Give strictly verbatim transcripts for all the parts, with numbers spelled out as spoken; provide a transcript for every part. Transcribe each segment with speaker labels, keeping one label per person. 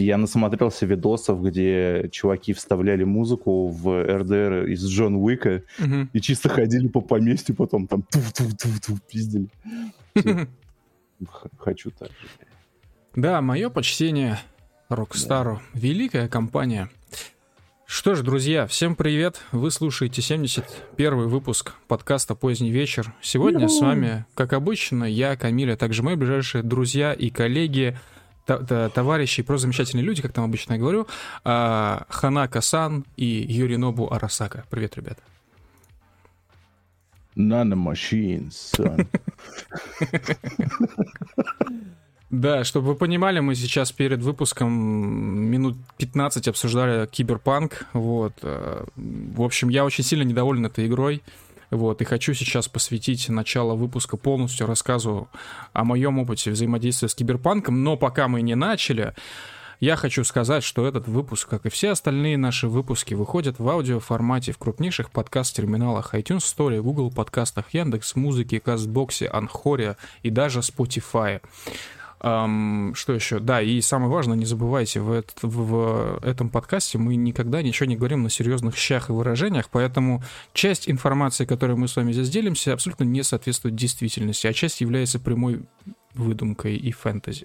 Speaker 1: я насмотрелся видосов, где чуваки вставляли музыку в эр дэ эр из Джон Уика
Speaker 2: Мгм.
Speaker 1: и чисто ходили по поместью, потом там туф-туф-туф-туф пиздили. Всё. Х- Хочу так же.
Speaker 2: Да, мое почтение Рокстару. Великая компания. Что ж, друзья, всем привет. Вы слушаете семьдесят первый выпуск подкаста «Поздний вечер». Сегодня с вами, как обычно, я, Камиль, а также мои ближайшие друзья и коллеги, та- та- товарищи и просто замечательные люди, как там обычно я говорю, а, Ханако-сан и Юринобу Арасака. Привет, ребята.
Speaker 1: Nano-machines, son.
Speaker 2: Да, чтобы вы понимали, мы сейчас перед выпуском минут пятнадцать обсуждали Киберпанк, вот. э, В общем, я очень сильно недоволен этой игрой, вот, и хочу сейчас посвятить начало выпуска полностью рассказу о моем опыте взаимодействия с Киберпанком, но пока мы не начали, я хочу сказать, что этот выпуск, как и все остальные наши выпуски, выходят в аудиоформате в крупнейших подкаст-терминалах iTunes Store, Google подкастах, Яндекс.Музыке, Кастбоксе, Анхоре и даже Spotify. Ам, что еще? Да, и самое важное, не забывайте, в, эт- в- в этом подкасте мы никогда ничего не говорим на серьезных щах и выражениях, поэтому часть информации, которой мы с вами здесь делимся, абсолютно не соответствует действительности, а часть является прямой выдумкой и фэнтези.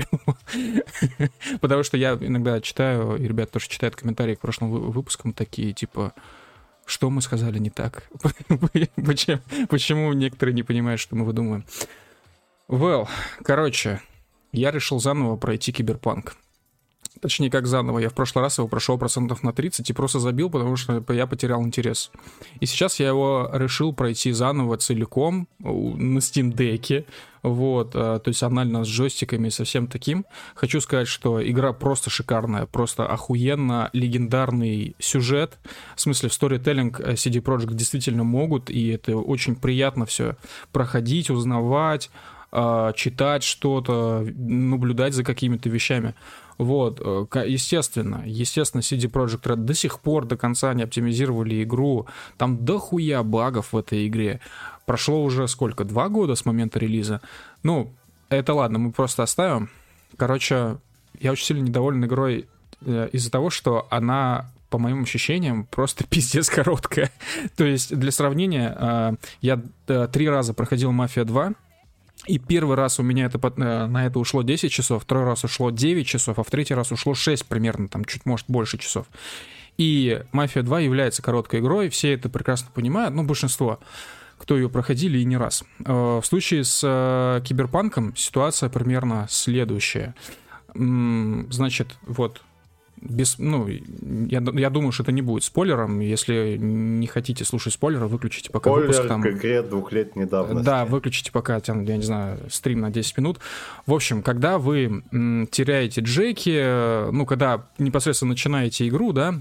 Speaker 2: Потому что я иногда читаю, и ребята тоже читают комментарии к прошлым вы- выпускам, такие типа... Что мы сказали не так? Почему, почему некоторые не понимают, что мы выдумываем? Well, короче, я решил заново пройти Киберпанк. Точнее, как заново. Я в прошлый раз его прошел процентов на тридцать и просто забил, потому что я потерял интерес. И сейчас я его решил пройти заново целиком у- на Steam Deck'е. Вот, а, то есть анально с джойстиками и со всем таким. Хочу сказать, что игра просто шикарная, просто охуенно, легендарный сюжет. В смысле, в сторителлинг э, си ди Projekt действительно могут, и это очень приятно все проходить, узнавать, а, читать что-то, наблюдать за какими-то вещами. Вот, э, ка- естественно, естественно, си ди Projekt Red до сих пор до конца не оптимизировали игру. Там дохуя багов в этой игре. Прошло уже сколько? Два года с момента релиза. Ну, это ладно, мы просто оставим. Короче, я очень сильно недоволен игрой э, из-за того, что она, по моим ощущениям, просто пиздец короткая. То есть, для сравнения, э, я э, три раза проходил «Мафия два», и первый раз у меня это, под- э, на это ушло десять часов, второй раз ушло девять часов, а в третий раз ушло шесть примерно, там чуть, может, больше часов. И «Мафия два» является короткой игрой, все это прекрасно понимают, ну, большинство, кто ее проходили и не раз. Э, В случае с э, Киберпанком ситуация примерно следующая. М, Значит, вот, без, ну, я, я думаю, что это не будет спойлером. Если не хотите слушать спойлеры, выключите пока выпуск.
Speaker 3: Спойлер
Speaker 2: Там,
Speaker 3: к игре двухлетней давности.
Speaker 2: да, выключите пока, там, я не знаю, стрим на десять минут. В общем, когда вы м, теряете Джеки, э, ну, когда непосредственно начинаете игру, да,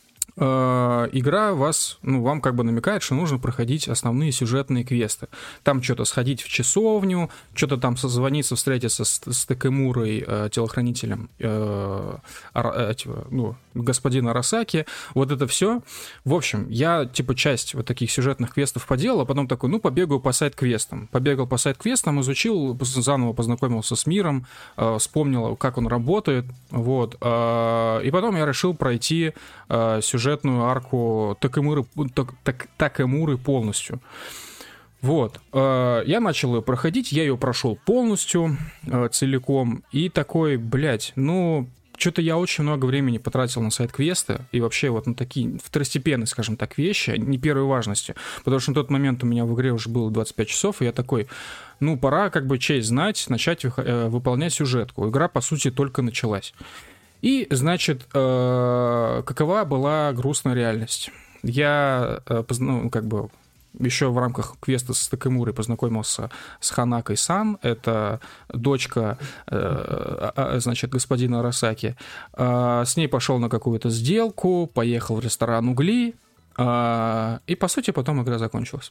Speaker 2: э, игра вас, ну, вам как бы намекает, что нужно проходить основные сюжетные квесты. Там что-то сходить в часовню, что-то там созвониться, встретиться с, с Такэмурой, э, телохранителем э, Ара- этого, ну, господина Арасаки. Вот это все. В общем, я, типа, часть вот таких сюжетных квестов поделал, а потом такой, ну, побегаю по сайт-квестам. Побегал по сайт-квестам, изучил, заново познакомился с миром, э, вспомнил, как он работает, вот. э, и потом я решил пройти э, сюжетную арку Такэмуры, так, так, Такэмуры полностью. Вот. Э, я начал ее проходить, я ее прошел полностью, э, целиком, и такой, блядь, ну... Что-то я очень много времени потратил на сайт-квесты и вообще вот на такие второстепенные, скажем так, вещи, не первой важности. Потому что на тот момент у меня в игре уже было двадцать пять часов, и я такой, ну, пора как бы честь знать, начать э, выполнять сюжетку. Игра, по сути, только началась. И, значит, э, какова была грустная реальность? Я, э, позна- ну, как бы... еще в рамках квеста с Такэмурой познакомился с Ханакой-сан, это дочка, э, значит, господина Арасаки. Э, с ней пошел на какую-то сделку, поехал в ресторан «Угли», э, и, по сути, потом игра закончилась.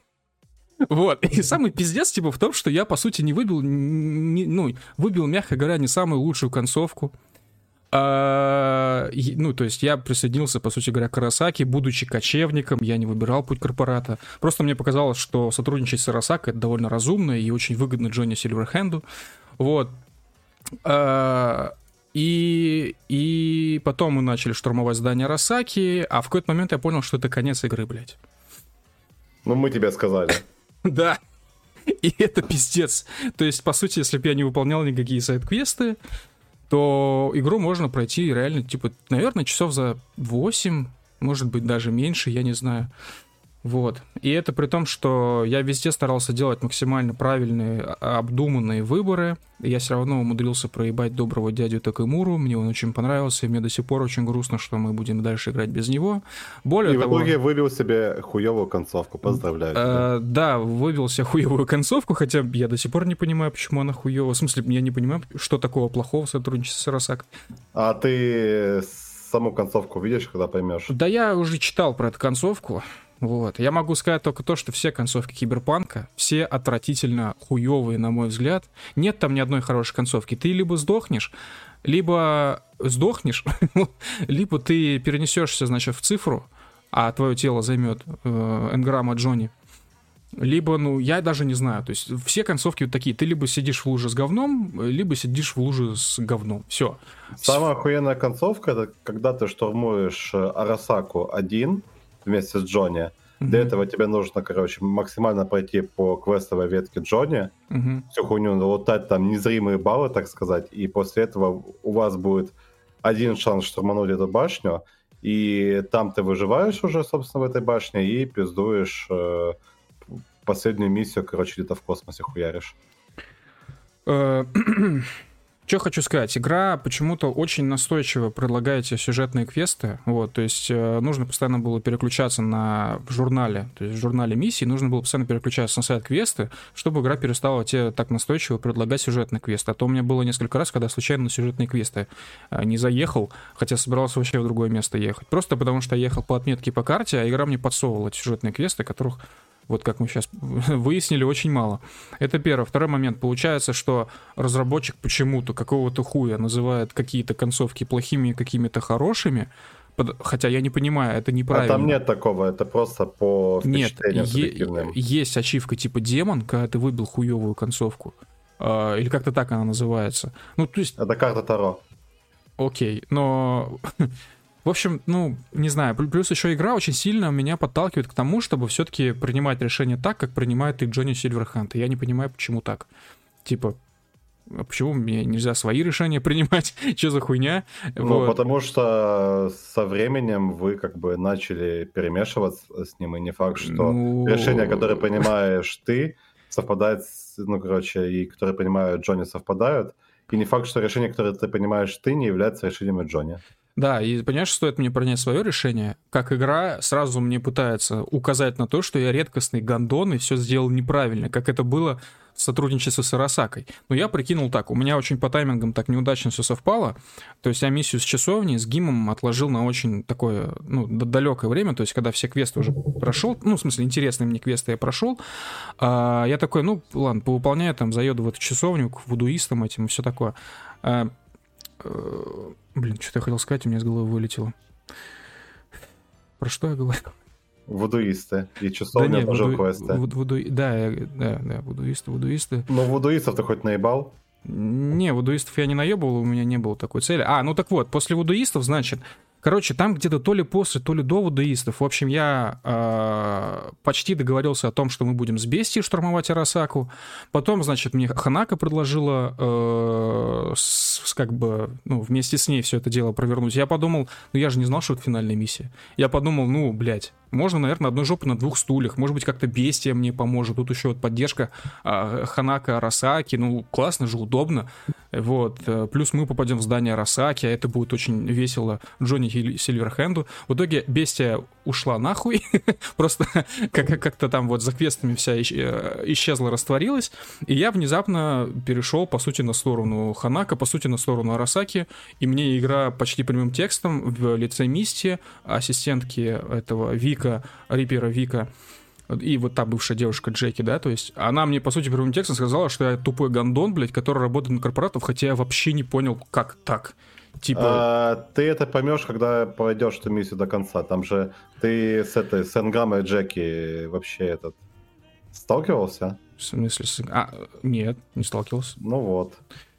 Speaker 2: Вот, и самый пиздец, типа, в том, что я, по сути, не выбил, не, ну, выбил, мягко говоря, не самую лучшую концовку. А, ну, то есть я присоединился, по сути говоря, к Арасаки, будучи кочевником, я не выбирал путь корпората. Просто мне показалось, что сотрудничать с Арасакой — это довольно разумно и очень выгодно Джонни Сильверхенду. Вот. А, И, и потом мы начали штурмовать здание Арасаки, а в какой-то момент я понял, что это конец игры, блядь.
Speaker 3: Ну, мы тебе сказали.
Speaker 2: Да. И это пиздец. То есть, по сути, если бы я не выполнял никакие сайд-квесты, то игру можно пройти реально, типа, наверное, часов за восемь, может быть, даже меньше, я не знаю. Вот. И это при том, что я везде старался делать максимально правильные, обдуманные выборы. И я все равно умудрился проебать доброго дядю Такэмуру. Мне он очень понравился, и мне до сих пор очень грустно, что мы будем дальше играть без него. Более
Speaker 3: и
Speaker 2: того,
Speaker 3: в итоге выбил себе хуевую концовку. Поздравляю тебя.
Speaker 2: Э, да, выбил себе хуевую концовку, хотя я до сих пор не понимаю, почему она хуевая. В смысле, я не понимаю, что такого плохого в сотрудничестве с Арасакой.
Speaker 3: А ты саму концовку видишь, когда поймешь?
Speaker 2: Да я уже читал про эту концовку. Вот. Я могу сказать только то, что все концовки Киберпанка, все отвратительно хуёвые, на мой взгляд. Нет там ни одной хорошей концовки. Ты либо сдохнешь, либо сдохнешь, либо ты перенесешься, значит, в цифру, а твое тело займет э, энграмма Джонни. Либо, ну, я даже не знаю. То есть все концовки вот такие. Ты либо сидишь в луже с говном, либо сидишь в луже с говном. Все.
Speaker 3: Самая охуенная концовка — это когда ты штурмуешь Арасаку один вместе с Джонни. Mm-hmm. Для этого тебе нужно, короче, максимально пройти по квестовой ветке Джонни, mm-hmm. всю хуйню налутать, там незримые баллы, так сказать, и после этого у вас будет один шанс штурмануть эту башню, и там ты выживаешь уже, собственно, в этой башне и пиздуешь э, последнюю миссию, короче, где-то в космосе хуяришь.
Speaker 2: Что хочу сказать, игра почему-то очень настойчиво предлагает тебе сюжетные квесты, вот, то есть э, нужно постоянно было переключаться на в журнале, то есть в журнале миссий нужно было постоянно переключаться на сайт-квесты, чтобы игра перестала тебе так настойчиво предлагать сюжетные квесты. А то у меня было несколько раз, когда случайно на сюжетные квесты э, не заехал, хотя собирался вообще в другое место ехать, просто потому что я ехал по отметке по карте, а игра мне подсовывала эти сюжетные квесты, которых, вот как мы сейчас выяснили, очень мало. Это первое. Второй момент. Получается, что разработчик почему-то какого-то хуя называет какие-то концовки плохими, какими-то хорошими, хотя я не понимаю, это неправильно.
Speaker 3: А там нет такого, это просто по впечатлениям субъективным.
Speaker 2: Нет, есть ачивка типа демон, когда ты выбил хуевую концовку. Или как-то так она называется. Ну, то есть...
Speaker 3: Это карта Таро.
Speaker 2: Окей, но... В общем, ну, не знаю, плюс еще игра очень сильно меня подталкивает к тому, чтобы все-таки принимать решения так, как принимает их Джонни Сильверханд. И я не понимаю, почему так. Типа, почему мне нельзя свои решения принимать? Что за хуйня?
Speaker 3: Ну, вот. Потому что со временем вы как бы начали перемешиваться с ним, и не факт, что ну... решение, которое принимаешь ты, совпадает, с, ну, короче, и которые принимают Джонни, совпадают, и не факт, что решение, которое ты принимаешь ты, не является решением Джонни.
Speaker 2: Да, и понимаешь, стоит мне принять свое решение, как игра сразу мне пытается указать на то, что я редкостный гондон и все сделал неправильно, как это было в сотрудничестве с Арасакой. Но я прикинул так, у меня очень по таймингам так неудачно все совпало, то есть я миссию с часовней, с гимом отложил на очень такое, ну, далекое время, то есть когда все квесты уже прошел, ну, в смысле, интересные мне квесты я прошел, а я такой, ну, ладно, повыполняю, там, заеду в эту часовню к вудуистам этим и все такое. Блин, что-то я хотел сказать, у меня из головы вылетело. Про что я говорю?
Speaker 3: Вудуисты. И часовня тоже вуду... квесты.
Speaker 2: Вуду... Вуду... Да, да, да, вудуисты, вудуисты.
Speaker 3: Но вудуистов ты хоть наебал?
Speaker 2: Не, вудуистов я не наебал, у меня не было такой цели. А, ну так вот, после вудуистов, значит, короче, там где-то то ли после, то ли до вудуистов. В общем, я э, почти договорился о том, что мы будем с Бестией штурмовать Арасаку. Потом, значит, мне Ханако предложила э, с, как бы, ну, вместе с ней все это дело провернуть. Я подумал, ну я же не знал, что это финальная миссия. Я подумал, ну, блядь, можно, наверное, одной жопы на двух стульях. Может быть, как-то Бестия мне поможет. Тут еще вот поддержка э, Ханако, Арасаки. Ну, классно же, удобно. Вот. Плюс мы попадем в здание Арасаки, а это будет очень весело Джонни Сильверхенду. В итоге Бестия ушла нахуй. Просто как-то там вот за квестами вся исчезла, растворилась. И я внезапно перешел, по сути, на сторону Ханако, по сути, на сторону Арасаки. И мне игра почти прямым текстом в лице Мисти, ассистентки этого Вика, Рипера Вика, и вот та бывшая девушка Джеки, да, то есть она мне, по сути, прямым текстом сказала, что я тупой гондон, блядь, который работает на корпоратов, хотя я вообще не понял, как так. Типа...
Speaker 3: А, ты это поймешь, когда пройдешь эту миссию до конца. Там же ты с этой, с энграммой Джеки вообще этот сталкивался?
Speaker 2: В смысле? А, нет, не сталкивался.
Speaker 3: Ну вот.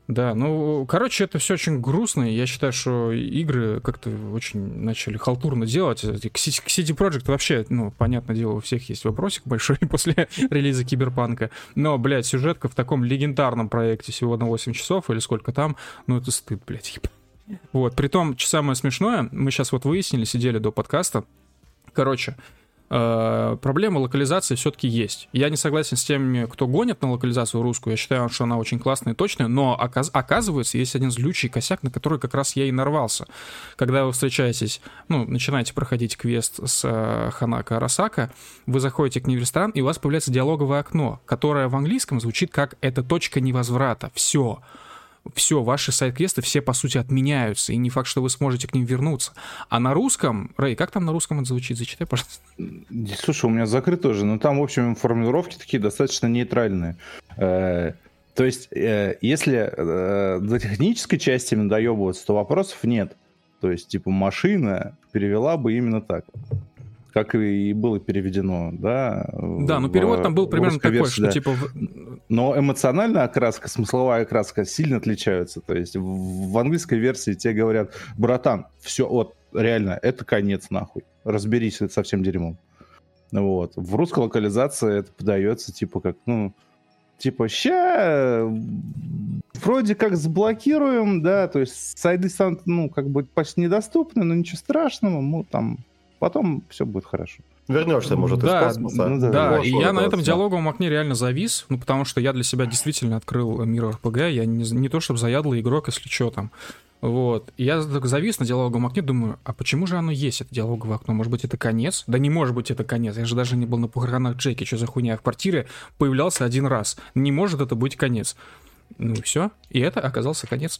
Speaker 2: Да, ну, короче, это все очень грустно. Я считаю, что игры как-то очень начали халтурно делать. К си ди Projekt вообще, ну, понятное дело, у всех есть вопросик большой после релиза Киберпанка. Но, блядь, сюжетка в таком легендарном проекте всего на восемь часов или сколько там, ну, это стыд, блядь. Вот, притом, самое смешное, мы сейчас вот выяснили, сидели до подкаста. Короче, проблема локализации все-таки есть. Я не согласен с теми, кто гонит на локализацию русскую. Я считаю, что она очень классная и точная, но оказ- оказывается, есть один злючий косяк, на который как раз я и нарвался. Когда вы встречаетесь, ну, начинаете проходить квест с э, Ханако Арасака, вы заходите к ней в ресторан, и у вас появляется диалоговое окно, которое в английском звучит как «это точка невозврата». Все. Все, ваши сайд-квесты все, по сути, отменяются, и не факт, что вы сможете к ним вернуться. А на русском... Рэй, как там на русском это звучит? Зачитай, пожалуйста.
Speaker 1: Слушай, у меня закрыт тоже, но там, в общем, формулировки такие достаточно нейтральные. То есть, если до технической части доебываться, то вопросов нет. То есть, типа, машина перевела бы именно так, как и было переведено, да.
Speaker 2: Да, ну перевод там был примерно такой, версии, что да. типа...
Speaker 1: Но эмоциональная окраска, смысловая окраска сильно отличаются. То есть в, в английской версии тебе говорят: братан, все, вот, реально, это конец нахуй. Разберись, это совсем дерьмом. Вот. В русской локализации это подается типа как, ну, типа, ща вроде как заблокируем, да, то есть сайды станут, ну, как бы почти недоступны, но ничего страшного, ну, там... Потом все будет хорошо.
Speaker 3: Вернешься, может,
Speaker 2: да,
Speaker 3: из космоса.
Speaker 2: Ну, да, да. И я на этом диалоговом окне реально завис, ну, потому что я для себя действительно открыл мир эр пи джи, я не, не то чтобы заядлый игрок, если что там. Вот. И я завис на диалоговом окне, думаю, а почему же оно есть, это диалоговое окно? Может быть, это конец? Да не может быть это конец. Я же даже не был на похоронах Джеки, что за хуйня? В квартире появлялся один раз. Не может это быть конец. Ну и все. И это оказался конец.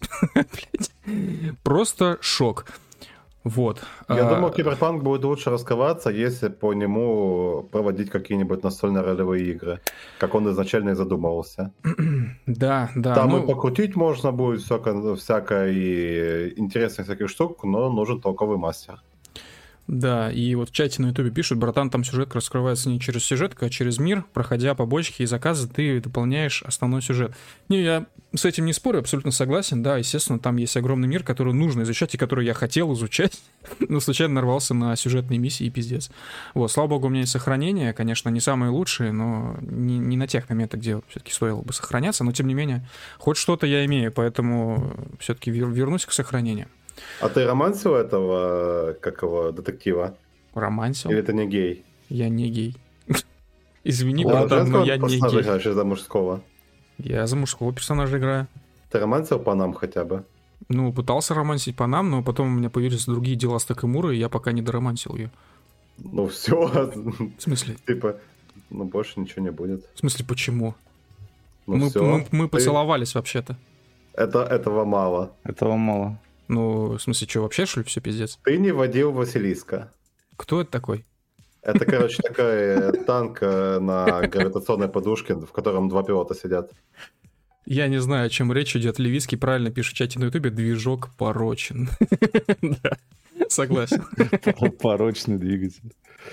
Speaker 2: Просто шок. Вот.
Speaker 3: Я
Speaker 2: а...
Speaker 3: думаю, Киберпанк будет лучше раскрываться, если по нему проводить какие-нибудь настольные ролевые игры, как он изначально и задумывался.
Speaker 2: Да, да.
Speaker 3: Там
Speaker 2: ну...
Speaker 3: и покрутить можно будет всякое, всякое и интересных всяких штук, но нужен толковый мастер.
Speaker 2: Да, и вот в чате на ютубе пишут: братан, там сюжетка раскрывается не через сюжетку, а через мир. Проходя побочки и заказы, ты дополняешь основной сюжет. Не, я с этим не спорю, абсолютно согласен. Да, естественно, там есть огромный мир, который нужно изучать и который я хотел изучать, но случайно нарвался на сюжетные миссии и пиздец. Вот, слава богу, у меня есть сохранение, конечно, не самые лучшие, но не, не на тех моментах, где все-таки стоило бы сохраняться, но тем не менее, хоть что-то я имею, поэтому все-таки вер- вернусь к сохранению.
Speaker 3: А ты романсил этого, как его, детектива?
Speaker 2: Романсил?
Speaker 3: Или ты не гей?
Speaker 2: Я не гей. Извини,
Speaker 3: Ладно,
Speaker 2: братан, но я не
Speaker 3: персонажа
Speaker 2: гей.
Speaker 3: играешь за мужского?
Speaker 2: Я за мужского персонажа играю.
Speaker 3: Ты романсил по нам хотя бы?
Speaker 2: Ну, пытался романсить по нам, но потом у меня появились другие дела с Такэмурой, и я пока не доромансил ее.
Speaker 3: Ну все.
Speaker 2: В смысле?
Speaker 3: Типа, ну больше ничего не будет.
Speaker 2: В смысле, почему?
Speaker 3: Ну,
Speaker 2: мы,
Speaker 3: все.
Speaker 2: мы, мы
Speaker 3: Ты...
Speaker 2: поцеловались вообще-то.
Speaker 3: Это, этого мало.
Speaker 1: Этого мало.
Speaker 2: Ну, в смысле, что, вообще, что ли, все пиздец?
Speaker 3: Ты не водил Василиска.
Speaker 2: Кто это такой?
Speaker 3: Это, короче, такой танк на гравитационной подушке, в котором два пилота сидят.
Speaker 2: Я не знаю, о чем речь идет. Левицкий правильно пишет в чате на ютубе: движок порочен. Да, согласен.
Speaker 1: Порочный двигатель.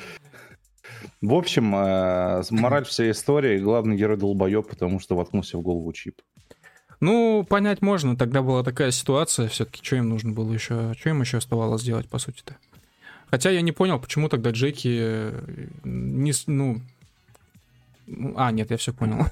Speaker 1: В общем, мораль всей истории: главный герой долбоеб, потому что воткнулся в голову чип.
Speaker 2: Ну, понять можно, тогда была такая ситуация, все-таки что им нужно было еще, что им еще оставалось делать, по сути-то. Хотя я не понял, почему тогда Джеки не, ну... А, нет, я все понял.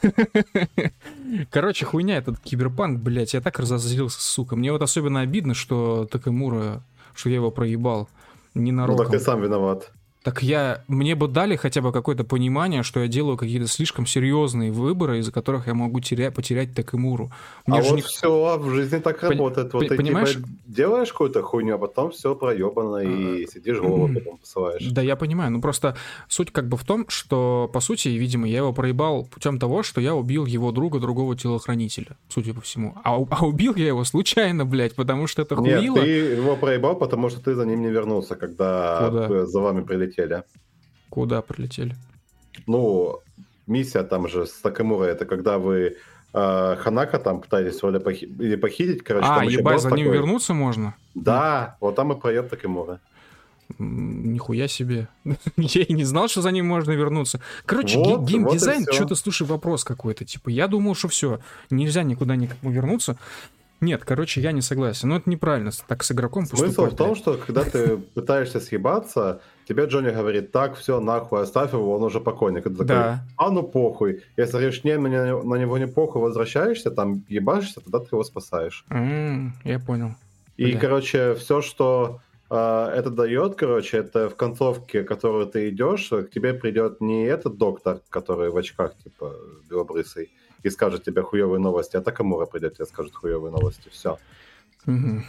Speaker 2: Короче, хуйня этот Киберпанк, блядь, я так разозлился, сука. Мне вот особенно обидно, что Такэмура, что я его проебал ненароком.
Speaker 3: Ну так ты сам виноват.
Speaker 2: Так я... Мне бы дали хотя бы какое-то понимание, что я делаю какие-то слишком серьезные выборы, из-за которых я могу теря... потерять Такэмуру. Мне
Speaker 3: а вот
Speaker 2: не...
Speaker 3: все в жизни так Пон... работает. Вот ты
Speaker 2: понимаешь?
Speaker 3: Типа, делаешь какую-то хуйню, а потом все проебано, и сидишь голову потом посылаешь.
Speaker 2: Да, я понимаю. Ну просто суть как бы в том, что, по сути, видимо, я его проебал путем того, что я убил его друга, другого телохранителя, судя по всему. А, а убил я его случайно, блядь, потому что это хуило.
Speaker 3: Нет, ты его проебал, потому что ты за ним не вернулся, когда Куда? За вами прилетели.
Speaker 2: Куда прилетели?
Speaker 3: Ну, миссия там же с Такэмурой, это когда вы э, Ханако там пытаетесь или, похи... или похитить, короче.
Speaker 2: А,
Speaker 3: там
Speaker 2: ебать, за ним
Speaker 3: такой...
Speaker 2: вернуться можно?
Speaker 3: Да, вот там и проеб Такэмура.
Speaker 2: нихуя себе. Я и не знал, что за ним можно вернуться. Короче,
Speaker 3: Вот,
Speaker 2: геймдизайн,
Speaker 3: вот и всё.
Speaker 2: что-то, слушай, вопрос какой-то. Типа, я думал, что все, нельзя никуда никому вернуться. Нет, короче, я не согласен. Но это неправильно, так с игроком поступать.
Speaker 3: Смысл в том,
Speaker 2: блядь.
Speaker 3: что когда ты пытаешься съебаться, тебе Джонни говорит, так, все, нахуй, оставь его, он уже покойник. И ты такой,
Speaker 2: Да.
Speaker 3: а ну похуй. Если говоришь, не, мне на него не похуй, возвращаешься, там ебашишься, тогда ты его спасаешь.
Speaker 2: М, Я понял.
Speaker 3: И,
Speaker 2: Бля.
Speaker 3: короче, все, что э, это дает, короче, это в концовке, которую ты идешь, к тебе придет не этот доктор, который в очках, типа, белобрысый, и скажет тебе хуевые новости, а Такамура придет тебе скажет хуевые новости. Все.
Speaker 2: Мгм.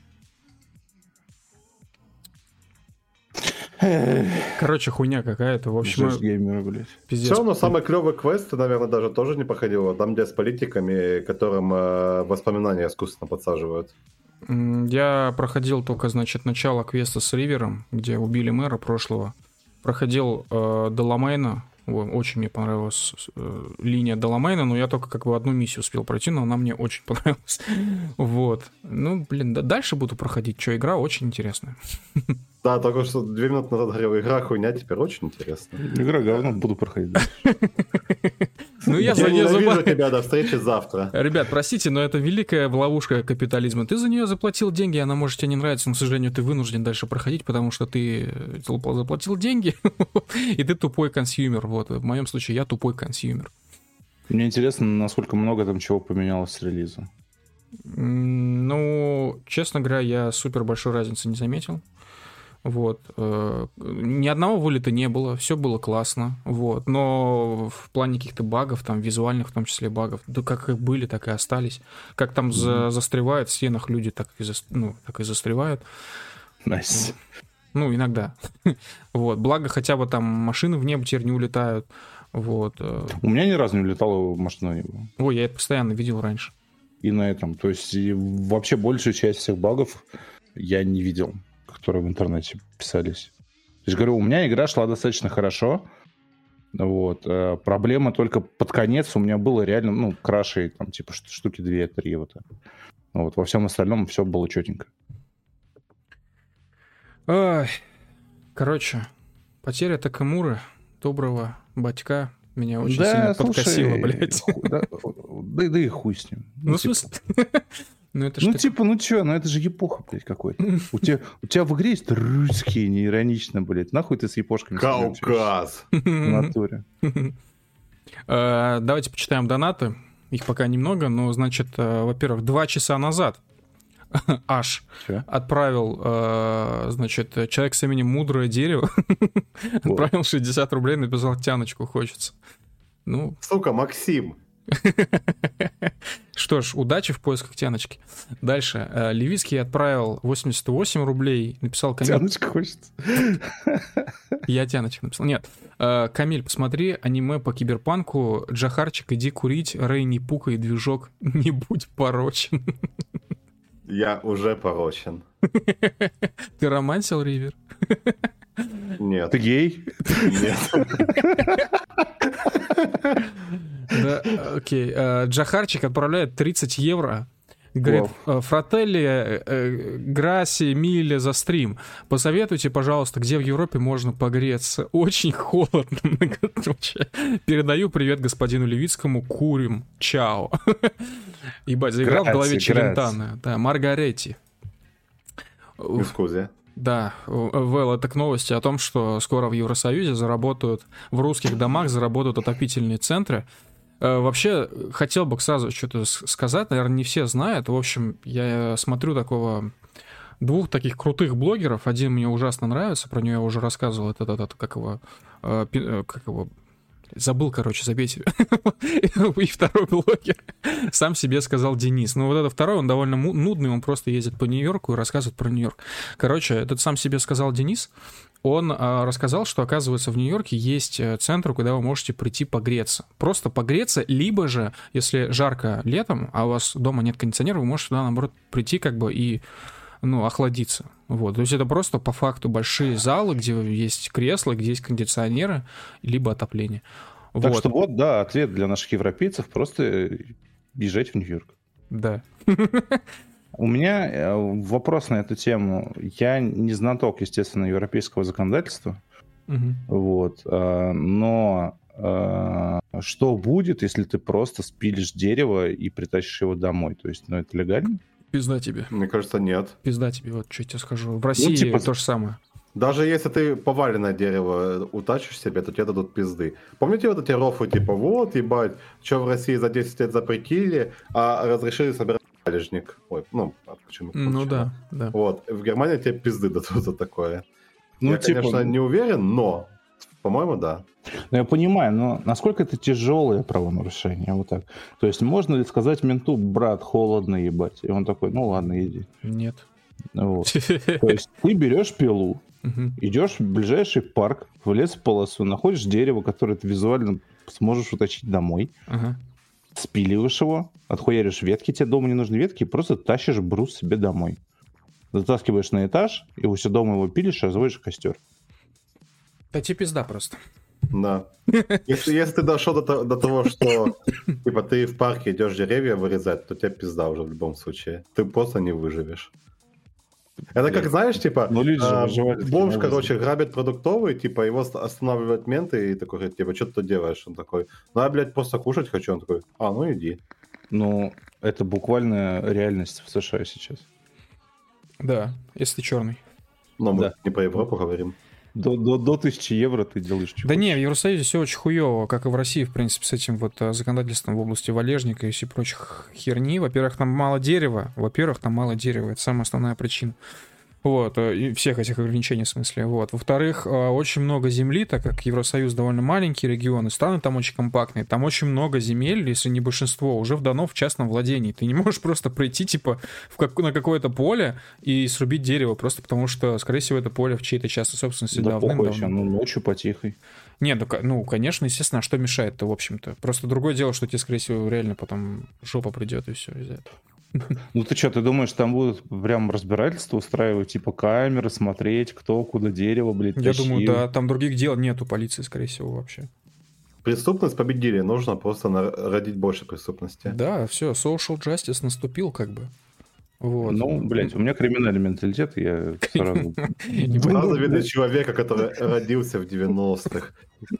Speaker 2: Короче, хуйня какая-то. В общем,
Speaker 1: Жесть геймера, блядь.
Speaker 2: пиздец.
Speaker 3: Все, но самый клевый квест, ты, наверное, даже тоже не проходила. Там, где с политиками, которым э, воспоминания искусственно подсаживают.
Speaker 2: М, Я проходил только, значит, начало квеста с Ривером, где убили мэра прошлого. Проходил э, Доломейна. О, очень мне понравилась э, линия Доломейна, но я только как бы одну миссию успел пройти, но она мне очень понравилась. Вот. Ну, блин, да- дальше буду проходить. Что, игра очень интересная.
Speaker 3: Да, только что две минуты назад говорил, игра хуйня, теперь очень интересно.
Speaker 1: Игра говно, буду проходить. Да.
Speaker 2: Ну, я
Speaker 3: Я
Speaker 2: за нее
Speaker 3: ненавижу
Speaker 2: заплатил.
Speaker 3: тебя, до встречи завтра.
Speaker 2: Ребят, простите, но это великая ловушка капитализма. Ты за нее заплатил деньги, она может тебе не нравиться, но, к сожалению, ты вынужден дальше проходить, потому что ты э, зап- заплатил деньги, и ты тупой консюмер. Вот, в моем случае я тупой консюмер.
Speaker 1: Мне интересно, насколько много там чего поменялось с релиза.
Speaker 2: М, Ну, честно говоря, я супер большой разницы не заметил. Вот. э, Ни одного вылета не было, все было классно. Вот. Но в плане каких-то багов, там, визуальных, в том числе багов, да как и были, так и остались. Как там за- застревают в стенах люди, так и, зас- ну, так и застревают.
Speaker 1: Найс.
Speaker 2: Ну, иногда. Вот. Благо, хотя бы там машины в небо теперь не улетают. Вот. э.
Speaker 1: У меня ни разу не улетала машина не было.
Speaker 2: Ой, я это постоянно видел раньше.
Speaker 1: И на этом. То есть и вообще большую часть всех багов я не видел, которые в интернете писались. То есть, говорю, у меня игра шла достаточно хорошо. Вот. Э, Проблема только под конец у меня было реально, ну, крашей, там, типа, ш- штуки две-три вот так. Вот. Во всем остальном все было четенько.
Speaker 2: Ай. Короче, потеря Такамуры, доброго батька, меня очень сильно подкосило, блядь.
Speaker 1: ху- да, да, да и хуй с ним.
Speaker 2: Ну, в
Speaker 1: типа,
Speaker 2: смысле? Ну, это ж
Speaker 1: Ну,
Speaker 2: так-
Speaker 1: типа, ну чё, ну это же эпоха, блядь, какой-то. У тебя, у тебя в игре есть русские, неиронично, блядь. Нахуй ты с япошками общаешься?
Speaker 3: Кавказ.
Speaker 1: В натуре.
Speaker 2: Э, Давайте почитаем донаты. Их пока немного, но, значит, э, во-первых, два часа назад аж
Speaker 1: Чё?
Speaker 2: отправил, э, значит, человек с именем Мудрое Дерево, отправил шестьдесят рублей, написал «Тяночку хочется». Ну,
Speaker 3: Сука, Максим.
Speaker 2: что ж, удачи в поисках Тяночки. Дальше. э, Левицкий отправил восемьдесят восемь рублей, написал коммент.
Speaker 1: Тяночка хочется.
Speaker 2: Я Тяночек написал. Нет. Э, Камиль, посмотри аниме по киберпанку. Джахарчик, иди курить. Рэй, не пукай, движок, не будь порочен.
Speaker 3: Я уже порочен.
Speaker 2: Ты романсил, Ривер?
Speaker 3: Нет.
Speaker 1: Ты гей?
Speaker 3: Нет.
Speaker 2: Да, окей. Э, Джахарчик отправляет тридцать евро. Говорит, э, фрателли, э, Граси, Миле за стрим. Посоветуйте, пожалуйста, где в Европе можно погреться. Очень холодно. многоточие. Передаю привет господину Левицкому. Курим. Чао. Ебать, заиграл в
Speaker 1: Грации,
Speaker 2: голове
Speaker 1: грации.
Speaker 2: Челентано. Да, Маргаретти.
Speaker 3: Мискузи.
Speaker 2: Да, Вэл, это к новости о том, что скоро в Евросоюзе заработают, в русских домах заработают отопительные центры. Э, Вообще, хотел бы сразу что-то с- сказать, наверное, не все знают. В общем, я смотрю такого двух таких крутых блогеров. Один мне ужасно нравится, про него я уже рассказывал. Это, это, это как его, э, пи- э, как его, забыл, короче, забейте. И второй блогер сам себе сказал Денис. Ну вот это второй, он довольно му- нудный, он просто ездит по Нью-Йорку и рассказывает про Нью-Йорк. Короче, этот сам себе сказал Денис, он а, рассказал, что, оказывается, в Нью-Йорке есть э, центр, куда вы можете прийти погреться. Просто погреться, либо же, если жарко летом, а у вас дома нет кондиционера, вы можете туда, наоборот, прийти как бы и, ну, охладиться. Вот. То есть это просто по факту большие залы, где есть кресла, где есть кондиционеры, либо отопление.
Speaker 1: Так
Speaker 2: Вот.
Speaker 1: что вот, да, ответ для наших европейцев. Просто езжайте в Нью-Йорк.
Speaker 2: Да.
Speaker 1: У меня вопрос на эту тему. Я не знаток, естественно, европейского законодательства. Угу. Вот. Но что будет, если ты просто спилишь дерево и притащишь его домой? То есть, ну, это легально?
Speaker 2: Пизда тебе.
Speaker 3: Мне кажется, нет.
Speaker 2: Пизда тебе, вот что я тебе скажу. В России ну, типа... то же самое.
Speaker 3: Даже если ты поваленное дерево утащишь себе, то тебе дадут пизды. Помните вот эти рофы, типа, вот, ебать, что в России за десять лет запретили, а разрешили собирать валежник. Ой, ну, почему?
Speaker 2: Ну да, да.
Speaker 3: Вот, в Германии тебе пизды дадут за такое.
Speaker 1: Ну,
Speaker 3: я,
Speaker 1: типа...
Speaker 3: конечно, не уверен, но, по-моему, да.
Speaker 1: Ну, я понимаю, но насколько это тяжелое правонарушение, вот так. То есть можно ли сказать менту, брат, холодно, ебать? И он такой, ну ладно, иди.
Speaker 2: Нет.
Speaker 1: Вот. То есть ты берешь пилу, идешь в ближайший парк, в лесополосу, находишь дерево, которое ты визуально сможешь утащить домой,
Speaker 2: ага.
Speaker 1: спиливаешь его, отхуяришь ветки, тебе дома не нужны ветки, просто тащишь брус себе домой. Затаскиваешь на этаж, и у себя дома его пилишь, разводишь костер.
Speaker 2: Да тебе пизда просто.
Speaker 3: Да. Если, если ты дошел до, до того, что типа ты в парке идешь деревья вырезать, то тебе пизда уже в любом случае. Ты просто не выживешь. Это как, знаешь, типа,
Speaker 1: ну, а,
Speaker 3: бомж, короче, грабит продуктовый, типа, его останавливают менты и такой, типа, что ты тут делаешь? Он такой, ну, я, блядь, просто кушать хочу. Он такой, а, ну, иди.
Speaker 1: Ну, это буквально реальность в США сейчас.
Speaker 2: Да, если ты черный.
Speaker 3: Но мы
Speaker 1: да.
Speaker 3: не про Европу говорим.
Speaker 1: До, до, до тысячи евро ты делаешь что
Speaker 2: Да
Speaker 1: хочешь.
Speaker 2: не, в Евросоюзе все очень хуево, как и в России, в принципе, с этим вот законодательством в области валежника и всей прочих херни. Во-первых, там мало дерева. Во-первых, там мало дерева. Это самая основная причина. Вот, и всех этих ограничений в смысле. Вот. Во-вторых, очень много земли, так как Евросоюз довольно маленький регион, и страны там очень компактные, там очень много земель, если не большинство, уже вдано в частном владении. Ты не можешь просто прийти, типа, в как- на какое-то поле и срубить дерево, просто потому что, скорее всего, это поле в чьей-то частной собственности
Speaker 1: да
Speaker 2: давным-давно.
Speaker 1: Похуй, ну, ночью потихой.
Speaker 2: Нет, ну, ну, конечно, естественно, а что мешает-то, в общем-то? Просто другое дело, что тебе, скорее всего, реально потом жопа придет и все из-за этого.
Speaker 1: Ну ты что, ты думаешь, там будут прям разбирательства устраивать, типа камеры, смотреть, кто куда дерево, блядь,
Speaker 2: Я
Speaker 1: тащил?
Speaker 2: думаю, да, там других дел нет у полиции, скорее всего, вообще.
Speaker 3: Преступность победили, нужно просто родить больше преступности.
Speaker 2: Да, все, social justice наступил, как бы. Вот.
Speaker 1: Ну, блядь, у меня криминальный менталитет, я сразу...
Speaker 3: Сразу видно человека, который родился в девяностых.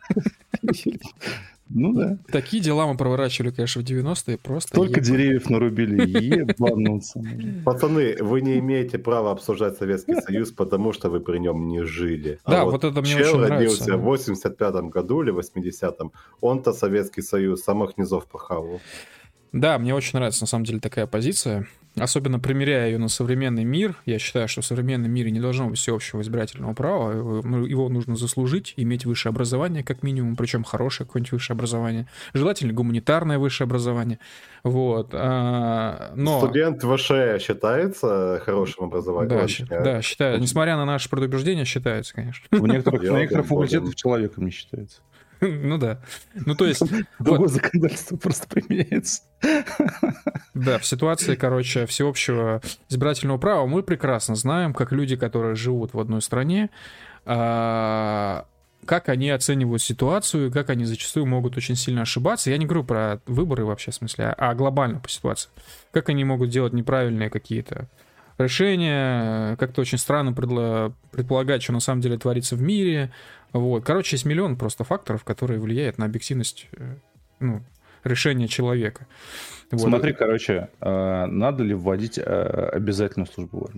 Speaker 1: Ну да.
Speaker 2: Такие дела мы проворачивали, конечно, в девяностые. Просто
Speaker 1: Только
Speaker 2: еб...
Speaker 1: деревьев нарубили, ебануться.
Speaker 3: Пацаны, вы не имеете права обсуждать Советский Союз, потому что вы при нем не жили.
Speaker 2: Да,
Speaker 3: а
Speaker 2: вот, вот это мне очень
Speaker 3: чел
Speaker 2: нравится.
Speaker 3: родился в восемьдесят пятом году или восьмидесятом, он-то Советский Союз с самых низов похавал.
Speaker 2: Да, мне очень нравится, на самом деле, такая позиция. Особенно примеряя ее на современный мир. Я считаю, что в современном мире не должно быть всеобщего избирательного права. Его нужно заслужить, иметь высшее образование, как минимум, причем хорошее какое-нибудь высшее образование. Желательно гуманитарное высшее образование. Вот. Но...
Speaker 3: Студент ВШ считается хорошим образованием?
Speaker 2: Да, да, считаю. Несмотря на наши предубеждения, считается, конечно.
Speaker 1: В некоторых, на некоторых факультетах человеком не считается.
Speaker 2: Ну да. Ну то есть...
Speaker 1: Другое законодательство просто применяется.
Speaker 2: Да, в ситуации, короче, всеобщего избирательного права мы прекрасно знаем, как люди, которые живут в одной стране, как они оценивают ситуацию, как они зачастую могут очень сильно ошибаться. Я не говорю про выборы вообще, в смысле, а глобально по ситуации. Как они могут делать неправильные какие-то решения, как-то очень странно предполагать, что на самом деле творится в мире. Вот. Короче, есть миллион просто факторов, которые влияют на объективность, ну, решения человека. Вот.
Speaker 1: Смотри, короче, надо ли вводить обязательную службу в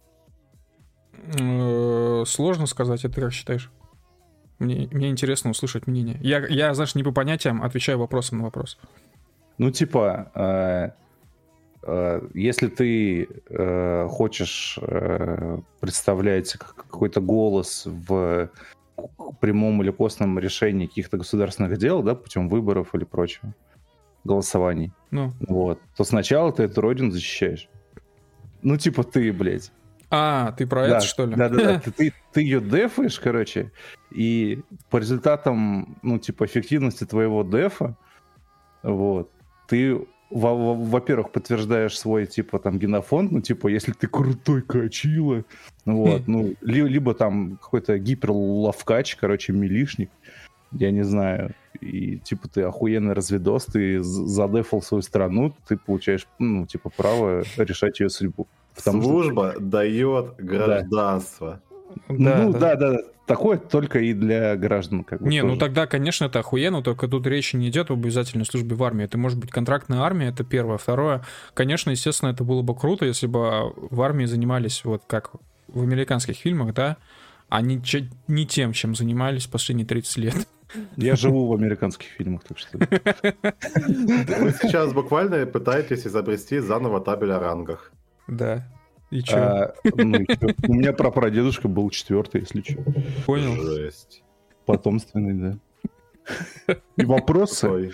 Speaker 2: армии? Сложно сказать, а ты как считаешь? Мне, мне интересно услышать мнение. Я, я, знаешь, не по понятиям отвечаю вопросом на вопрос.
Speaker 1: Ну, типа... Если ты э, хочешь э, представлять какой-то голос в прямом или косвенном решении каких-то государственных дел, да, путем выборов или прочего, голосований,
Speaker 2: ну.
Speaker 1: вот, то сначала ты эту родину защищаешь. Ну, типа ты, блядь.
Speaker 2: А, ты про
Speaker 1: да,
Speaker 2: это, что ли?
Speaker 1: Да-да-да, ты, ты, ты ее дефаешь, короче, и по результатам, ну, типа, эффективности твоего дефа, вот, ты... Во-первых, подтверждаешь свой, типа, там, генофонд, ну, типа, если ты крутой качила, вот, ну, ли- либо там какой-то гиперловкач, короче, милишник, я не знаю, и, типа, ты охуенный разведос, ты задефал свою страну, ты получаешь, ну, типа, право решать ее судьбу.
Speaker 3: Потому Служба что... дает гражданство.
Speaker 1: Да, ну, да, да, да, такое только и для граждан, как бы.
Speaker 2: Не,
Speaker 1: тоже.
Speaker 2: Ну тогда, конечно, это охуенно, только тут речи не идет об обязательной службе в армии. Это может быть контрактная армия, это первое. Второе, конечно, естественно, это было бы круто, если бы в армии занимались, вот как в американских фильмах, да, а не, не тем, чем занимались последние тридцать лет.
Speaker 1: Я живу в американских фильмах, так что...
Speaker 3: Вы сейчас буквально пытаетесь изобрести заново табель о рангах.
Speaker 2: Да. И чё?
Speaker 1: А, ну, и чё? У меня прапрадедушка был четвертый, если что.
Speaker 2: Понял.
Speaker 3: Жесть.
Speaker 1: Потомственный, да. И вопросы?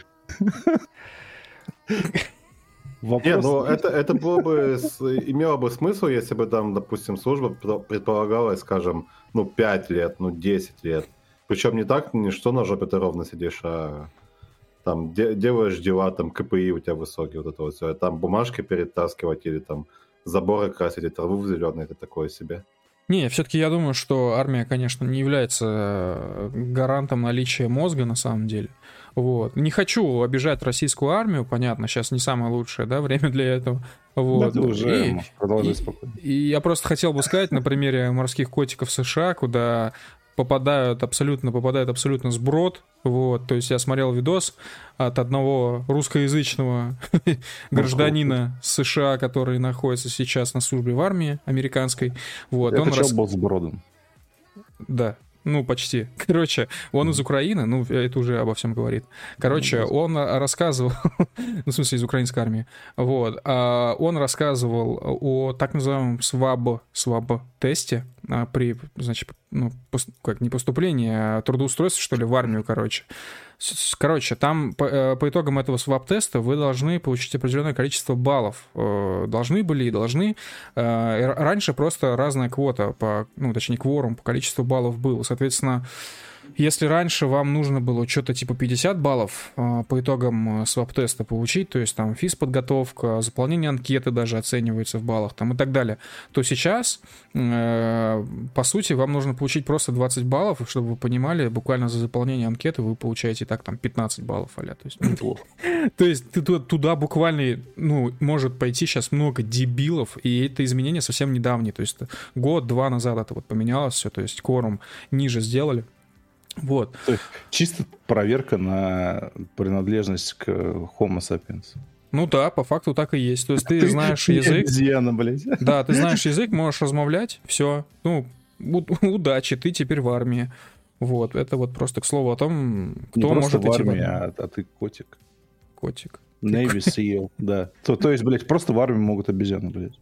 Speaker 3: Вопрос... Не, ну это, это было бы, имело бы смысл, если бы там, допустим, служба предполагалась, скажем, ну, пять лет, ну, десять лет. Причем не так, не что на жопе ты ровно сидишь, а там де- делаешь дела, там ка пэ и у тебя высокие, вот это вот все. Там бумажки перетаскивать или там заборы красить, и траву в зеленый, это такое себе.
Speaker 2: Не, все-таки я думаю, что армия, конечно, не является гарантом наличия мозга на самом деле. Вот. Не хочу обижать российскую армию, понятно, сейчас не самое лучшее, да, время для этого. Вот.
Speaker 1: Да, уже
Speaker 2: и,
Speaker 1: продолжай спокойно.
Speaker 2: И, и я просто хотел бы сказать на примере морских котиков США, куда попадают абсолютно, попадает абсолютно сброд. Вот, то есть я смотрел видос от одного русскоязычного гражданина США, который находится сейчас на службе в армии американской. Вот,
Speaker 1: это
Speaker 2: он
Speaker 1: чел
Speaker 2: рас...
Speaker 1: был с бродом.
Speaker 2: Да. Ну, почти. Короче, он из Украины, ну, это уже обо всем говорит. Короче, он рассказывал, ну, в смысле, из украинской армии, вот, он рассказывал о так называемом сваб, сваб-тесте при, значит, ну, как, не поступлении, а трудоустройстве, что ли, в армию, короче. Короче, там по, по итогам этого свап-теста вы должны получить определенное количество баллов. Должны были и должны. Раньше просто разная квота, по, ну, точнее, кворум по количеству баллов был. Соответственно, если раньше вам нужно было что-то типа пятьдесят баллов по итогам свап-теста получить, то есть там физподготовка, заполнение анкеты даже оценивается в баллах там, и так далее, то сейчас, э, по сути, вам нужно получить просто двадцать баллов, чтобы вы понимали, буквально за заполнение анкеты вы получаете так там пятнадцать баллов, а-ля. То есть, неплохо. То есть туда буквально, ну, может пойти сейчас много дебилов, и это изменение совсем недавнее, то есть год-два назад это вот поменялось все, то есть кворум ниже сделали. Вот.
Speaker 1: То есть чисто проверка на принадлежность к Homo sapiens.
Speaker 2: Ну да, по факту так и есть. То есть ты знаешь язык.
Speaker 1: Обезьяна, блядь.
Speaker 2: Да, ты знаешь язык, можешь размовлять, все. Ну, удачи, ты теперь в армии. Вот, это вот просто к слову о том, кто
Speaker 1: Не
Speaker 2: может
Speaker 1: просто в
Speaker 2: идти
Speaker 1: армии,
Speaker 2: в армию.
Speaker 1: А, а ты котик.
Speaker 2: Котик.
Speaker 1: Navy Seal, да. То, то есть, блядь, просто в армии могут обезьяны, блядь.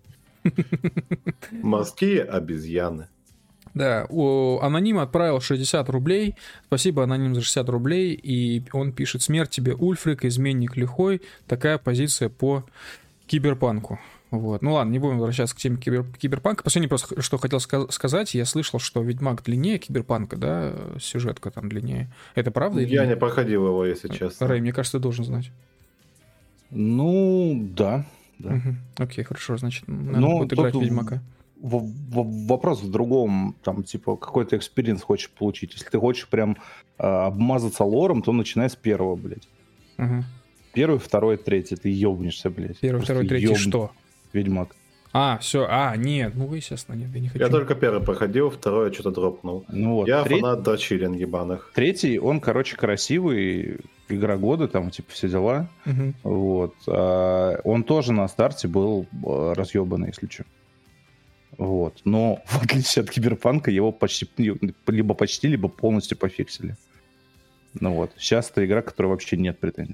Speaker 3: Морские обезьяны.
Speaker 2: Да, у аноним отправил шестьдесят рублей. Спасибо, аноним, за шестьдесят рублей. И он пишет: смерть тебе, Ульфрик, изменник лихой. Такая позиция по киберпанку. Вот. Ну ладно, не будем возвращаться к теме кибер... киберпанка. Последнее просто, что хотел ска- сказать. Я слышал, что Ведьмак длиннее киберпанка, да? Сюжетка там длиннее. Это правда?
Speaker 3: Я
Speaker 2: или...
Speaker 3: не проходил его, если честно.
Speaker 2: Рэй, мне кажется, ты должен знать.
Speaker 1: Ну, да. да.
Speaker 2: Угу. Окей, хорошо, значит, надо
Speaker 1: Но
Speaker 2: будет играть в Ведьмака.
Speaker 1: В, в, вопрос в другом, там, типа, какой ты экспириенс хочешь получить. Если ты хочешь прям э, обмазаться лором, то начинай с первого, блядь.
Speaker 2: Угу.
Speaker 1: Первый, второй, третий, ты ёбнешься, блядь.
Speaker 2: Первый,
Speaker 1: Просто
Speaker 2: второй, третий
Speaker 1: ёб...
Speaker 2: что?
Speaker 1: Ведьмак.
Speaker 2: А, все, а, нет, ну, естественно, нет, я не хочу.
Speaker 3: Я только первый проходил, второй что-то дропнул.
Speaker 1: Ну, вот,
Speaker 3: я
Speaker 1: треть...
Speaker 3: фанат дрочилин ебаных.
Speaker 1: Третий, он, короче, красивый, игра года, там, типа, все дела.
Speaker 2: Угу.
Speaker 1: Вот. А, он тоже на старте был разъебанный, если что. Вот. Но, в отличие от Киберпанка, его почти, либо почти, либо полностью пофиксили. Ну вот. Сейчас это игра, которой вообще нет претензий.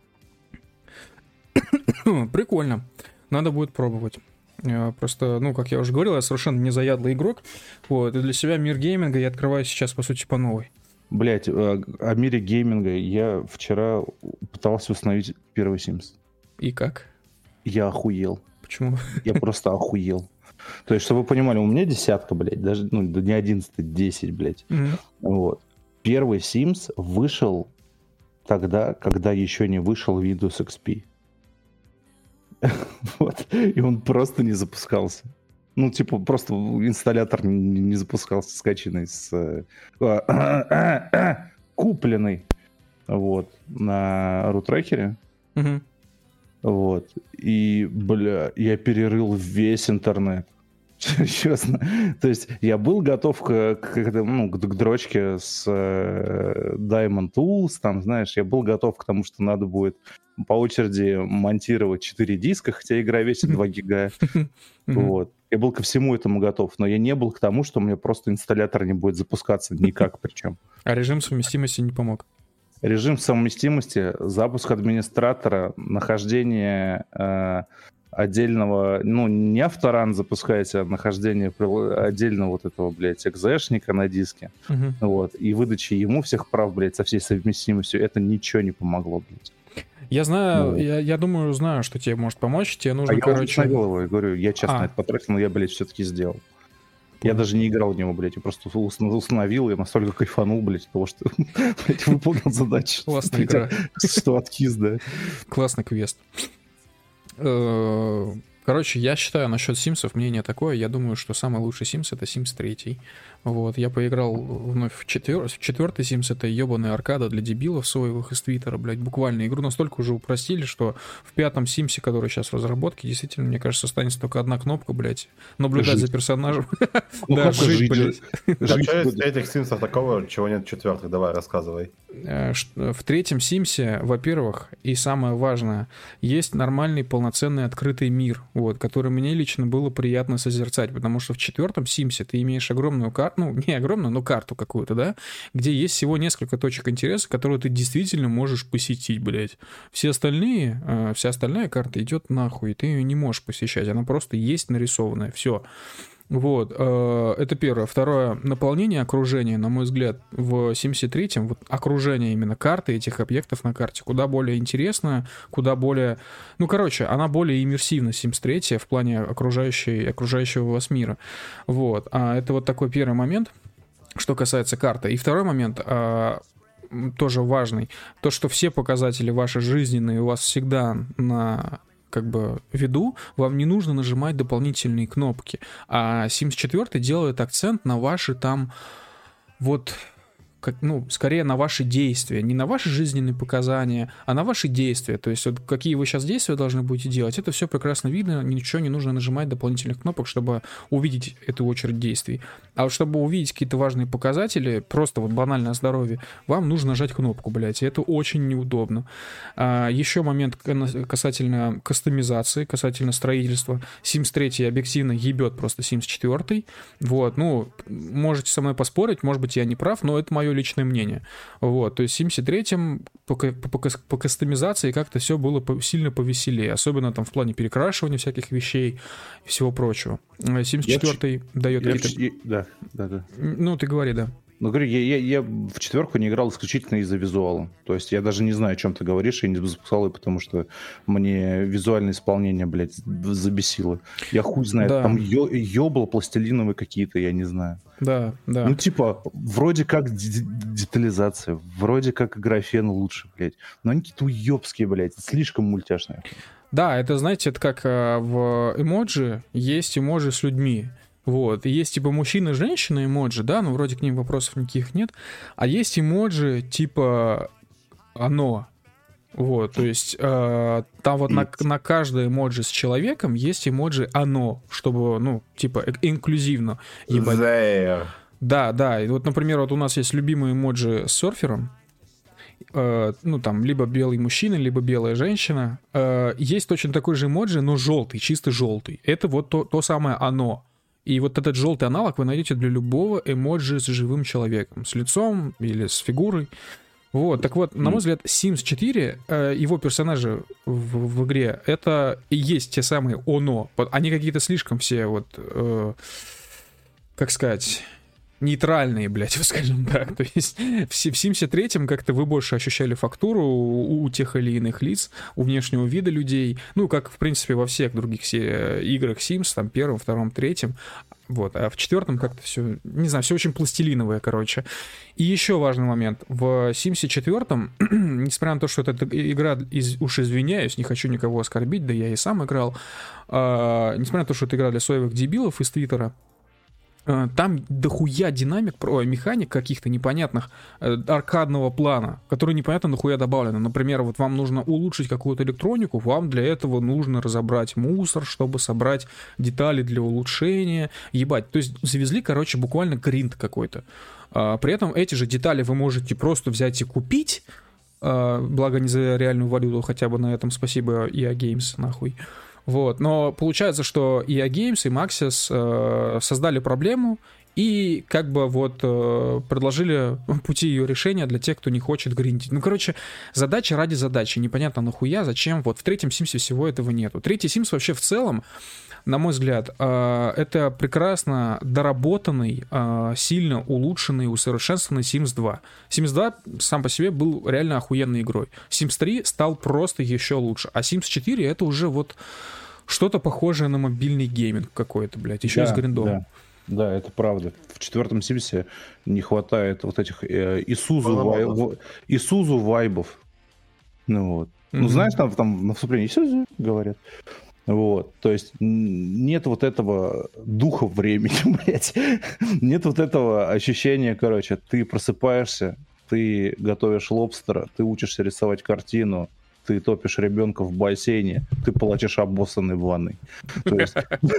Speaker 2: Прикольно. Надо будет пробовать. Просто, ну, как я уже говорил, я совершенно не заядлый игрок. Вот. И для себя мир гейминга я открываю сейчас, по сути, по новой.
Speaker 1: Блять, о мире гейминга я вчера пытался установить первый Sims.
Speaker 2: И как?
Speaker 1: Я охуел.
Speaker 2: Почему?
Speaker 1: Я просто охуел. То есть, чтобы вы понимали, у меня десятка, блядь, даже, ну, не одиннадцать, десять, блядь. Mm-hmm. Вот. Первый Sims вышел тогда, когда еще не вышел Windows икс пи. Вот. И он просто не запускался. Ну, типа, просто инсталлятор не запускался скачанный с... купленный, вот, на рутрекере.
Speaker 2: Угу.
Speaker 1: Вот. И, бля, я перерыл весь интернет. Серьезно. То есть я был готов к, к, ну, к, к дрочке с э, Diamond Tools, там, знаешь, я был готов к тому, что надо будет по очереди монтировать четыре диска, хотя игра весит два гига. Вот. Я был ко всему этому готов, но я не был к тому, что у меня просто инсталлятор не будет запускаться никак причем.
Speaker 2: А режим совместимости не помог?
Speaker 1: Режим совместимости, запуск администратора, нахождение э, отдельного, ну, не авторан запускаете, а нахождение отдельного вот этого, блядь, экзешника на диске, uh-huh. вот, и выдачи ему всех прав, блядь, со всей совместимостью, это ничего не помогло, блядь.
Speaker 2: Я знаю, ну, я, я думаю, знаю, что тебе может помочь, тебе нужно,
Speaker 1: а
Speaker 2: короче...
Speaker 1: я установил его, я говорю, я честно
Speaker 2: а.
Speaker 1: это потратил, но я, блядь, все-таки сделал. Я даже не играл в него, блядь, я просто установил, я настолько кайфанул, блядь, того, что, блядь, выполнил задачу.
Speaker 2: Классная игра.
Speaker 1: Что откис, да.
Speaker 2: Классный квест. Короче, я считаю, насчет Симсов мнение такое, я думаю, что самый лучший Симс — это Симс три. Вот, я поиграл вновь в, четвер... в четвертый Симс, это ебаная аркада для дебилов соевых из Твиттера, блядь, буквально. Игру настолько уже упростили, что в пятом Симсе, который сейчас в разработке, действительно, мне кажется, останется только одна кнопка, блядь, наблюдать за персонажем. Да, жить, блядь.
Speaker 3: А что из этих Симсов такого, чего нет в четвертых? Давай, рассказывай.
Speaker 2: В третьем Симсе, во-первых, и самое важное, есть нормальный полноценный открытый мир, вот, который мне лично было приятно созерцать, потому что в четвертом Симсе ты имеешь огромную карту, ну, не огромную, но карту какую-то, да, где есть всего несколько точек интереса, которые ты действительно можешь посетить, блядь. Все остальные, э, вся остальная карта идет нахуй, и ты ее не можешь посещать, она просто есть нарисованная, все. Вот, э, это первое. Второе, наполнение окружения, на мой взгляд, в Симсе три, вот окружение именно карты, этих объектов на карте, куда более интересно, куда более... Ну, короче, она более иммерсивна, Симс три, в плане окружающей, окружающего вас мира. Вот, а это вот такой первый момент, что касается карты. И второй момент... Э, тоже важный, то, что все показатели ваши жизненные у вас всегда на... как бы виду, вам не нужно нажимать дополнительные кнопки. А Симс четыре делает акцент на ваши там вот, как, ну, скорее на ваши действия, не на ваши жизненные показания, а на ваши действия. То есть вот какие вы сейчас действия должны будете делать, это все прекрасно видно, ничего не нужно нажимать дополнительных кнопок, чтобы увидеть эту очередь действий. А вот чтобы увидеть какие-то важные показатели, просто вот банальное здоровье, вам нужно нажать кнопку, блядь, и это очень неудобно. А, еще момент касательно кастомизации, касательно строительства. Симс три объективно ебет просто Симс четыре. Вот, ну, можете со мной поспорить, может быть, я не прав, но это мое личное мнение. Вот, то есть в Симсе три по, по, по, по кастомизации как-то все было по, сильно повеселее, особенно там в плане перекрашивания всяких вещей и всего прочего. Симс четыре я, дает
Speaker 1: я,
Speaker 2: какие-то...
Speaker 1: Я, да, да, да.
Speaker 2: Ну, ты говори, да.
Speaker 1: Ну, говорю, я, я, я в четверку не играл исключительно из-за визуала. То есть я даже не знаю, о чем ты говоришь, я не запускал ее, потому что мне визуальное исполнение, блядь, забесило. Я хуй знает, да. Там ё, ёбла пластилиновые какие-то, я не знаю.
Speaker 2: Да, да.
Speaker 1: Ну, типа, вроде как детализация, вроде как графен лучше, блядь. Но они какие-то уёбские, блядь, слишком мультяшные.
Speaker 2: Да, это, знаете, это как э, в эмоджи есть эмоджи с людьми. Вот, и есть типа мужчина, женщина эмоджи, да, ну вроде к ним вопросов никаких нет, а есть эмоджи типа оно, вот, то есть э, там вот на, на каждой эмоджи с человеком есть эмоджи оно, чтобы, ну, типа инклюзивно ебать.
Speaker 3: There.
Speaker 2: Да, да, и вот, например, вот у нас есть любимый эмоджи с серфером, э, ну там либо белый мужчина, либо белая женщина, э, есть точно такой же эмоджи, но желтый, чисто желтый, это вот то, то самое оно. И вот этот желтый аналог вы найдете для любого эмоджи с живым человеком, с лицом или с фигурой. Вот, так вот, на мой взгляд, Симс четыре, э, его персонажи в, в игре, это и есть те самые оно. Они какие-то слишком все вот, э, как сказать... нейтральные, блядь, скажем так. То есть в Симсе три как-то вы больше ощущали фактуру у, у тех или иных лиц, у внешнего вида людей, ну, как, в принципе, во всех других играх Sims, там, первом, втором, третьем, вот, а в четвертом как-то все, не знаю, все очень пластилиновое, короче. И еще важный момент. В Симсе четвертом, несмотря на то, что эта игра, из, уж извиняюсь, не хочу никого оскорбить, да я и сам играл, э, несмотря на то, что это игра для соевых дебилов из Твиттера, Там дохуя динамик, механик каких-то непонятных аркадного плана, которые непонятно нахуя добавлены. Например, вот вам нужно улучшить какую-то электронику, вам для этого нужно разобрать мусор, чтобы собрать детали для улучшения. Ебать, то есть завезли, короче, буквально гринд какой-то. При этом эти же детали вы можете просто взять и купить, благо не за реальную валюту, хотя бы на этом спасибо и эй Games, нахуй. Вот, но получается, что и эй Games, и Maxis э, создали проблему и как бы вот э, предложили пути ее решения для тех, кто не хочет гриндить. Ну, короче, задача ради задачи. Непонятно нахуя, зачем. Вот в третьем Sims всего этого нету. Третий Sims вообще в целом, на мой взгляд, э, это прекрасно доработанный, э, сильно улучшенный, усовершенствованный Sims два. Sims два сам по себе был реально охуенной игрой. Sims три стал просто еще лучше. А Sims четыре это уже вот что-то похожее на мобильный гейминг какой-то, блядь, еще
Speaker 1: да,
Speaker 2: и с гриндом.
Speaker 1: Да. Да, это правда. В четвертом Симсе не хватает вот этих э, Исузу, вай, Исузу вайбов. Ну вот. Mm-hmm. Ну, знаешь, там, там на вступлении Исузу говорят. Вот. То есть нет вот этого духа времени, блядь. Нет вот этого ощущения, короче, ты просыпаешься, ты готовишь лобстера, ты учишься рисовать картину, ты топишь ребенка в бассейне, ты плачешь обоссанный в ванной. То есть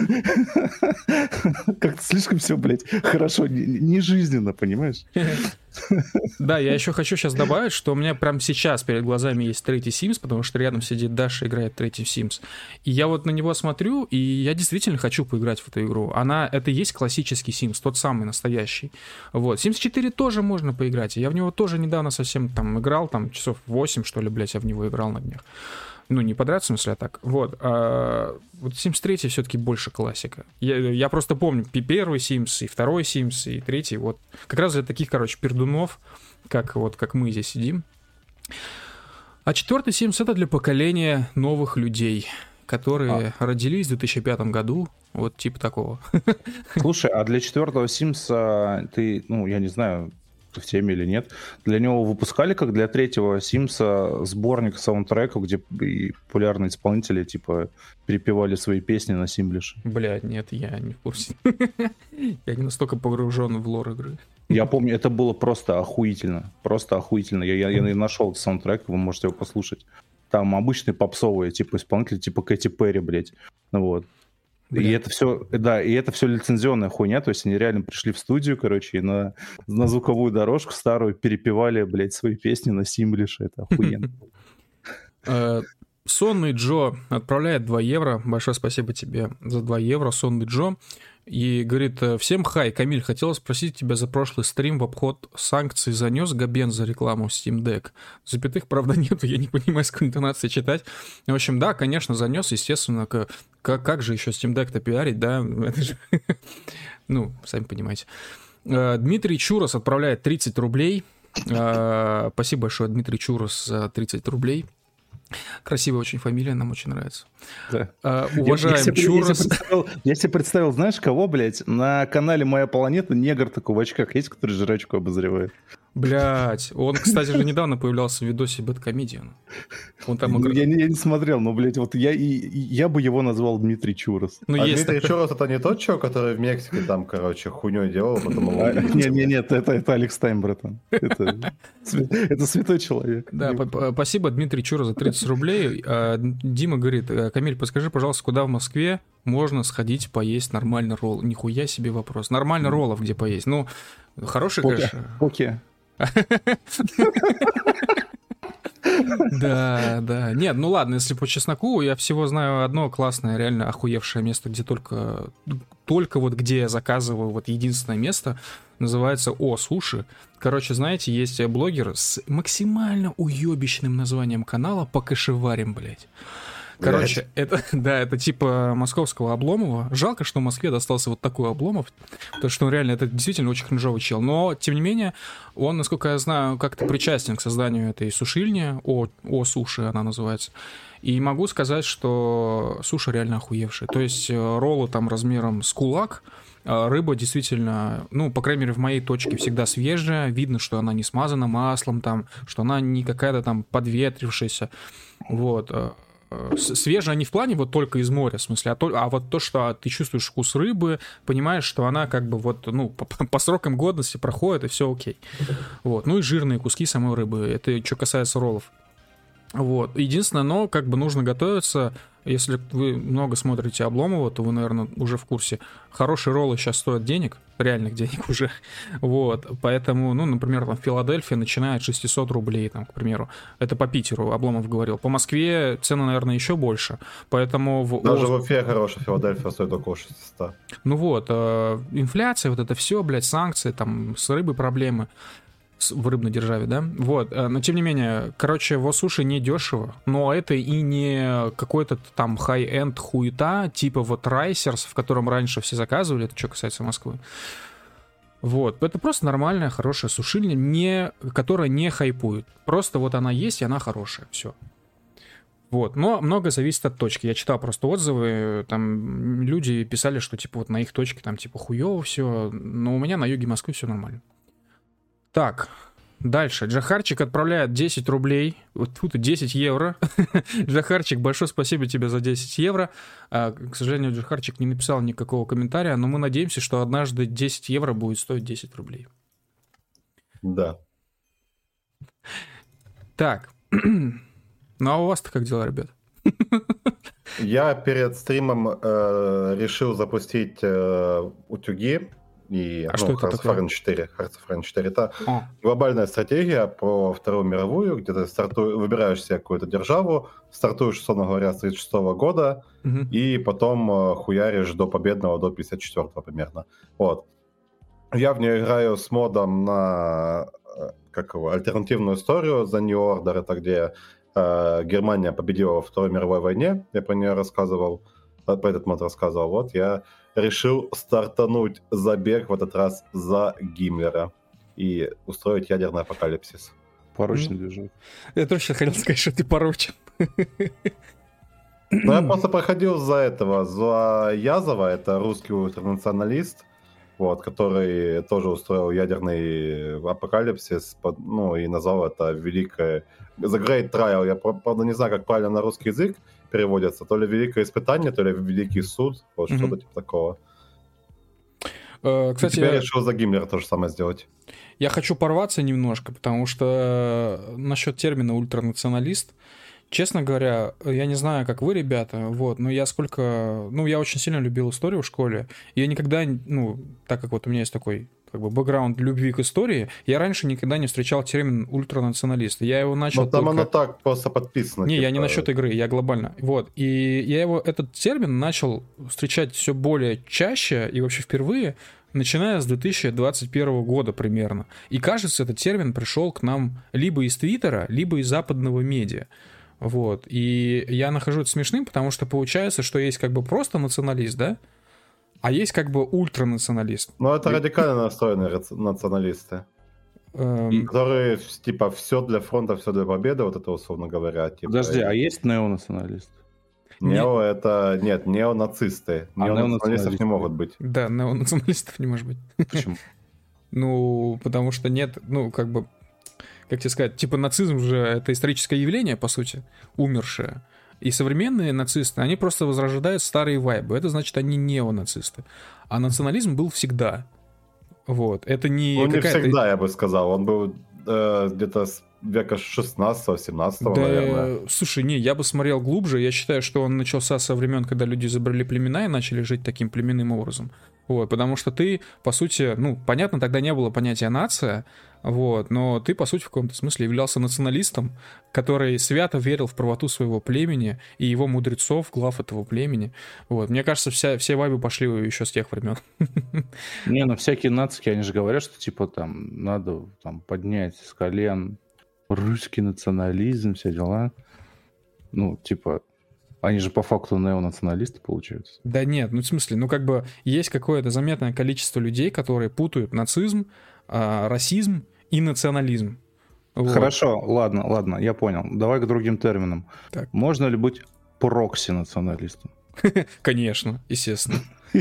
Speaker 1: как-то слишком все, блядь, хорошо, не жизненно, понимаешь?
Speaker 2: Да, я еще хочу сейчас добавить, что у меня прямо сейчас перед глазами есть третий Sims, потому что рядом сидит Даша, играет третий Sims. И я вот на него смотрю, и я действительно хочу поиграть в эту игру. Она, это и есть классический Sims, тот самый настоящий. Вот. Sims четыре тоже можно поиграть. Я в него тоже недавно совсем там играл, там часов восемь, что ли, блядь, я в него играл на днях. Ну, не подряд, в смысле, а так. Вот. А вот Sims три все-таки больше классика. Я, я просто помню первый Sims, и второй Sims, и третий. Вот. Как раз для таких, короче, пердунов, как, вот, как мы здесь сидим. А четвертый Sims — это для поколения новых людей, которые а. родились в две тысячи пятом году. Вот типа такого.
Speaker 1: Слушай, а для четвертого Симса ты, ну, я не знаю, в теме или нет, для него выпускали, как для третьего Симса, сборник саундтреков, где и популярные исполнители, типа, перепевали свои песни на симблише?
Speaker 2: Блядь, нет, я не в курсе. Я не настолько погружен в лор игры.
Speaker 1: Я помню, это было просто охуительно. Просто охуительно. Я, я, я нашел саундтрек, вы можете его послушать. Там обычные попсовые, типа, исполнители, типа Кэти Перри, блядь. Вот. И это все, да, и это все лицензионная хуйня, то есть они реально пришли в студию, короче, и на, на звуковую дорожку старую перепевали, блядь, свои песни на симблише, это охуенно.
Speaker 2: Сонный Джо отправляет два евро, большое спасибо тебе за два евро, Сонный Джо, и говорит: всем хай, Камиль, хотел спросить тебя за прошлый стрим в обход санкций занес Габен за рекламу Steam Deck? Запятых, правда, нету, я не понимаю, с какой интонацией читать. В общем, да, конечно, занес, естественно, как, как же еще Steam Deck-то пиарить, да? Это же... Ну, сами понимаете. Дмитрий Чурос отправляет тридцать рублей. Спасибо большое, Дмитрий Чурос, за тридцать рублей. Красивая очень фамилия, нам очень нравится.
Speaker 1: Да.
Speaker 2: А, уважаем
Speaker 1: я, я,
Speaker 2: Чурос.
Speaker 1: Я себе, представил, я себе представил, знаешь, кого, блядь? На канале «Моя планета» негр такой в очках есть, который жрачку обозревает.
Speaker 2: Блядь, он, кстати же, недавно появлялся в видосе Бэдкомедиан. Он там
Speaker 1: игр... я, не, я не смотрел, но, блядь, вот я, и, я бы его назвал Дмитрий Чурос.
Speaker 3: Ну, а есть... Дмитрий Чурос — это не тот чувак, который в Мексике там, короче, хуйней делал, потом его...
Speaker 1: Нет, нет, нет, это Алекс Тайм, братан. Это святой человек.
Speaker 2: Да, спасибо, Дмитрий Чурос, за тридцать рублей. Дима говорит: Камиль, подскажи, пожалуйста, куда в Москве можно сходить поесть нормально ролл? Нихуя себе вопрос. Нормально роллов где поесть? Ну, хороший, конечно...
Speaker 1: Поке.
Speaker 2: Да, да. Нет, ну ладно, если по чесноку, я всего знаю одно классное, реально охуевшее место, где только, только вот где я заказываю, вот единственное место, называется О Суши. Короче, знаете, есть блогер с максимально уебищным названием канала «По кашеварим», блядь. Короче, это, да, это типа московского Обломова. Жалко, что в Москве достался вот такой Обломов, потому что он реально, это действительно очень кринжовый чел. Но, тем не менее, он, насколько я знаю, как-то причастен к созданию этой сушильни, О, О Суши она называется. И могу сказать, что суши реально охуевшие. То есть роллы там размером с кулак, рыба действительно, ну, по крайней мере, в моей точке всегда свежая. Видно, что она не смазана маслом там, что она не какая-то там подветрившаяся. Вот. свежая не в плане вот только из моря, в смысле, а, то, а вот то, что ты чувствуешь вкус рыбы, понимаешь, что она как бы вот, ну, по, по срокам годности проходит, и все окей. Вот. Ну и жирные куски самой рыбы. Это что касается роллов. Вот. Единственное, но как бы нужно готовиться. Если вы много смотрите Обломова, то вы, наверное, уже в курсе. Хорошие роллы сейчас стоят денег, реальных денег уже. Вот. Поэтому, ну, например, там Филадельфия начинает с шестьсот рублей, там, к примеру. Это по Питеру, Обломов говорил. По Москве цены, наверное, еще больше. Поэтому... В...
Speaker 3: Даже в Уфе хорошая Филадельфия стоит около шестисот.
Speaker 2: Ну вот, э, инфляция, вот это все, блядь, санкции, там, с рыбой проблемы. В рыбной державе, да? Вот, но тем не менее, короче, в суши не дешево, но это и не какой-то там хай-энд хуета, типа вот Райсерс, в котором раньше все заказывали, это что касается Москвы. Вот, это просто нормальная, хорошая сушильня, не, которая не хайпует. Просто вот она есть, и она хорошая, все. Вот, но много зависит от точки. Я читал просто отзывы, там люди писали, что типа вот на их точке там типа хуёво все, но у меня на юге Москвы все нормально. Так, дальше. Джахарчик отправляет десять рублей. Вот тут десять евро. Джахарчик, большое спасибо тебе за десять евро. А, к сожалению, Джахарчик не написал никакого комментария, но мы надеемся, что однажды десять евро будет стоить десять рублей.
Speaker 3: Да.
Speaker 2: Так. Ну а у вас-то как дела, ребят?
Speaker 3: Я перед стримом э, решил запустить э, утюги. И,
Speaker 2: а
Speaker 3: ну,
Speaker 2: что это
Speaker 3: Hearts of
Speaker 2: такое?
Speaker 3: Iron четыре. Hearts of Iron четыре. Это
Speaker 2: а.
Speaker 3: глобальная стратегия про Вторую мировую, где ты стартуешь, выбираешь себе какую-то державу, стартуешь, условно говоря, с тридцать шестого года,
Speaker 2: угу.
Speaker 3: и потом э, хуяришь до победного, до пятьдесят четвёртого примерно. Вот. Я в нее играю с модом на как его, альтернативную историю The New Order, это где э, Германия победила во Второй мировой войне. Я про нее рассказывал, про этот мод рассказывал. Вот я решил стартануть забег в этот раз за Гиммлера и устроить ядерный апокалипсис.
Speaker 1: Порочный движок.
Speaker 2: Я тоже хотел сказать, что ты порочен.
Speaker 3: Ну, я просто проходил за этого, за Язова, это русский ультранационалист, вот, который тоже устроил ядерный апокалипсис, ну, и назвал это великое... The Great Trial. Я, правда, не знаю, как правильно на русский язык переводится. То ли великое испытание, то ли великий суд. Вот mm-hmm. что-то типа такого.
Speaker 2: Uh, кстати,
Speaker 3: теперь
Speaker 2: я
Speaker 3: решил за Гиммлера то же самое сделать.
Speaker 2: Я хочу порваться немножко, потому что насчет термина ультранационалист, честно говоря, я не знаю, как вы, ребята, вот, но я сколько... Ну, я очень сильно любил историю в школе. Я никогда, ну, так как вот у меня есть такой... как бы бэкграунд любви к истории, я раньше никогда не встречал термин ультранационалист. Я его начал.
Speaker 3: Но там
Speaker 2: только...
Speaker 3: оно так просто подписано.
Speaker 2: Не,
Speaker 3: типа...
Speaker 2: я не насчет игры, я глобально. Вот. И я его, этот термин начал встречать все более чаще и вообще впервые, начиная с две тысячи двадцать первого года примерно. И кажется, этот термин пришел к нам либо из Твиттера, либо из западного медиа. Вот. И я нахожу это смешным, потому что получается, что есть как бы просто националист, да? А есть как бы ультранационалист.
Speaker 3: Ну, это радикально настроенные националисты.
Speaker 2: Эм...
Speaker 3: Которые, типа, все для фронта, все для победы, вот это условно говоря. Типа,
Speaker 1: Подожди, а есть неонационалист?
Speaker 3: Нео не... это... Нет, неонацисты. А неонационалистов не могут быть.
Speaker 2: Да, неонационалистов не может быть.
Speaker 1: Почему?
Speaker 2: Ну, потому что нет, ну, как бы, как тебе сказать, типа нацизм же это историческое явление, по сути, умершее. И современные нацисты, они просто возрождают старые вайбы. Это значит, они неонацисты. А национализм был всегда. Вот. Это не
Speaker 3: Ну, не
Speaker 2: какая-то...
Speaker 3: всегда, я бы сказал. Он был э, где-то с века шестнадцатого-семнадцатого,
Speaker 2: да,
Speaker 3: наверное.
Speaker 2: Слушай, не, я бы смотрел глубже. Я считаю, что он начался со времен, когда люди изобрели племена и начали жить таким племенным образом. Вот, потому что ты, по сути, ну, понятно, тогда не было понятия нация, вот, но ты, по сути, в каком-то смысле являлся националистом, который свято верил в правоту своего племени и его мудрецов, глав этого племени. Вот, мне кажется, вся, все вайбы пошли еще с тех времен.
Speaker 1: Не, ну всякие нацики, они же говорят, что типа там надо там поднять с колен русский национализм, все дела. Ну, типа... Они же по факту неонационалисты, получаются.
Speaker 2: Да нет, ну в смысле, ну как бы есть какое-то заметное количество людей, которые путают нацизм, э, расизм и национализм. Вот.
Speaker 1: Хорошо, ладно, ладно, я понял. Давай к другим терминам. Так. Можно ли быть прокси-националистом?
Speaker 2: Конечно, естественно.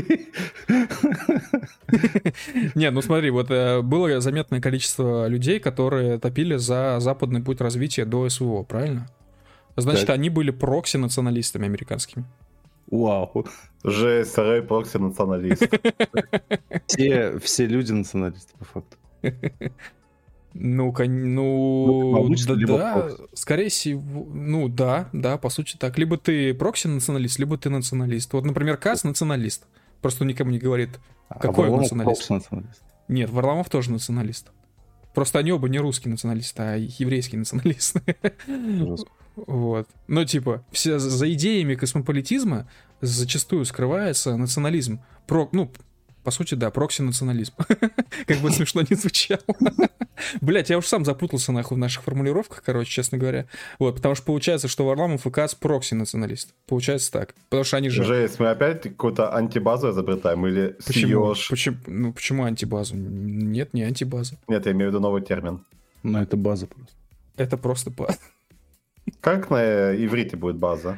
Speaker 2: Не, ну смотри, вот было заметное количество людей, которые топили за западный путь развития до СВО, правильно? Значит,
Speaker 1: Так.
Speaker 2: они были прокси-националистами американскими.
Speaker 1: Вау.
Speaker 3: Жесть, Рэй прокси-националист.
Speaker 1: Все, все люди националисты, по факту.
Speaker 2: Ну, кон-
Speaker 1: Ну,
Speaker 2: ну,
Speaker 1: обычно
Speaker 2: да,
Speaker 1: либо
Speaker 2: да,
Speaker 1: прокси.
Speaker 2: скорее всего, ну, да, да, по сути так. Либо ты прокси-националист, либо ты националист. Вот, например, Кас националист. Просто он никому не говорит,
Speaker 1: А
Speaker 2: какой он
Speaker 1: Варламов
Speaker 2: националист.
Speaker 1: прокси-националист.
Speaker 2: Нет, Варламов тоже националист. Просто они оба не русские националисты, а еврейские националисты.
Speaker 1: Жестко.
Speaker 2: Вот. Ну, типа, все за идеями космополитизма зачастую скрывается национализм. Про, ну, по сути, да, прокси-национализм. Как бы смешно не звучало. Блять, я уж сам запутался нахуй в наших формулировках, короче, честно говоря. Вот, потому что получается, что Варламов и Кац прокси-националист. Получается так. Потому что они же...
Speaker 3: Жесть, мы опять какую-то антибазу изобретаем или
Speaker 2: Почему?
Speaker 3: съешь?
Speaker 2: Почему? Ну, почему антибазу? Нет, не антибаза.
Speaker 3: Нет, я имею в виду новый термин.
Speaker 1: Ну, это база просто.
Speaker 2: Это просто... по-
Speaker 3: Как на иврите будет база?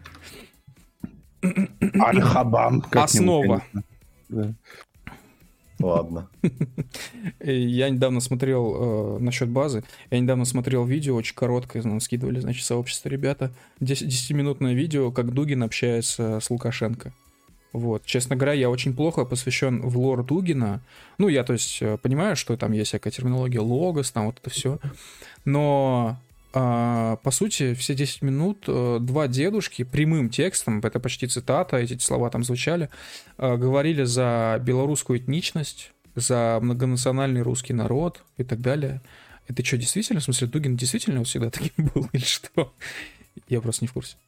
Speaker 1: Аль-Хабам. как-нибудь,
Speaker 2: Основа.
Speaker 1: конечно. Да.
Speaker 3: Ладно.
Speaker 2: Э, Я недавно смотрел э, насчет базы. Я недавно смотрел видео, очень короткое, нам скидывали, значит, сообщество ребята. десятиминутное видео, как Дугин общается с Лукашенко. Вот. Честно говоря, я очень плохо посвящен в лор Дугина. Ну, я, то есть, э, понимаю, что там есть всякая терминология логос, там вот это все. Но, а, по сути, все десять минут э, два дедушки прямым текстом, это почти цитата, эти слова там звучали, э, говорили за белорусскую этничность, за многонациональный русский народ и так далее. Это что, действительно? В смысле, Дугин действительно вот всегда таким был или что? Я просто не в курсе.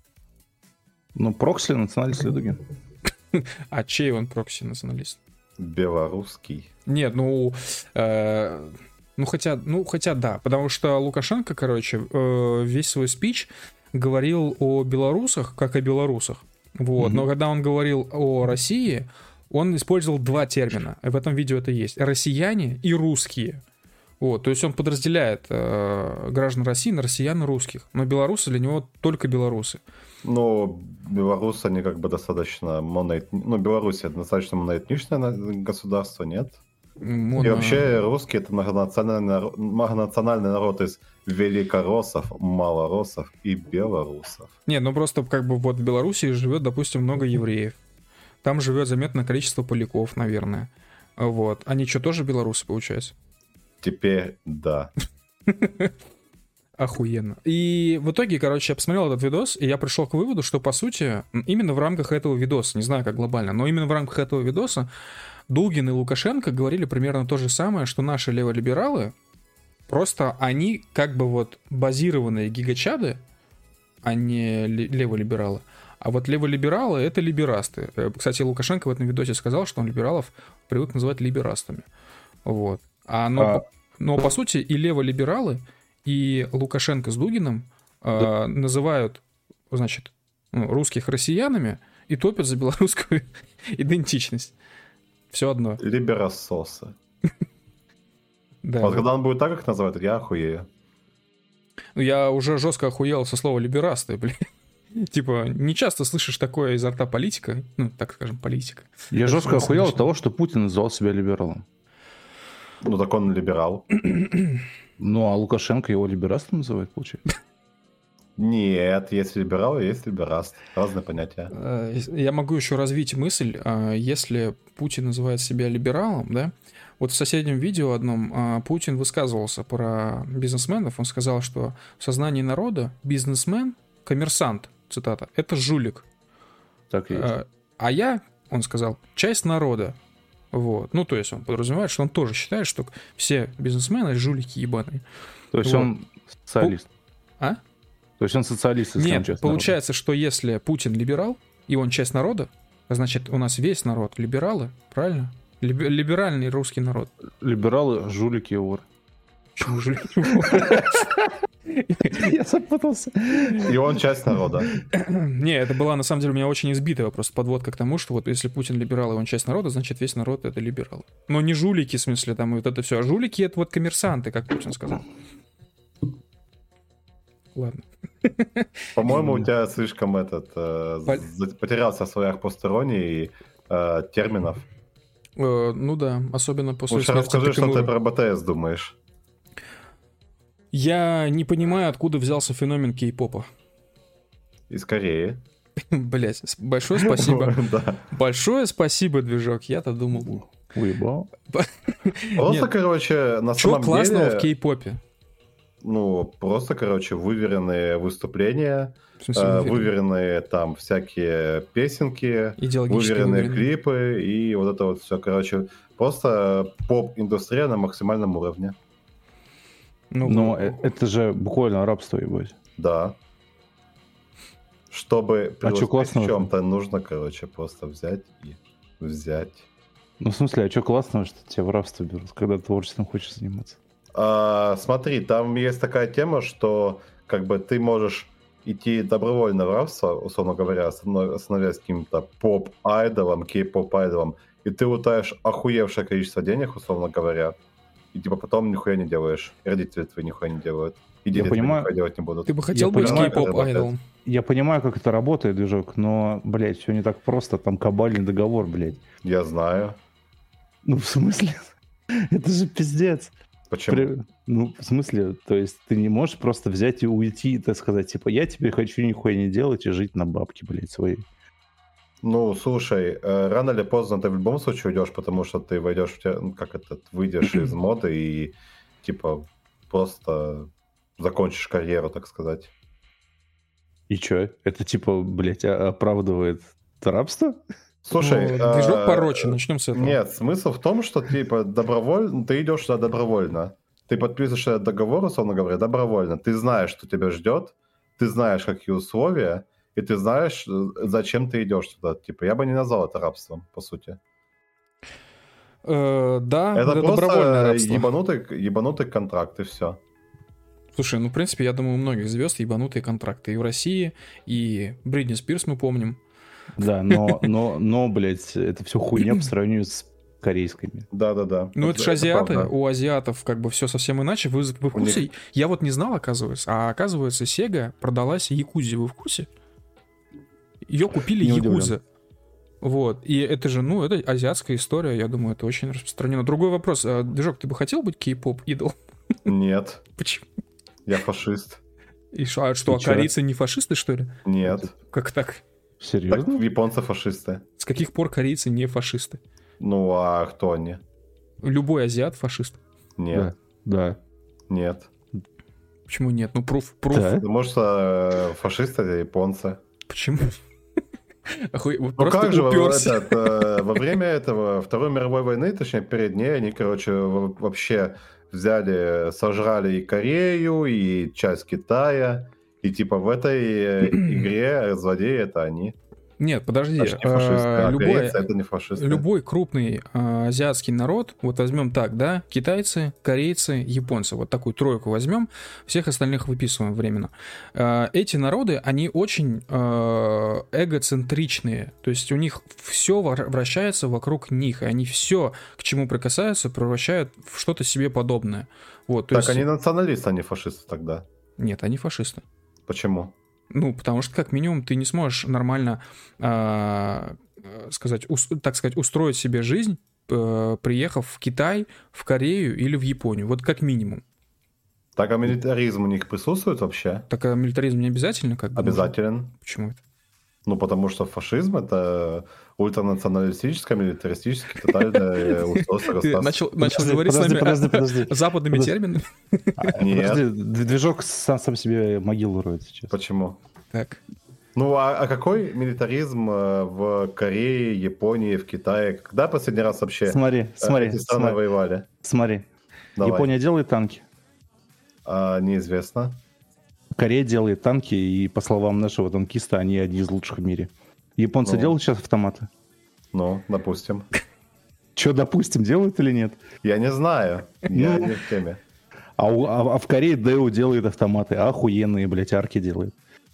Speaker 1: Ну, прокси националист Дугин.
Speaker 2: А чей он прокси-националист?
Speaker 3: Белорусский.
Speaker 2: Нет, ну... э, ну, хотя, ну, хотя да, потому что Лукашенко, короче, э, весь свой спич говорил о белорусах, как о белорусах. Вот. Mm-hmm. Но когда он говорил о России, он использовал два термина. В этом видео это есть. Россияне и русские. Вот. То есть он подразделяет э, граждан России на россиян и русских. Но белорусы для него только белорусы.
Speaker 3: Ну, белорусы, они как бы достаточно моноэтничные. Ну, Беларусь это достаточно моноэтничное государство, нет?
Speaker 2: Моно...
Speaker 3: И вообще русские это многонациональный народ, многонациональный народ из великороссов, малороссов и белорусов.
Speaker 2: Нет, ну просто как бы вот в Беларуси живет, допустим, много евреев. Там живет заметное количество поляков, наверное. Вот. Они что, тоже белорусы, получается?
Speaker 3: Теперь да.
Speaker 2: Охуенно. И в итоге, короче, я посмотрел этот видос, и я пришел к выводу, что, по сути, именно в рамках этого видоса, не знаю, как глобально, но именно в рамках этого видоса Дугин и Лукашенко говорили примерно то же самое, что наши леволибералы, просто они как бы вот базированные гигачады, а не леволибералы. А вот леволибералы — это либерасты. Кстати, Лукашенко в этом видосе сказал, что он либералов привык называть либерастами. Вот. А, но, а... но по сути и леволибералы, и Лукашенко с Дугиным да. э, называют, значит, ну, русских россиянами и топят за белорусскую идентичность. Все одно.
Speaker 3: Либерасосы.
Speaker 2: Да.
Speaker 3: Вот когда он будет так их называть, я охуею.
Speaker 2: Я уже жестко охуел со слова либерасты, блин. Типа, не часто слышишь такое изо рта политика, ну, так скажем, политика.
Speaker 1: Я Это жестко охуел смешно. От того, что Путин называл себя либералом.
Speaker 3: Ну, так он либерал.
Speaker 1: Ну, а Лукашенко его либерастом называет, получается?
Speaker 3: Нет, есть либерал, есть либераст. Разные понятия.
Speaker 2: Я могу еще развить мысль. Если Путин называет себя либералом, да, вот в соседнем видео одном Путин высказывался про бизнесменов. Он сказал, что в сознании народа бизнесмен, коммерсант, цитата, это жулик.
Speaker 1: Так и есть.
Speaker 2: А я, он сказал, часть народа. Вот. Ну, то есть он подразумевает, что он тоже считает, что все бизнесмены жулики ебаные.
Speaker 1: То есть вот. Он социалист.
Speaker 2: А?
Speaker 1: То есть он социалист.
Speaker 2: Нет, получается, народа. Что если Путин либерал, и он часть народа, значит, у нас весь народ либералы, правильно? Либеральный русский народ.
Speaker 1: Либералы, жулики и воры.
Speaker 2: Почему жулики и воры?
Speaker 1: Я запутался.
Speaker 3: И он часть народа.
Speaker 2: Не, это была на самом деле у меня очень избитая просто подводка к тому, что вот если Путин либерал, и он часть народа, значит весь народ это либералы. Но не жулики, в смысле, там и вот это все. А жулики это вот коммерсанты, как Путин сказал. Ладно.
Speaker 3: По-моему, у тебя слишком этот э, потерялся в своих постеронии и э, терминов.
Speaker 2: Э, ну да, особенно после
Speaker 3: Лучше расскажи, что ты про БТС думаешь.
Speaker 2: Я не понимаю, откуда взялся феномен кей-попа.
Speaker 3: Из Кореи.
Speaker 2: Блять, большое спасибо. Большое спасибо, движок. Я-то думал.
Speaker 1: Уебал.
Speaker 3: Просто, короче, на самом деле...
Speaker 2: Что классного в кей-попе?
Speaker 3: Ну, просто, короче, выверенные выступления, э, выверенные там всякие песенки, выверенные выверенные. клипы и вот это вот все, короче, просто поп-индустрия на максимальном уровне.
Speaker 1: Ну, Но это же буквально рабство, ебать.
Speaker 3: Да. Чтобы преуспеть а в чем-то, нужно, короче, просто взять и взять.
Speaker 1: Ну, в смысле, а что классного, что тебя в рабство берут, когда ты творчеством хочешь заниматься?
Speaker 3: А, смотри, там есть такая тема, что как бы ты можешь идти добровольно в рабство, условно говоря, становясь каким-то поп-айдолом, кей-поп-айдолом, и ты утаешь охуевшее количество денег, условно говоря, и типа потом нихуя не делаешь. И родители твои нихуя не делают. И дети твои нихуя делать не будут.
Speaker 2: Ты бы хотел быть кей-поп-айдолом?
Speaker 1: Я понимаю, как это работает, движок, но, блядь, все не так просто. Там кабальный договор, блядь.
Speaker 3: Я знаю.
Speaker 1: Ну, в смысле? Это же пиздец.
Speaker 3: Почему?
Speaker 1: При... Ну, в смысле, то есть ты не можешь просто взять и уйти, так сказать, типа, я теперь хочу нихуя не делать и жить на бабки, блядь, свои.
Speaker 3: Ну, слушай, рано или поздно ты в любом случае уйдешь, потому что ты войдешь в те... как это, выйдешь из моды и, типа, просто закончишь карьеру, так сказать.
Speaker 1: И чё? Это, типа, блядь, оправдывает рабство?
Speaker 3: Слушай,
Speaker 2: ну, движок порочен, начнем с этого.
Speaker 3: Нет, смысл в том, что типа добровольно, ты идешь туда добровольно. Ты подписываешь этот договор, условно говоря, добровольно. Ты знаешь, что тебя ждет, ты знаешь, какие условия, и ты знаешь, зачем ты идешь туда. Типа, я бы не назвал это рабством, по сути.
Speaker 2: Э, да,
Speaker 3: это,
Speaker 2: это
Speaker 3: просто
Speaker 2: добровольное рабство.
Speaker 3: Ебанутый, ебанутый контракт, и все.
Speaker 2: Слушай, ну, в принципе, я думаю, у многих звезд ебанутые контракты. И в России, и Бритни Спирс мы помним.
Speaker 1: Да, но, но, но, блядь, это все хуйня по сравнению с корейскими.
Speaker 3: Да-да-да.
Speaker 2: Ну, это, это же азиаты, это у азиатов как бы все совсем иначе. Вы, вы в курсе? Них... Я вот не знал, оказывается. А оказывается, Sega продалась Якузе. Вы в курсе? Ее купили не Якуза. Удивлен. Вот. И это же, ну, это азиатская история. Я думаю, это очень распространено. Другой вопрос. Движок, ты бы хотел быть кей-поп-идол?
Speaker 3: Нет.
Speaker 2: Почему?
Speaker 3: Я фашист.
Speaker 2: И что, а что, а корейцы не фашисты, что ли?
Speaker 3: Нет.
Speaker 2: Как так?
Speaker 1: Серьезно?
Speaker 3: Так японцы фашисты.
Speaker 2: С каких пор корейцы не фашисты?
Speaker 3: Ну, а кто они?
Speaker 2: Любой азиат фашист.
Speaker 3: Нет.
Speaker 1: Да. да.
Speaker 3: Нет.
Speaker 2: Почему нет? Ну, пруф. пруф.
Speaker 3: Да? Потому что фашисты — это японцы.
Speaker 2: Почему?
Speaker 3: Ну как же, этот, э, во время этого Второй мировой войны, точнее, перед ней, они, короче, вообще взяли, сожрали и Корею, и часть Китая. И типа в этой игре злодеи — это они.
Speaker 2: Нет, подожди.
Speaker 3: Значит, не фашисты, а
Speaker 2: любой,
Speaker 3: корейцы — это не фашисты.
Speaker 2: Любой крупный а, азиатский народ, вот возьмем так, да, китайцы, корейцы, японцы, вот такую тройку возьмем, всех остальных выписываем временно. А, эти народы, они очень а, эгоцентричные, то есть у них все вращается вокруг них, и они все, к чему прикасаются, превращают в что-то себе подобное. Вот, то
Speaker 3: так
Speaker 2: есть...
Speaker 3: они националисты, а не фашисты тогда?
Speaker 2: Нет, они фашисты.
Speaker 3: Почему?
Speaker 2: Ну, потому что, как минимум, ты не сможешь нормально, э, сказать, ус, так сказать, устроить себе жизнь, э, приехав в Китай, в Корею или в Японию. Вот как минимум.
Speaker 3: Так, а милитаризм у них присутствует вообще?
Speaker 2: Так, а милитаризм не обязательно? Как бы,
Speaker 3: обязателен.
Speaker 2: Может? Почему это?
Speaker 3: Ну, потому что фашизм — это ультранационалистическое, милитаристическое, тотальное устройство.
Speaker 2: Ты начал, начал говорить с нами западными терминами?
Speaker 1: Подожди, движок сам себе могилу роет сейчас.
Speaker 3: Почему?
Speaker 2: Так.
Speaker 3: Ну, а, а какой милитаризм в Корее, Японии, в Китае? Когда последний раз вообще
Speaker 1: смотри, смотри,
Speaker 3: эти страны
Speaker 1: смотри,
Speaker 3: воевали?
Speaker 1: Смотри,
Speaker 3: Давай.
Speaker 1: Япония делает танки?
Speaker 3: А, неизвестно.
Speaker 1: Корея делает танки, и, по словам нашего танкиста, они одни из лучших в мире. Японцы ну, делают сейчас автоматы?
Speaker 3: Ну, допустим.
Speaker 1: Че, допустим, делают или нет?
Speaker 3: Я не знаю. Я не в теме.
Speaker 1: А, у, а, а в Корее ДЭУ делает автоматы, а охуенные, блядь, арки делают.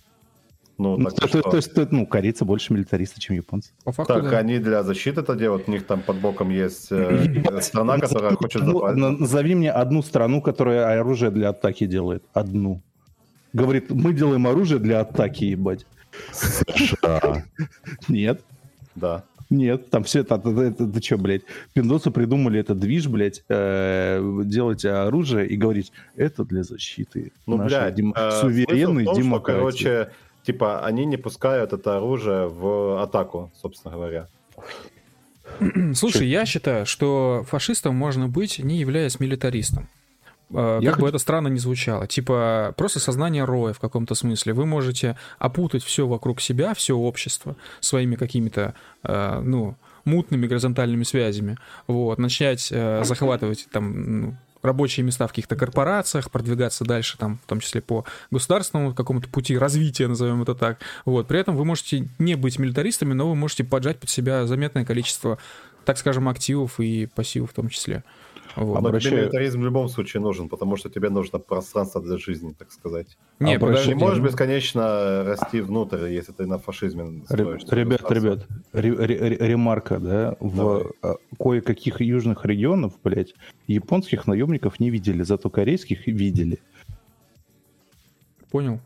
Speaker 3: Ну,
Speaker 1: ну
Speaker 3: так
Speaker 1: то,
Speaker 3: что?
Speaker 1: То, то есть, ну, корейцы больше милитаристы, чем японцы.
Speaker 2: По факту,
Speaker 3: так,
Speaker 2: да.
Speaker 3: они для защиты это делают, у них там под боком есть э, страна, которая хочет запалить.
Speaker 1: Назови мне одну страну, которая оружие для атаки делает. Одну. Говорит, мы делаем оружие для атаки, ебать.
Speaker 3: США.
Speaker 1: Нет.
Speaker 3: Да.
Speaker 1: Нет, там все это, это, это, это что, блядь, пиндосы придумали этот движ, блядь, э, делать оружие и говорить, это для защиты
Speaker 3: ну,
Speaker 1: нашей
Speaker 3: блядь,
Speaker 1: дем...
Speaker 3: э,
Speaker 1: суверенной
Speaker 3: том,
Speaker 1: демократии.
Speaker 3: Что, короче, типа, они не пускают это оружие в атаку, собственно говоря.
Speaker 2: Слушай,
Speaker 1: Чё?
Speaker 2: я считаю, что фашистом можно быть, не являясь милитаристом. Как
Speaker 1: Я
Speaker 2: бы
Speaker 1: хочу...
Speaker 2: это странно не звучало. Типа, просто сознание роя в каком-то смысле. Вы можете опутать все вокруг себя, все общество своими какими-то, э, ну, мутными горизонтальными связями. Вот, начать э, захватывать там ну, рабочие места в каких-то корпорациях, продвигаться дальше, там, в том числе по государственному какому-то пути развития, назовем это так. Вот. При этом вы можете не быть милитаристами, но вы можете поджать под себя заметное количество, так скажем, активов и пассивов в том числе. Вот.
Speaker 3: Но
Speaker 1: Обращаю...
Speaker 3: тебе милитаризм в любом случае нужен, потому что тебе нужно пространство для жизни, так сказать.
Speaker 2: Не,
Speaker 1: Обращаю...
Speaker 3: Ты не можешь бесконечно расти внутрь, если ты на фашизме строишь.
Speaker 1: Ребят, ребят, ремарка, да, в Давай. Кое-каких южных регионов, блядь, японских наемников не видели, зато корейских видели.
Speaker 2: Понял.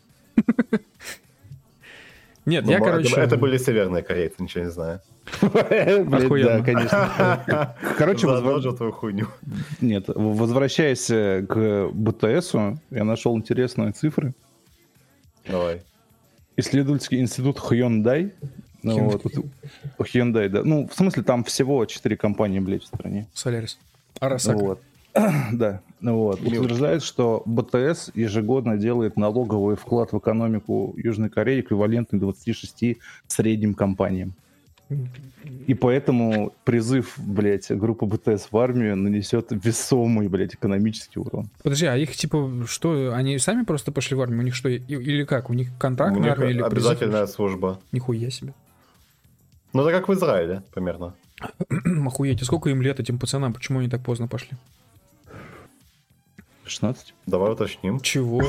Speaker 2: Нет,
Speaker 3: ну,
Speaker 2: я, короче...
Speaker 3: Это были северные корейцы, ничего не знаю.
Speaker 1: Да, конечно. Короче,
Speaker 3: возвращаясь... твою хуйню.
Speaker 1: Нет, возвращаясь к БТСу, я нашел интересные цифры.
Speaker 3: Давай.
Speaker 1: Исследовательский институт Hyundai. Ну, вот, Hyundai, да. Ну, в смысле, там всего четыре компании, блядь, в стране.
Speaker 2: Solaris. Arasaka.
Speaker 1: Вот. Да, вот. Утверждает, что БТС ежегодно делает налоговый вклад в экономику Южной Кореи, эквивалентный двадцати шести средним компаниям. И поэтому призыв, блядь, группы БТС в армию нанесет весомый, блядь, экономический урон.
Speaker 2: Подожди, а их, типа, что, они сами просто пошли в армию? У них что, или как? У них контракт на армию или
Speaker 3: обязательная
Speaker 2: призыв?
Speaker 3: служба.
Speaker 2: Нихуя себе.
Speaker 3: Ну, это как в Израиле, примерно.
Speaker 2: Охуеть, сколько им лет этим пацанам? Почему они так поздно пошли?
Speaker 1: шестнадцать.
Speaker 3: Давай уточним.
Speaker 2: Чего?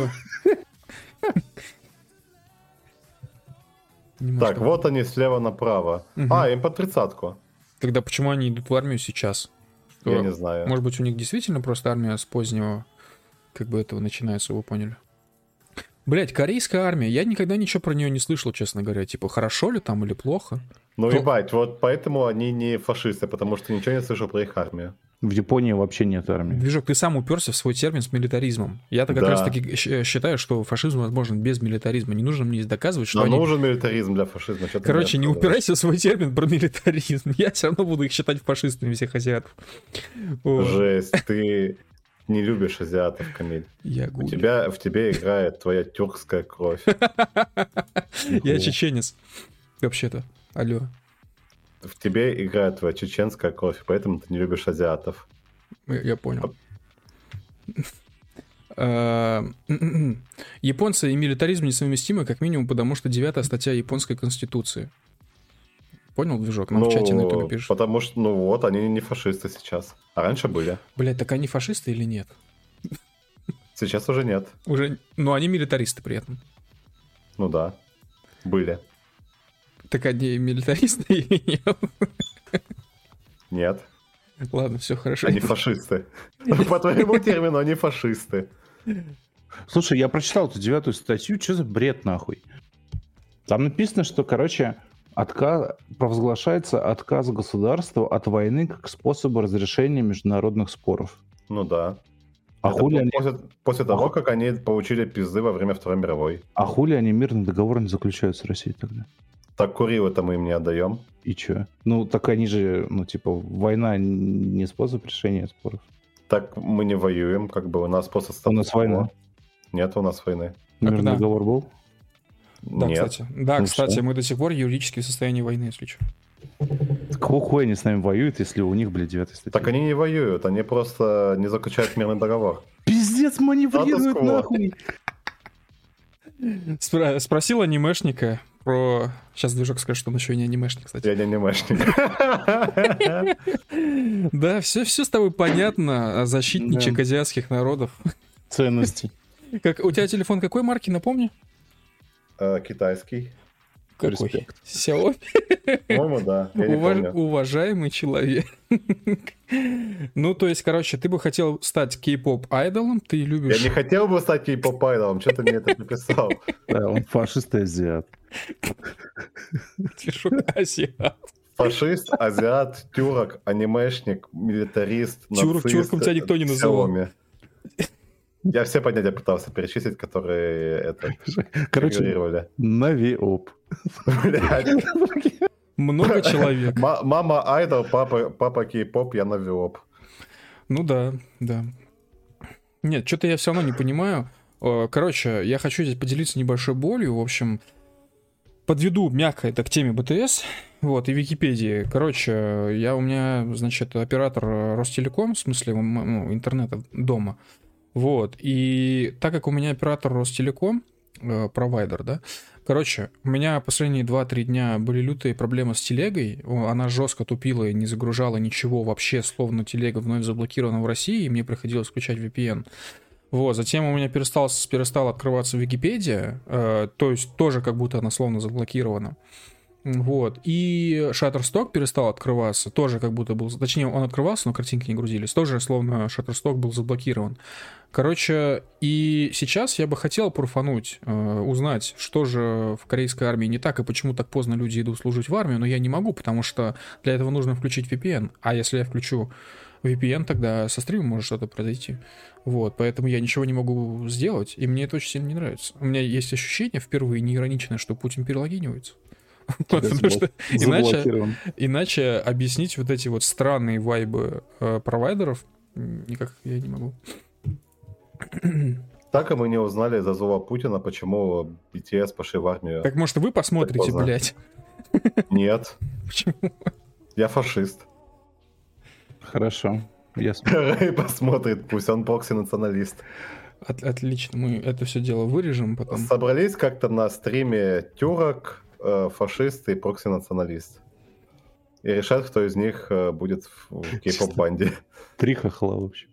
Speaker 3: Так, вот они слева направо. А, им по тридцатку.
Speaker 2: Тогда почему они идут в армию сейчас?
Speaker 3: Я не знаю.
Speaker 2: Может быть, у них действительно просто армия с позднего, как бы этого начинается, вы поняли? Блять, корейская армия, я никогда ничего про нее не слышал, честно говоря. Типа, хорошо ли там или плохо?
Speaker 3: Ну, ебать, вот поэтому они не фашисты, потому что ничего не слышал про их армию.
Speaker 1: В Японии вообще нет армии.
Speaker 2: Движок, ты сам уперся в свой термин с милитаризмом. Я-то как да. раз таки считаю, что фашизм возможен без милитаризма. Не нужно мне доказывать, что
Speaker 3: Но
Speaker 2: они...
Speaker 3: нужен милитаризм для фашизма. Что
Speaker 2: Короче, не упирайся в свой термин про милитаризм. Я все равно буду их считать фашистами, всех азиатов.
Speaker 3: Жесть, ты не любишь азиатов, Камиль.
Speaker 2: Я
Speaker 3: У тебя, в тебе играет твоя тюркская кровь.
Speaker 2: Я чеченец. Вообще-то. Алло.
Speaker 3: В тебе играет твоя чеченская кровь, поэтому ты не любишь азиатов.
Speaker 2: Я понял. Японцы и милитаризм несовместимы, как минимум, потому что девятая статья японской конституции. Понял, движок? Нам
Speaker 3: ну,
Speaker 2: в чате на ютубе пишут.
Speaker 3: Потому что, ну вот, они не фашисты сейчас. А раньше были.
Speaker 2: Блять, так они фашисты или нет?
Speaker 3: Сейчас уже нет.
Speaker 2: Уже, но они милитаристы при этом.
Speaker 3: Ну да, были.
Speaker 2: Так они милитаристы или нет?
Speaker 3: Нет.
Speaker 2: Ладно, все хорошо.
Speaker 3: Они фашисты. По твоему термину они фашисты.
Speaker 1: Слушай, я прочитал эту девятую статью, что за бред нахуй? Там написано, что, короче, отказ... провозглашается отказ государства от войны как способа разрешения международных споров.
Speaker 3: Ну да.
Speaker 1: А хули они...
Speaker 3: после, после того, а... как они получили пизды во время Второй мировой.
Speaker 1: А хули они мирный договор не заключают с Россией тогда?
Speaker 3: Так Курилы-то мы им не отдаем.
Speaker 1: И чё? Ну, так они же, ну, типа, война не способ решения споров.
Speaker 3: Так мы не воюем, как бы у нас просто...
Speaker 1: У нас война.
Speaker 3: Нет, у нас войны.
Speaker 1: Мирный а договор был?
Speaker 2: Да,
Speaker 3: Нет.
Speaker 2: кстати. Да,
Speaker 1: ну,
Speaker 2: кстати,
Speaker 1: что?
Speaker 2: мы до сих пор юридически в состоянии войны, если что.
Speaker 1: Какого хуя они с нами воюют, если у них, блядь, девятая статья?
Speaker 3: Так они не воюют, они просто не заключают мирный договор.
Speaker 1: Пиздец, маневрируют нахуй!
Speaker 2: Спро- спросил анимешника про... Сейчас движок скажет, что он еще и не анимешник, кстати.
Speaker 3: Я не анимешник.
Speaker 2: Да, все, все с тобой понятно. Защитничек
Speaker 1: Да.
Speaker 2: азиатских народов.
Speaker 1: Ценности.
Speaker 2: Как, у тебя телефон какой марки, напомни?
Speaker 3: Э, Китайский.
Speaker 2: Какой?
Speaker 1: Респект.
Speaker 2: Xiaomi?
Speaker 3: По-моему, да. Я не
Speaker 2: Уваж-
Speaker 3: помню.
Speaker 2: Уважаемый человек. Ну, то есть, короче, ты бы хотел стать кей-поп айдолом, ты любишь...
Speaker 3: Я не хотел бы стать кей-поп айдолом, что ты мне это написал?
Speaker 1: Да, он фашист и азиат.
Speaker 2: Движок азиат.
Speaker 3: Фашист, азиат, тюрок, анимешник, милитарист,
Speaker 2: Тюрок,
Speaker 3: нацист.
Speaker 2: тюрком тебя никто не называл.
Speaker 3: Xiaomi. Я все понятия пытался перечислить, которые это
Speaker 1: Короче,
Speaker 3: фигурировали.
Speaker 1: Навиоп.
Speaker 3: Блядь.
Speaker 2: Много человек.
Speaker 3: Ма- Мама айдол, папа, папа кей-поп, я навиоп.
Speaker 2: Ну да, да. Нет, что-то я все равно не понимаю. Э, Короче, я хочу здесь поделиться небольшой болью. В общем, подведу мягко это к теме БТС. Вот, и Википедии. Короче, я у меня, значит, оператор Ростелеком, в смысле, м- ну, интернета дома. Вот, и так как у меня оператор Ростелеком, э, провайдер, да, короче, у меня последние два-три дня были лютые проблемы с телегой. О, Она жестко тупила и не загружала ничего вообще, словно телега вновь заблокирована в России, и мне приходилось включать ви пи эн. Вот, затем у меня перестал, перестала открываться Википедия, э, то есть тоже как будто она словно заблокирована. Вот, и Shutterstock перестал открываться, тоже как будто был, точнее, он открывался, но картинки не грузились, тоже словно Shutterstock был заблокирован. Короче, и сейчас я бы хотел пурфануть, э, узнать, что же в корейской армии не так и почему так поздно люди идут служить в армию, но я не могу, потому что для этого нужно включить ви пи эн, а если я включу ви пи эн, тогда со стрима может что-то произойти. Вот, поэтому я ничего не могу сделать, и мне это очень сильно не нравится. У меня есть ощущение впервые неироничное, что Путин перелогинивается. Потому что иначе, иначе объяснить вот эти вот странные вайбы э, провайдеров никак я не могу.
Speaker 3: Так и мы не узнали из-за зова Путина, почему би ти эс пошли в армию.
Speaker 2: Так может вы посмотрите, блядь?
Speaker 3: Нет.
Speaker 2: Почему?
Speaker 3: Я фашист.
Speaker 1: Хорошо. Я
Speaker 3: Рэй посмотрит, пусть он прокси-националист.
Speaker 2: От, отлично, мы это все дело вырежем потом.
Speaker 3: Собрались как-то на стриме тюрок, э, фашист и прокси-националист. И решат, кто из них э, будет в кей-поп-банде.
Speaker 1: Три хохла, в общем.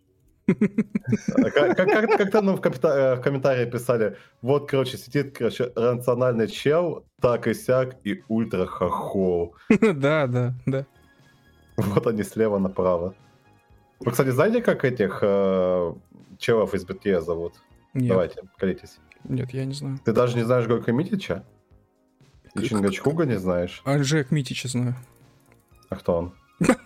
Speaker 3: Как- как- как- Как-то нам в коммента- в комментарии писали, вот, короче, сидит, короче, рациональный чел, так и сяк, и ультра-хохол.
Speaker 2: Да, да, да.
Speaker 3: Вот они слева направо. Вы, кстати, знаете, как этих э, челов из би ти эс зовут?
Speaker 2: Нет,
Speaker 3: Давайте, колитесь.
Speaker 2: нет, я не знаю.
Speaker 3: Ты даже не знаешь Гойко Митича? И
Speaker 2: Как-
Speaker 3: Чингачкуга не знаешь?
Speaker 2: Альжек Митича знаю.
Speaker 3: А кто он?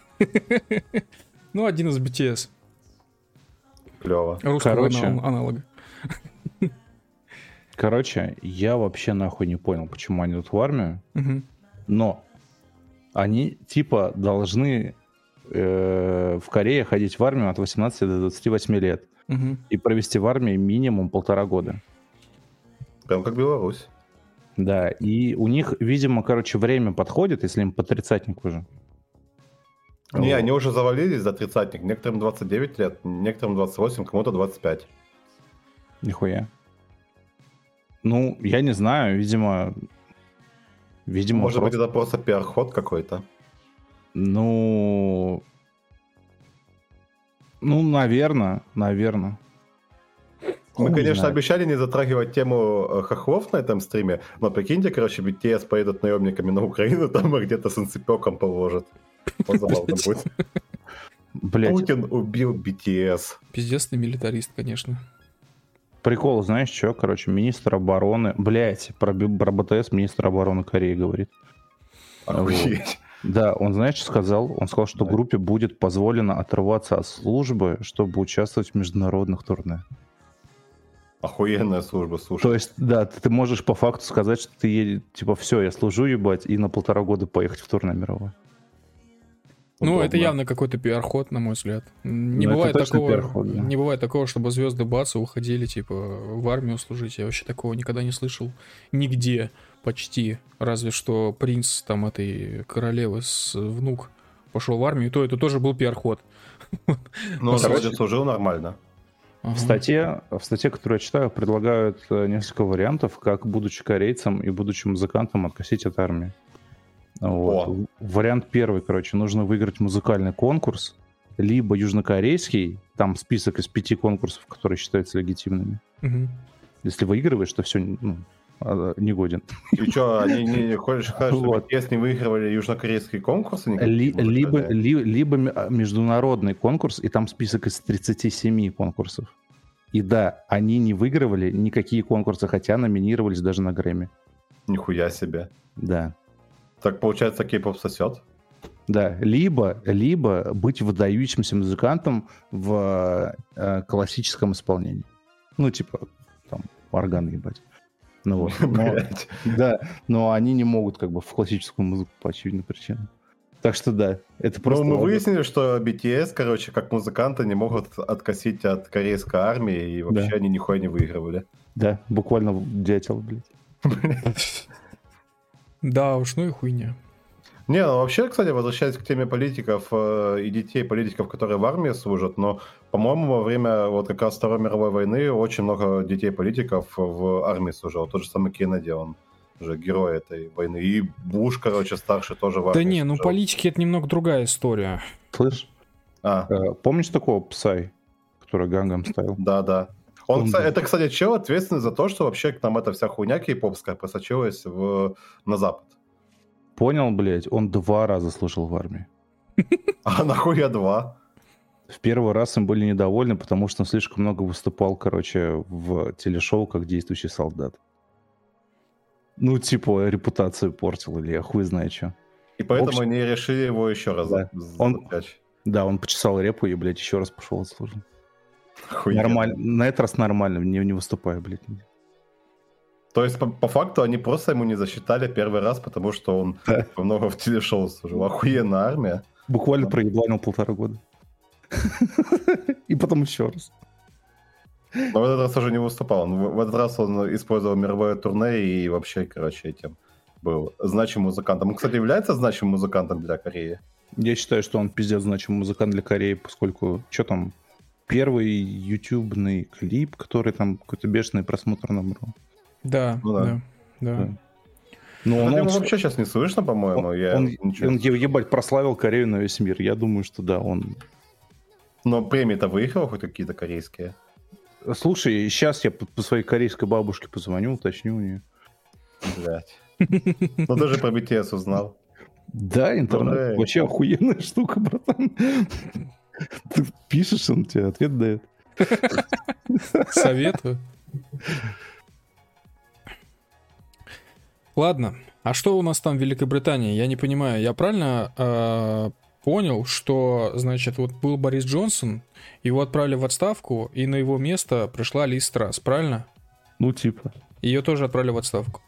Speaker 2: Ну, один из би ти эс.
Speaker 3: Клево.
Speaker 2: Русского
Speaker 1: Короче.
Speaker 2: анал- аналога.
Speaker 1: Короче, я вообще нахуй не понял, почему они идут в армию,
Speaker 2: Мгм.
Speaker 1: но они типа должны э, в Корее ходить в армию от восемнадцати до двадцати восьми лет
Speaker 2: Мгм.
Speaker 1: и провести в армии минимум полтора года.
Speaker 3: Прям как Беларусь.
Speaker 1: Да, и у них, видимо, короче, время подходит, если им по тридцатник уже.
Speaker 3: Не,
Speaker 1: Вот.
Speaker 3: они уже завалились за тридцатник. Некоторым двадцать девять лет, некоторым двадцать восемь, кому-то двадцать пять.
Speaker 1: Нихуя. Ну, я не знаю, видимо... Видимо,
Speaker 3: Может быть,
Speaker 1: просто-
Speaker 3: это просто пиар-ход какой-то.
Speaker 1: Ну... Ну, наверное, наверное.
Speaker 3: Мы,
Speaker 1: Хуй
Speaker 3: конечно,
Speaker 1: знает.
Speaker 3: обещали не затрагивать тему э, хохлов на этом стриме, но прикиньте, короче, би ти эс поедут наемниками на Украину, там их где-то санцепёком положат. Вот забавно будет.
Speaker 1: Блять,
Speaker 3: Путин убил би ти эс.
Speaker 2: Пиздецный милитарист, конечно.
Speaker 1: прикол, знаешь что? Короче, министр обороны... Блять, про, Би- про БТС министр обороны Кореи говорит.
Speaker 3: Охуеть.
Speaker 1: Да, он, знаешь, что сказал? Он сказал, что
Speaker 3: Да.
Speaker 1: группе будет позволено отрываться от службы, чтобы участвовать в международных турне.
Speaker 3: Охуенная служба, слушай.
Speaker 1: То есть, да, ты, ты можешь по факту сказать, что ты едешь, типа, все, я служу, ебать, и на полтора года поехать в турне мировое.
Speaker 2: Ну,
Speaker 3: Удобно.
Speaker 2: это явно какой-то пиар-ход, на мой взгляд. Не
Speaker 1: Ну, это
Speaker 2: бывает
Speaker 1: точно
Speaker 2: такого,
Speaker 1: пиар-ход, да.
Speaker 2: не бывает такого, чтобы звезды баца уходили, типа, в армию служить. Я вообще такого никогда не слышал. Нигде почти. Разве что принц там этой королевы с внук пошел в армию, то это тоже был пиар-ход.
Speaker 3: Ну, он
Speaker 1: Короче,
Speaker 3: вроде служил нормально.
Speaker 2: Ага.
Speaker 1: В статье, в статье, которую я читаю, предлагают э, несколько вариантов, как, будучи корейцем и будучи музыкантом, откосить от армии. Вот.
Speaker 3: О.
Speaker 1: Вариант первый, короче, нужно выиграть музыкальный конкурс, либо южнокорейский, там список из пяти конкурсов, которые считаются легитимными.
Speaker 2: Мгм.
Speaker 1: Если выигрываешь, то все, ну, а, негоден.
Speaker 3: И что, они не, не хочешь сказать, что
Speaker 1: Вот.
Speaker 3: би ти эс не выигрывали южнокорейские конкурсы?
Speaker 1: Ли-
Speaker 3: никакие
Speaker 1: либо,
Speaker 3: музыкальные?
Speaker 1: ли- либо м- а, международный конкурс, и там список из тридцати семи конкурсов. И да, они не выигрывали никакие конкурсы, хотя номинировались даже на Грэмми.
Speaker 3: Нихуя себе.
Speaker 1: Да.
Speaker 3: Так, получается, кей-поп сосет?
Speaker 1: Да, либо, либо быть выдающимся музыкантом в э, классическом исполнении. Ну, типа, там, орган ебать. Ну вот. Но, да, но они не могут как бы в классическую музыку по очевидным причинам. Так что да, это просто...
Speaker 3: Ну, мы выяснили, что би ти эс, короче, как музыканты не могут откосить от корейской армии, и вообще
Speaker 1: Да.
Speaker 3: они нихуя не выигрывали.
Speaker 1: Да, буквально дятел, блядь.
Speaker 2: Да уж, ну и хуйня.
Speaker 3: Не, ну вообще, кстати, возвращаясь к теме политиков э, и детей политиков, которые в армии служат, но, по-моему, во время вот как раз Второй мировой войны очень много детей политиков в армии служило. Тот же самый Кеннеди, он же герой этой войны. И Буш, короче, старший тоже в армии
Speaker 2: Да не, ну
Speaker 3: служил.
Speaker 2: политики это немного другая история.
Speaker 1: Слышь,
Speaker 3: А,
Speaker 1: э, помнишь такого Псай, который Гангам ставил?
Speaker 3: да, да. Он,
Speaker 1: Он
Speaker 3: кстати,
Speaker 1: был.
Speaker 3: это, кстати, чел ответственный за то, что вообще к нам эта вся хуйня кей-попская просочилась в, на Запад.
Speaker 1: Понял, блядь, он два раза служил в армии.
Speaker 3: А нахуя два?
Speaker 1: В первый раз им были недовольны, потому что он слишком много выступал, короче, в телешоу как действующий солдат. Ну, типа, репутацию портил, или я хуй знаю что.
Speaker 3: И поэтому
Speaker 1: общем,
Speaker 3: они решили его еще раз
Speaker 1: да.
Speaker 3: за-
Speaker 1: Он-
Speaker 3: запрячь.
Speaker 1: Да, он почесал репу и, блядь, еще раз пошел отслужил.
Speaker 3: Охуенно.
Speaker 1: Нормально. На этот раз нормально, не, не выступаю, блядь.
Speaker 3: То есть, по, по факту, они просто ему не засчитали первый раз, потому что он
Speaker 1: Да.
Speaker 3: много в телешоу служил. Охуенная армия.
Speaker 1: Буквально проебланил полтора года. И потом еще раз.
Speaker 3: Но в этот раз уже не выступал. Он В в этот раз он использовал мировое турне и вообще, короче, этим был значимым музыкантом. Он, кстати, является значимым музыкантом для Кореи.
Speaker 1: Я считаю, что он пиздец значимый музыкант для Кореи, поскольку, что там, первый ютубный клип, который там какой-то бешеный просмотр набрал.
Speaker 2: Да,
Speaker 3: Ну да.
Speaker 2: да, да.
Speaker 1: Да. Ну,
Speaker 3: Но
Speaker 1: он,
Speaker 3: его
Speaker 1: он-
Speaker 3: вообще сейчас не слышно, по-моему.
Speaker 1: он-
Speaker 3: Я
Speaker 1: он-
Speaker 3: ничего
Speaker 1: он,
Speaker 3: не слышал.
Speaker 1: ебать, прославил Корею на весь мир. Я думаю, что да, он...
Speaker 3: Но премии-то выиграл хоть какие-то корейские.
Speaker 1: Слушай, сейчас я по, по своей корейской бабушке позвоню, уточню у нее.
Speaker 3: Блять. Ну даже про би ти эс узнал.
Speaker 1: Да, интернет
Speaker 3: Эй.
Speaker 1: вообще охуенная штука, братан. Ты пишешь, он тебе ответ дает.
Speaker 2: Советую. Ладно, а что у нас там в Великобритании? Я не понимаю. Я правильно э, понял, что, значит, вот был Борис Джонсон, его отправили в отставку, и на его место пришла Лиз Трасс, правильно?
Speaker 1: Ну, типа.
Speaker 2: Ее тоже отправили в отставку.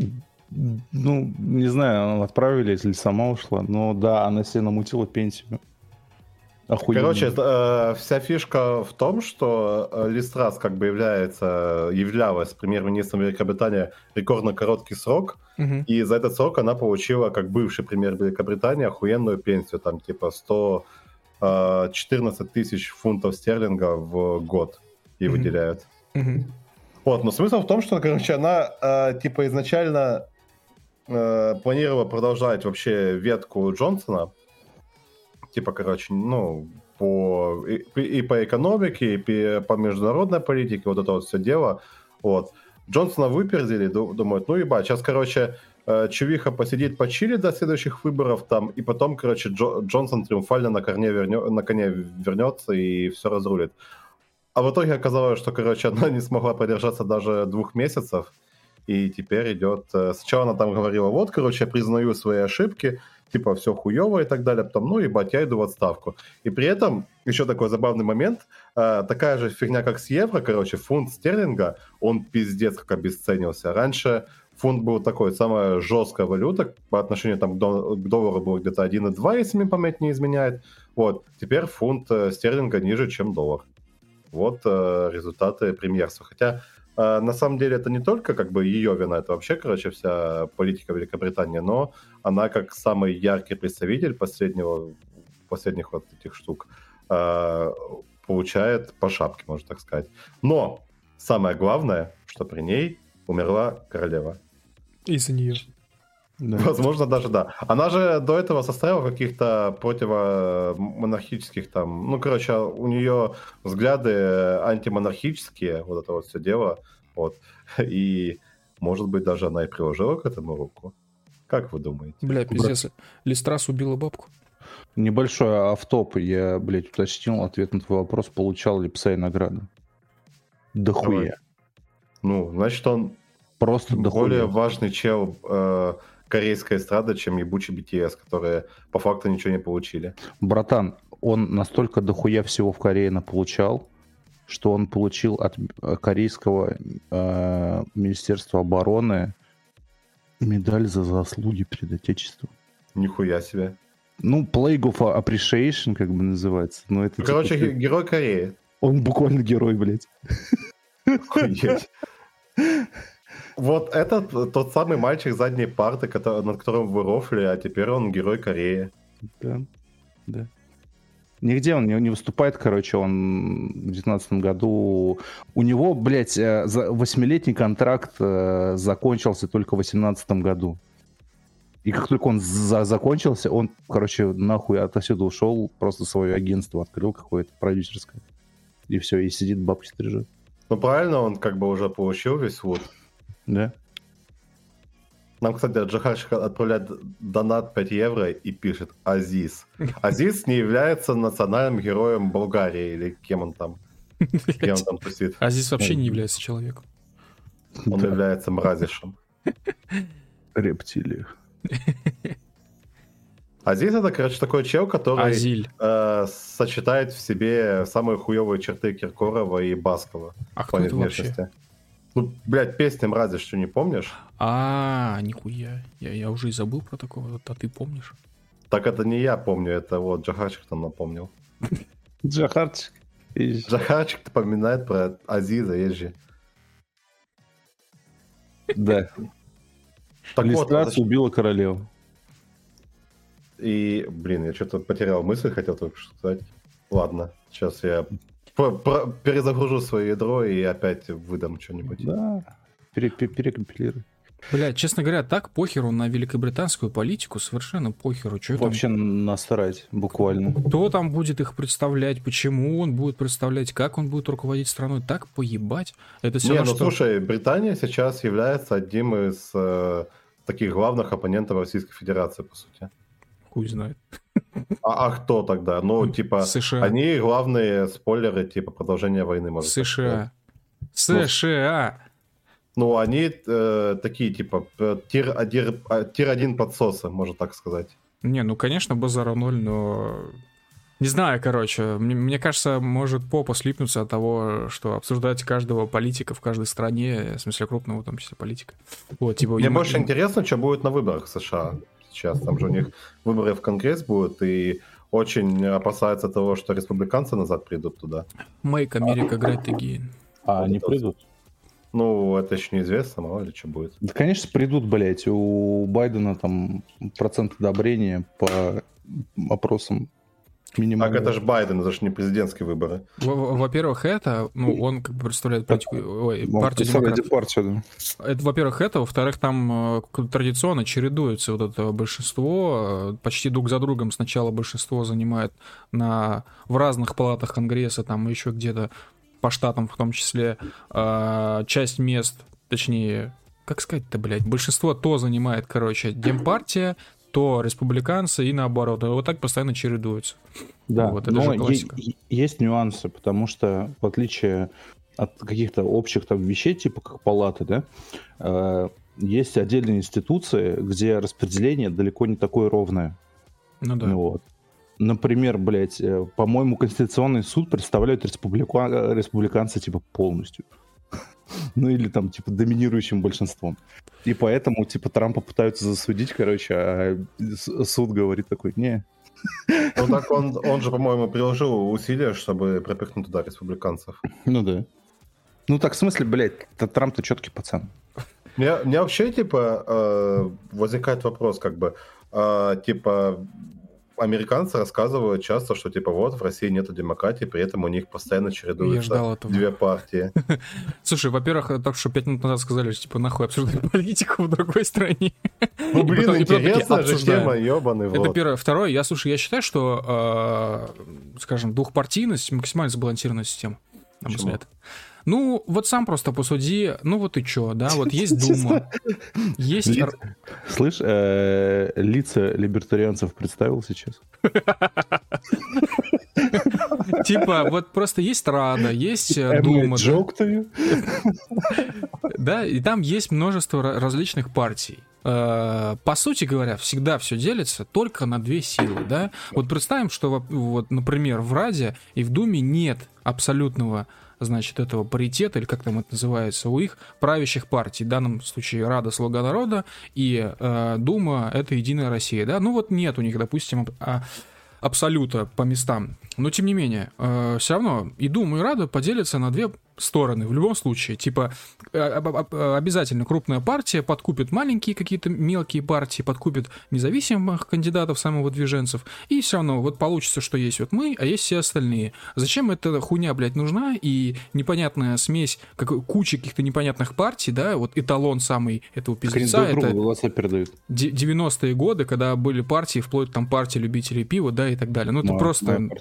Speaker 1: Ну, не знаю, отправили, если сама ушла. Но да, она себе намутила пенсию. Охуенно.
Speaker 3: Короче, э, вся фишка в том, что э, Лиз Трасс как бы является, являлась премьер-министром Великобритании рекордно короткий срок,
Speaker 2: Мгм.
Speaker 3: и за этот срок она получила, как бывший премьер Великобритании, охуенную пенсию, там типа сто четырнадцать тысяч фунтов стерлинга в год ей
Speaker 2: Мгм.
Speaker 3: выделяют.
Speaker 2: Мгм.
Speaker 3: Вот, но смысл в том, что, короче, она э, типа изначально э, планировала продолжать вообще ветку Джонсона, типа, короче, ну, по, и, и по экономике, и по, по международной политике, вот это вот все дело, вот. Джонсона выпердили, ду- думают, ну ебать, сейчас, короче, э, Чувиха посидит по Чили до следующих выборов там, и потом, короче, Джо- Джонсон триумфально на, корне вернё- на коне вернется и все разрулит. А в итоге оказалось, что, короче, она не смогла продержаться даже двух месяцев, и теперь идет... э, Сначала она там говорила, вот, короче, я признаю свои ошибки, типа, все хуево и так далее, потом, ну, ебать, я иду в отставку. И при этом, еще такой забавный момент, э, такая же фигня, как с евро, короче, фунт стерлинга, он пиздец как обесценился. Раньше фунт был такой, самая жесткая валюта, по отношению там, к, до- к доллару было где-то один и два, если мне память не изменяет. Вот, теперь фунт э, стерлинга ниже, чем доллар. Вот э, результаты премьерства. Хотя, э, на самом деле, это не только как бы ее вина, это вообще, короче, вся политика Великобритании, но она как самый яркий представитель последнего, последних вот этих штук э, получает по шапке, можно так сказать. Но самое главное, что при ней умерла королева.
Speaker 2: Из-за нее.
Speaker 1: Да.
Speaker 3: Возможно, даже да. Она же до этого состояла в каких-то противомонархических там... Ну, короче, у нее взгляды антимонархические, вот это вот все дело. Вот. И, может быть, даже она и приложила к этому руку. Как вы думаете?
Speaker 2: Бля, пиздец. Лиз Трасс убила бабку.
Speaker 1: Небольшой автоп. Я, блядь, уточнил ответ на твой вопрос, получал ли Псай награду. Да
Speaker 3: Давай.
Speaker 1: хуя.
Speaker 3: Ну, значит, он
Speaker 1: Просто да
Speaker 3: более
Speaker 1: хуя.
Speaker 3: важный чел, э, корейская эстрада, чем ебучий би ти эс, которые по факту ничего не получили.
Speaker 1: Братан, он настолько дохуя всего в Корее наполучал, что он получил от корейского э, Министерства обороны медаль за заслуги перед Отечеством.
Speaker 3: Нихуя себе.
Speaker 1: Ну, Plague of Appreciation, как бы называется. Но это,
Speaker 3: короче,
Speaker 1: типа,
Speaker 3: герой Кореи.
Speaker 1: Он буквально герой, блядь.
Speaker 3: Охуеть. Вот этот тот самый мальчик задней парты, который, над которым вы рофли, а теперь он герой Кореи.
Speaker 1: Да, да. Нигде он не, не выступает, короче, он в две тысячи девятнадцатом году... У него, блядь, восьмилетний контракт закончился только в две тысячи восемнадцатом году. И как только он за- закончился, он, короче, нахуй отсюда ушел, просто свое агентство открыл какое-то продюсерское. И все, и сидит, бабки стрижет.
Speaker 3: Ну правильно, он как бы уже получил весь вуд.
Speaker 1: Да.
Speaker 3: Нам, кстати, Джахарчик отправляет донат пять евро и пишет Азиз. Азиз не является национальным героем Болгарии, или кем он там? Кем он там тусит?
Speaker 2: Азиз вообще не является человеком.
Speaker 3: Он является мразишем.
Speaker 1: Рептилия.
Speaker 3: Азиз это, короче, такой чел, который э, сочетает в себе самые хуевые черты Киркорова и Баскова.
Speaker 2: А кто это вообще?
Speaker 3: Ну, блядь, песня «Мразишь», что не помнишь?
Speaker 2: А, нихуя. Я, я уже и забыл про такого, а ты помнишь?
Speaker 3: Так это не я помню, это вот Джахарчик там напомнил.
Speaker 1: Джахарчик.
Speaker 3: Джахарчик напоминает про Азиза, есть же.
Speaker 1: Да.
Speaker 3: Так
Speaker 1: Листрация
Speaker 3: вот,
Speaker 1: убила королеву.
Speaker 3: И, блин, я что-то потерял мысль, хотел только что сказать. Ладно, сейчас я перезагружу свое ядро и опять выдам что-нибудь.
Speaker 1: Да, перекомпилируй.
Speaker 2: Бля, честно говоря, так похеру на великобританскую политику, совершенно похеру. Что
Speaker 1: вообще там... насрать, буквально.
Speaker 2: Кто там будет их представлять, почему он будет представлять, как он будет руководить страной, так поебать. Это все
Speaker 3: Не,
Speaker 2: равно,
Speaker 3: ну
Speaker 2: что...
Speaker 3: слушай, Британия сейчас является одним из э, таких главных оппонентов Российской Федерации, по сути.
Speaker 2: Хуй знает.
Speaker 3: А, а кто тогда? Ну, типа,
Speaker 2: США.
Speaker 3: Они главные спойлеры, типа, продолжения войны, может быть.
Speaker 2: США. США.
Speaker 3: Ну, они э, такие, типа, тир-один, тир-один подсосы, можно так сказать.
Speaker 2: Не, ну, конечно, базара ноль, но... Не знаю, короче, мне, мне кажется, может попа слипнуться от того, что обсуждать каждого политика в каждой стране, в смысле крупного, в том числе, политика. Вот, типа,
Speaker 3: Мне
Speaker 2: им...
Speaker 3: больше интересно, что будет на выборах в США сейчас. Там же у них выборы в Конгресс будут, и очень опасаются того, что республиканцы назад придут туда.
Speaker 2: Make America Great Again.
Speaker 1: А, они придут?
Speaker 3: Ну, это еще неизвестно, мало ли что будет.
Speaker 1: Да, конечно, придут, блядь. У Байдена там процент одобрения по опросам минимальный.
Speaker 3: Так это же Байден, это же не президентские выборы.
Speaker 2: Во-первых, это, ну, он как бы представляет партию, ой, партию демократов.
Speaker 1: Партию, да.
Speaker 2: Это, во-первых, это. Во-вторых, там традиционно чередуется вот это большинство. Почти друг за другом сначала большинство занимает на, в разных палатах Конгресса, там еще где-то по штатам в том числе, э, часть мест, точнее, как сказать-то, блядь, большинство то занимает, короче, Демпартия, то республиканцы и наоборот. И вот так постоянно чередуются.
Speaker 1: Да,
Speaker 2: вот, это
Speaker 1: но
Speaker 2: же классика.
Speaker 1: Есть, есть нюансы, потому что в отличие от каких-то общих там вещей, типа как палаты, да, э, есть отдельные институции, где распределение далеко не такое ровное.
Speaker 2: Ну да.
Speaker 1: Вот. Например, блядь, по-моему, Конституционный суд представляют республика... республиканцы типа полностью. Ну или там типа доминирующим большинством. И поэтому типа Трампа пытаются засудить, короче, а суд говорит такой, не.
Speaker 3: Ну так он, он же, по-моему, приложил усилия, чтобы пропихнуть туда республиканцев.
Speaker 1: Ну да. Ну так в смысле, блядь, Трамп-то четкий пацан.
Speaker 3: Мне, мне вообще, типа, э, возникает вопрос, как бы, э, типа, американцы рассказывают часто, что, типа, вот, в России нету демократии, при этом у них постоянно чередуются две партии.
Speaker 2: Слушай, во-первых, только что пять минут назад сказали, что, типа, нахуй обсуждать политику в другой стране.
Speaker 3: Ну, блин, интересная же тема, ебаный в рот.
Speaker 2: Это первое. Второе, я, слушай, я считаю, что, скажем, двухпартийность максимально сбалансированная система, на мой взгляд. Ну, вот сам просто посуди, ну вот и чё, да, вот есть Дума, есть...
Speaker 1: Лица, слышь, э, лица либертарианцев представил сейчас?
Speaker 2: Типа, вот просто есть Рада, есть Дума. Да, и там есть множество различных партий. По сути говоря, всегда все делится только на две силы, да? Вот представим, что, вот, например, в Раде и в Думе нет абсолютного, значит, этого паритета, или как там это называется, у их правящих партий. В данном случае Рада — Слуга народа, и э, Дума — это Единая Россия, да? Ну вот нет у них, допустим, а, абсолюта по местам. Но тем не менее, э, все равно и Дума, и Рада поделятся на две стороны в любом случае. Типа обязательно крупная партия подкупит маленькие какие-то мелкие партии, подкупит независимых кандидатов, самовыдвиженцев, и все равно вот получится, что есть вот мы, а есть все остальные. Зачем эта хуйня, блядь, нужна? И непонятная смесь как, кучи каких-то непонятных партий, да, вот эталон самый этого пиздеца, это девяностые годы, когда были партии, вплоть там партии любителей пива, да, и так далее. Ну это ну, просто...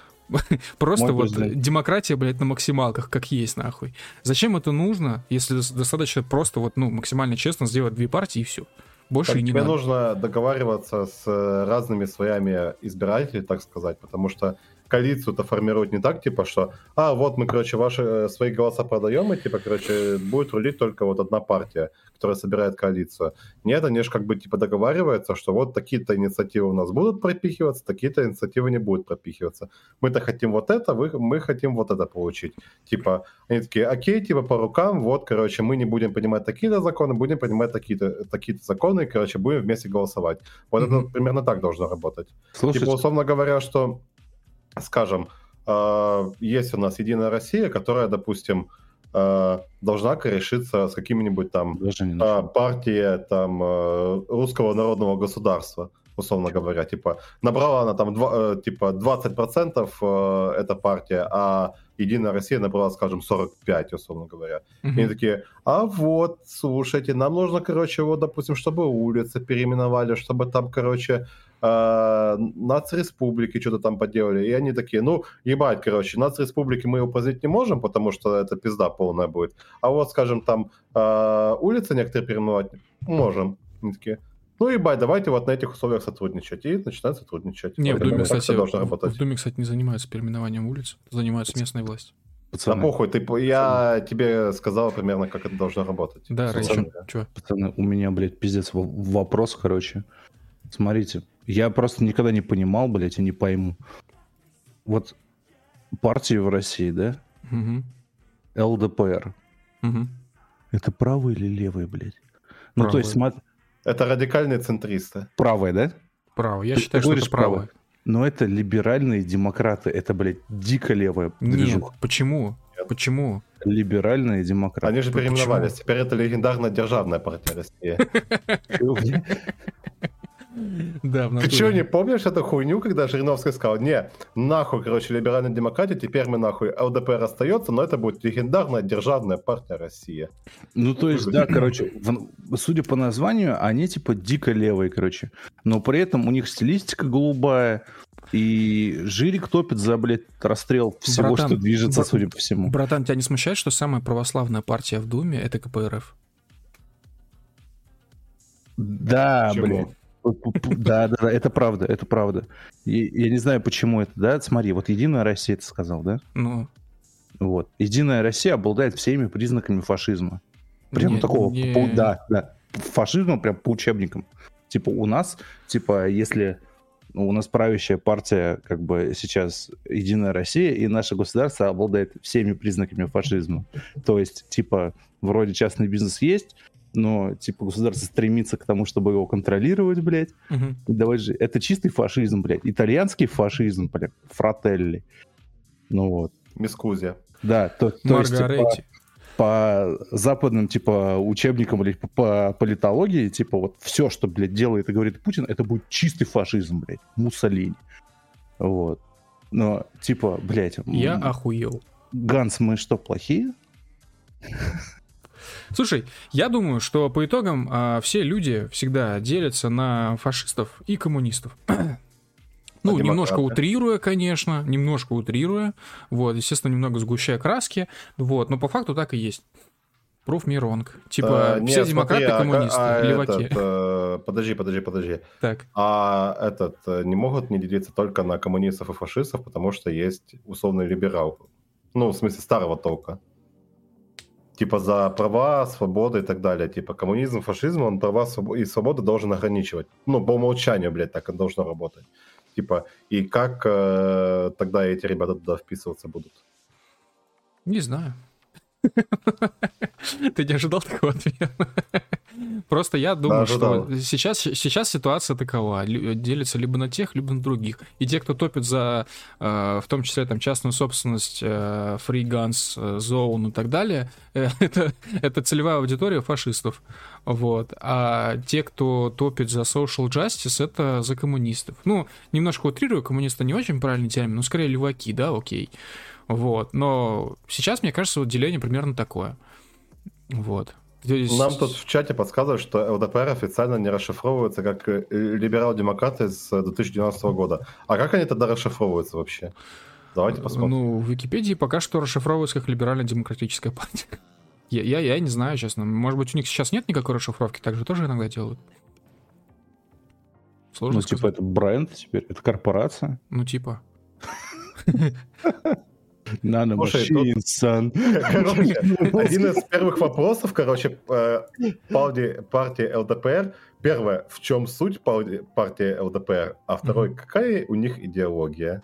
Speaker 2: Просто Мой вот президент. Демократия, блядь, на максималках, как есть, нахуй. Зачем это нужно, если достаточно просто вот, ну, максимально честно сделать две партии и все. Больше
Speaker 3: так
Speaker 2: и не
Speaker 3: тебе
Speaker 2: надо.
Speaker 3: Нужно договариваться с разными своими избирателями, так сказать, потому что коалицию-то формируют не так, типа, что, а, вот мы, короче, ваши свои голоса продаем, и, типа, короче, будет рулить только вот одна партия, которая собирает коалицию. Нет, они же как бы, типа, договариваются, что вот такие-то инициативы у нас будут пропихиваться, такие-то инициативы не будут пропихиваться. Мы-то хотим вот это, вы, мы хотим вот это получить. Типа, они такие, окей, типа, по рукам, вот, короче, мы не будем принимать такие-то законы, будем принимать такие-то, такие-то законы, и, короче, будем вместе голосовать. Вот mm-hmm. это примерно так должно работать. Слушайте. Типа, условно говоря, что скажем, есть у нас Единая Россия, которая, допустим, должна корешиться с какими-нибудь там партией там, русского народного государства, условно говоря. Типа, набрала она там типа, двадцать процентов эта партия, а Единая Россия набрала, скажем, сорок пять процентов, условно говоря. Mm-hmm. И они такие, а вот, слушайте, нам нужно, короче, вот, допустим, чтобы улицы переименовали, чтобы там, короче, э, нацреспублики что-то там поделали. И они такие, ну, ебать, короче, нацреспублики мы упразднить не можем, потому что это пизда полная будет. А вот, скажем, там э, улицы некоторые переименовать можем. Они такие, ну, ебать, давайте вот на этих условиях сотрудничать. И начинают сотрудничать.
Speaker 2: Не, в Думе, кстати, в, в Думе, кстати, не занимаются переименованием улиц, занимаются местной властью.
Speaker 3: Пацаны, да похуй, ты, я пацаны. тебе сказал примерно, как это должно работать.
Speaker 2: Да,
Speaker 1: пацаны,
Speaker 2: Рэйчел,
Speaker 1: пацаны, у меня, блядь, пиздец вопрос, короче. Смотрите, я просто никогда не понимал, блядь, и не пойму. Вот партии в России, да?
Speaker 2: Угу.
Speaker 1: эл дэ пэ эр.
Speaker 2: Угу.
Speaker 1: Это правые или левые, блядь? Ну,
Speaker 2: правые.
Speaker 1: то есть, смотри...
Speaker 3: Это радикальные центристы.
Speaker 1: Правые, да?
Speaker 2: Правые. Я
Speaker 1: ты,
Speaker 2: считаю,
Speaker 1: ты
Speaker 2: что это правые. правые.
Speaker 1: Но это либеральные демократы. Это, блядь, дико левая движуха.
Speaker 2: Нет, почему? Нет. Почему?
Speaker 1: Либеральные демократы.
Speaker 3: Они же переименовались. Теперь это легендарная державная партия России.
Speaker 2: Да,
Speaker 3: ты что, не помнишь эту хуйню, когда Жириновский сказал, не, нахуй, короче, либеральная демократия, теперь мы нахуй, эл дэ пэ эр остается, но это будет легендарная державная партия России.
Speaker 1: Ну, то есть, да, короче, в, судя по названию, они типа дико левые, короче, но при этом у них стилистика голубая, и жирик топит за, блядь, расстрел всего, братан, что движется, бр- судя по всему.
Speaker 2: Братан, тебя не смущает, что самая православная партия в Думе — это ка пэ эр эф?
Speaker 1: Да, блядь. Да, да, да, это правда, это правда. И, я не знаю, почему это, да? Смотри, вот Единая Россия, ты сказал, да?
Speaker 2: Ну.
Speaker 1: Вот. Единая Россия обладает всеми признаками фашизма. Прямо
Speaker 2: не,
Speaker 1: такого,
Speaker 2: не...
Speaker 1: По, да, да. Фашизма прям по учебникам. Типа у нас, типа, если у нас правящая партия, как бы сейчас Единая Россия, и наше государство обладает всеми признаками фашизма. То есть, типа, вроде частный бизнес есть, но, типа, государство стремится к тому, чтобы его контролировать, блядь.
Speaker 2: Uh-huh.
Speaker 1: Давай же, это чистый фашизм, блядь. Итальянский фашизм, блядь. Фрателли. Ну вот.
Speaker 3: Мискузия.
Speaker 1: Да, то, то есть, типа, по западным, типа, учебникам или по, по политологии, типа, вот все, что, блядь, делает и говорит Путин, это будет чистый фашизм, блядь. Муссолини. Вот. Но, типа, блядь...
Speaker 2: Я м- охуел.
Speaker 1: Ганс, мы что, плохие?
Speaker 2: Слушай, я думаю, что по итогам а, все люди всегда делятся на фашистов и коммунистов. Ну, немножко утрируя, конечно, немножко утрируя, вот, естественно, немного сгущая краски, вот, но по факту так и есть. Proof me wrong. Типа,
Speaker 3: а,
Speaker 2: все
Speaker 3: нет,
Speaker 2: демократы
Speaker 3: смотри,
Speaker 2: коммунисты,
Speaker 3: а, а
Speaker 2: леваки.
Speaker 3: Этот, э, подожди, подожди, подожди.
Speaker 2: Так.
Speaker 3: А этот не могут не делиться только на коммунистов и фашистов, потому что есть условный либерал. Ну, в смысле, старого толка. Типа за права, свободы и так далее. Типа коммунизм, фашизм, он права и свободы должен ограничивать. Ну, по умолчанию, блядь, так и должно работать. Типа, и как э, тогда эти ребята туда вписываться будут?
Speaker 2: Не знаю. Ты не ожидал такого ответа? Просто я думаю, да, что сейчас, сейчас ситуация такова. Делится либо на тех, либо на других. И те, кто топит за, э, в том числе, там, частную собственность, э, Free Guns Zone и так далее, э, это, это целевая аудитория фашистов. Вот. А те, кто топит за social justice, это за коммунистов. Ну, немножко утрирую, коммунисты не очень правильный термин, но скорее леваки, да, окей. Вот. Но сейчас, мне кажется, вот деление примерно такое. Вот. Здесь...
Speaker 3: Нам тут в чате подсказывают, что ЛДПР официально не расшифровывается как либерал-демократы с две тысячи двенадцатого года. А как они тогда расшифровываются вообще? Давайте посмотрим.
Speaker 2: Ну, в Википедии пока что расшифровывается как либерально-демократическая партия. Я, я, я не знаю, честно. Может быть, у них сейчас нет никакой расшифровки, так же тоже иногда делают.
Speaker 1: Сложно ну, сказать. Типа, это бренд теперь, это корпорация.
Speaker 2: Ну, типа.
Speaker 1: Nano Machine, son.
Speaker 3: Короче, один из первых вопросов, короче, партии ЛДПР. Первое, в чем суть партии ЛДПР? А второй, какая у них идеология?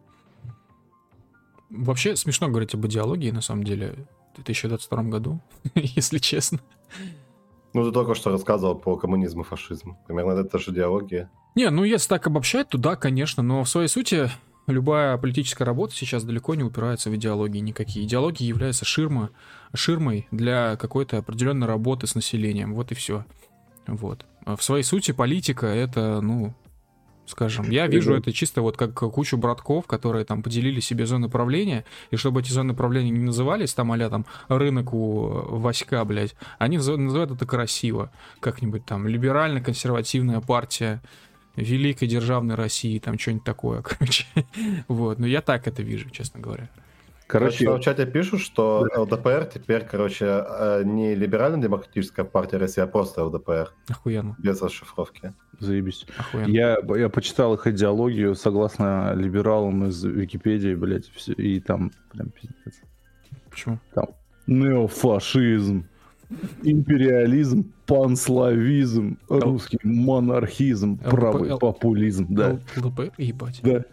Speaker 2: Вообще смешно говорить об идеологии, на самом деле, в две тысячи двадцать втором году, если честно.
Speaker 3: Ну, ты только что рассказывал про коммунизм и фашизм. Примерно это же идеология.
Speaker 2: Не, ну если так обобщать, то да, конечно, но в своей сути любая политическая работа сейчас далеко не упирается в идеологии никакие. Идеология является ширма, ширмой для какой-то определенной работы с населением. Вот и все. Вот. А в своей сути политика — это, ну, скажем, я вижу это чисто вот как кучу братков, которые там поделили себе зоны правления, и чтобы эти зоны правления не назывались там а-ля там рынок у Васька, блядь, они называют это красиво. Как-нибудь там либерально-консервативная партия Великой Державной России, там что-нибудь такое, короче. Вот, но я так это вижу, честно говоря.
Speaker 3: Короче, короче в чате пишут, что ЛДПР теперь, короче, не либерально-демократическая партия России, а просто ЛДПР.
Speaker 2: Охуенно.
Speaker 3: Без расшифровки.
Speaker 1: Заебись. Я, я почитал их идеологию согласно либералам из Википедии, блядь, все, и там прям пиздец.
Speaker 2: Почему?
Speaker 1: Там неофашизм, империализм, панславизм, русский монархизм, правый популизм, да.
Speaker 2: ЛДПР, ебать.
Speaker 1: Да.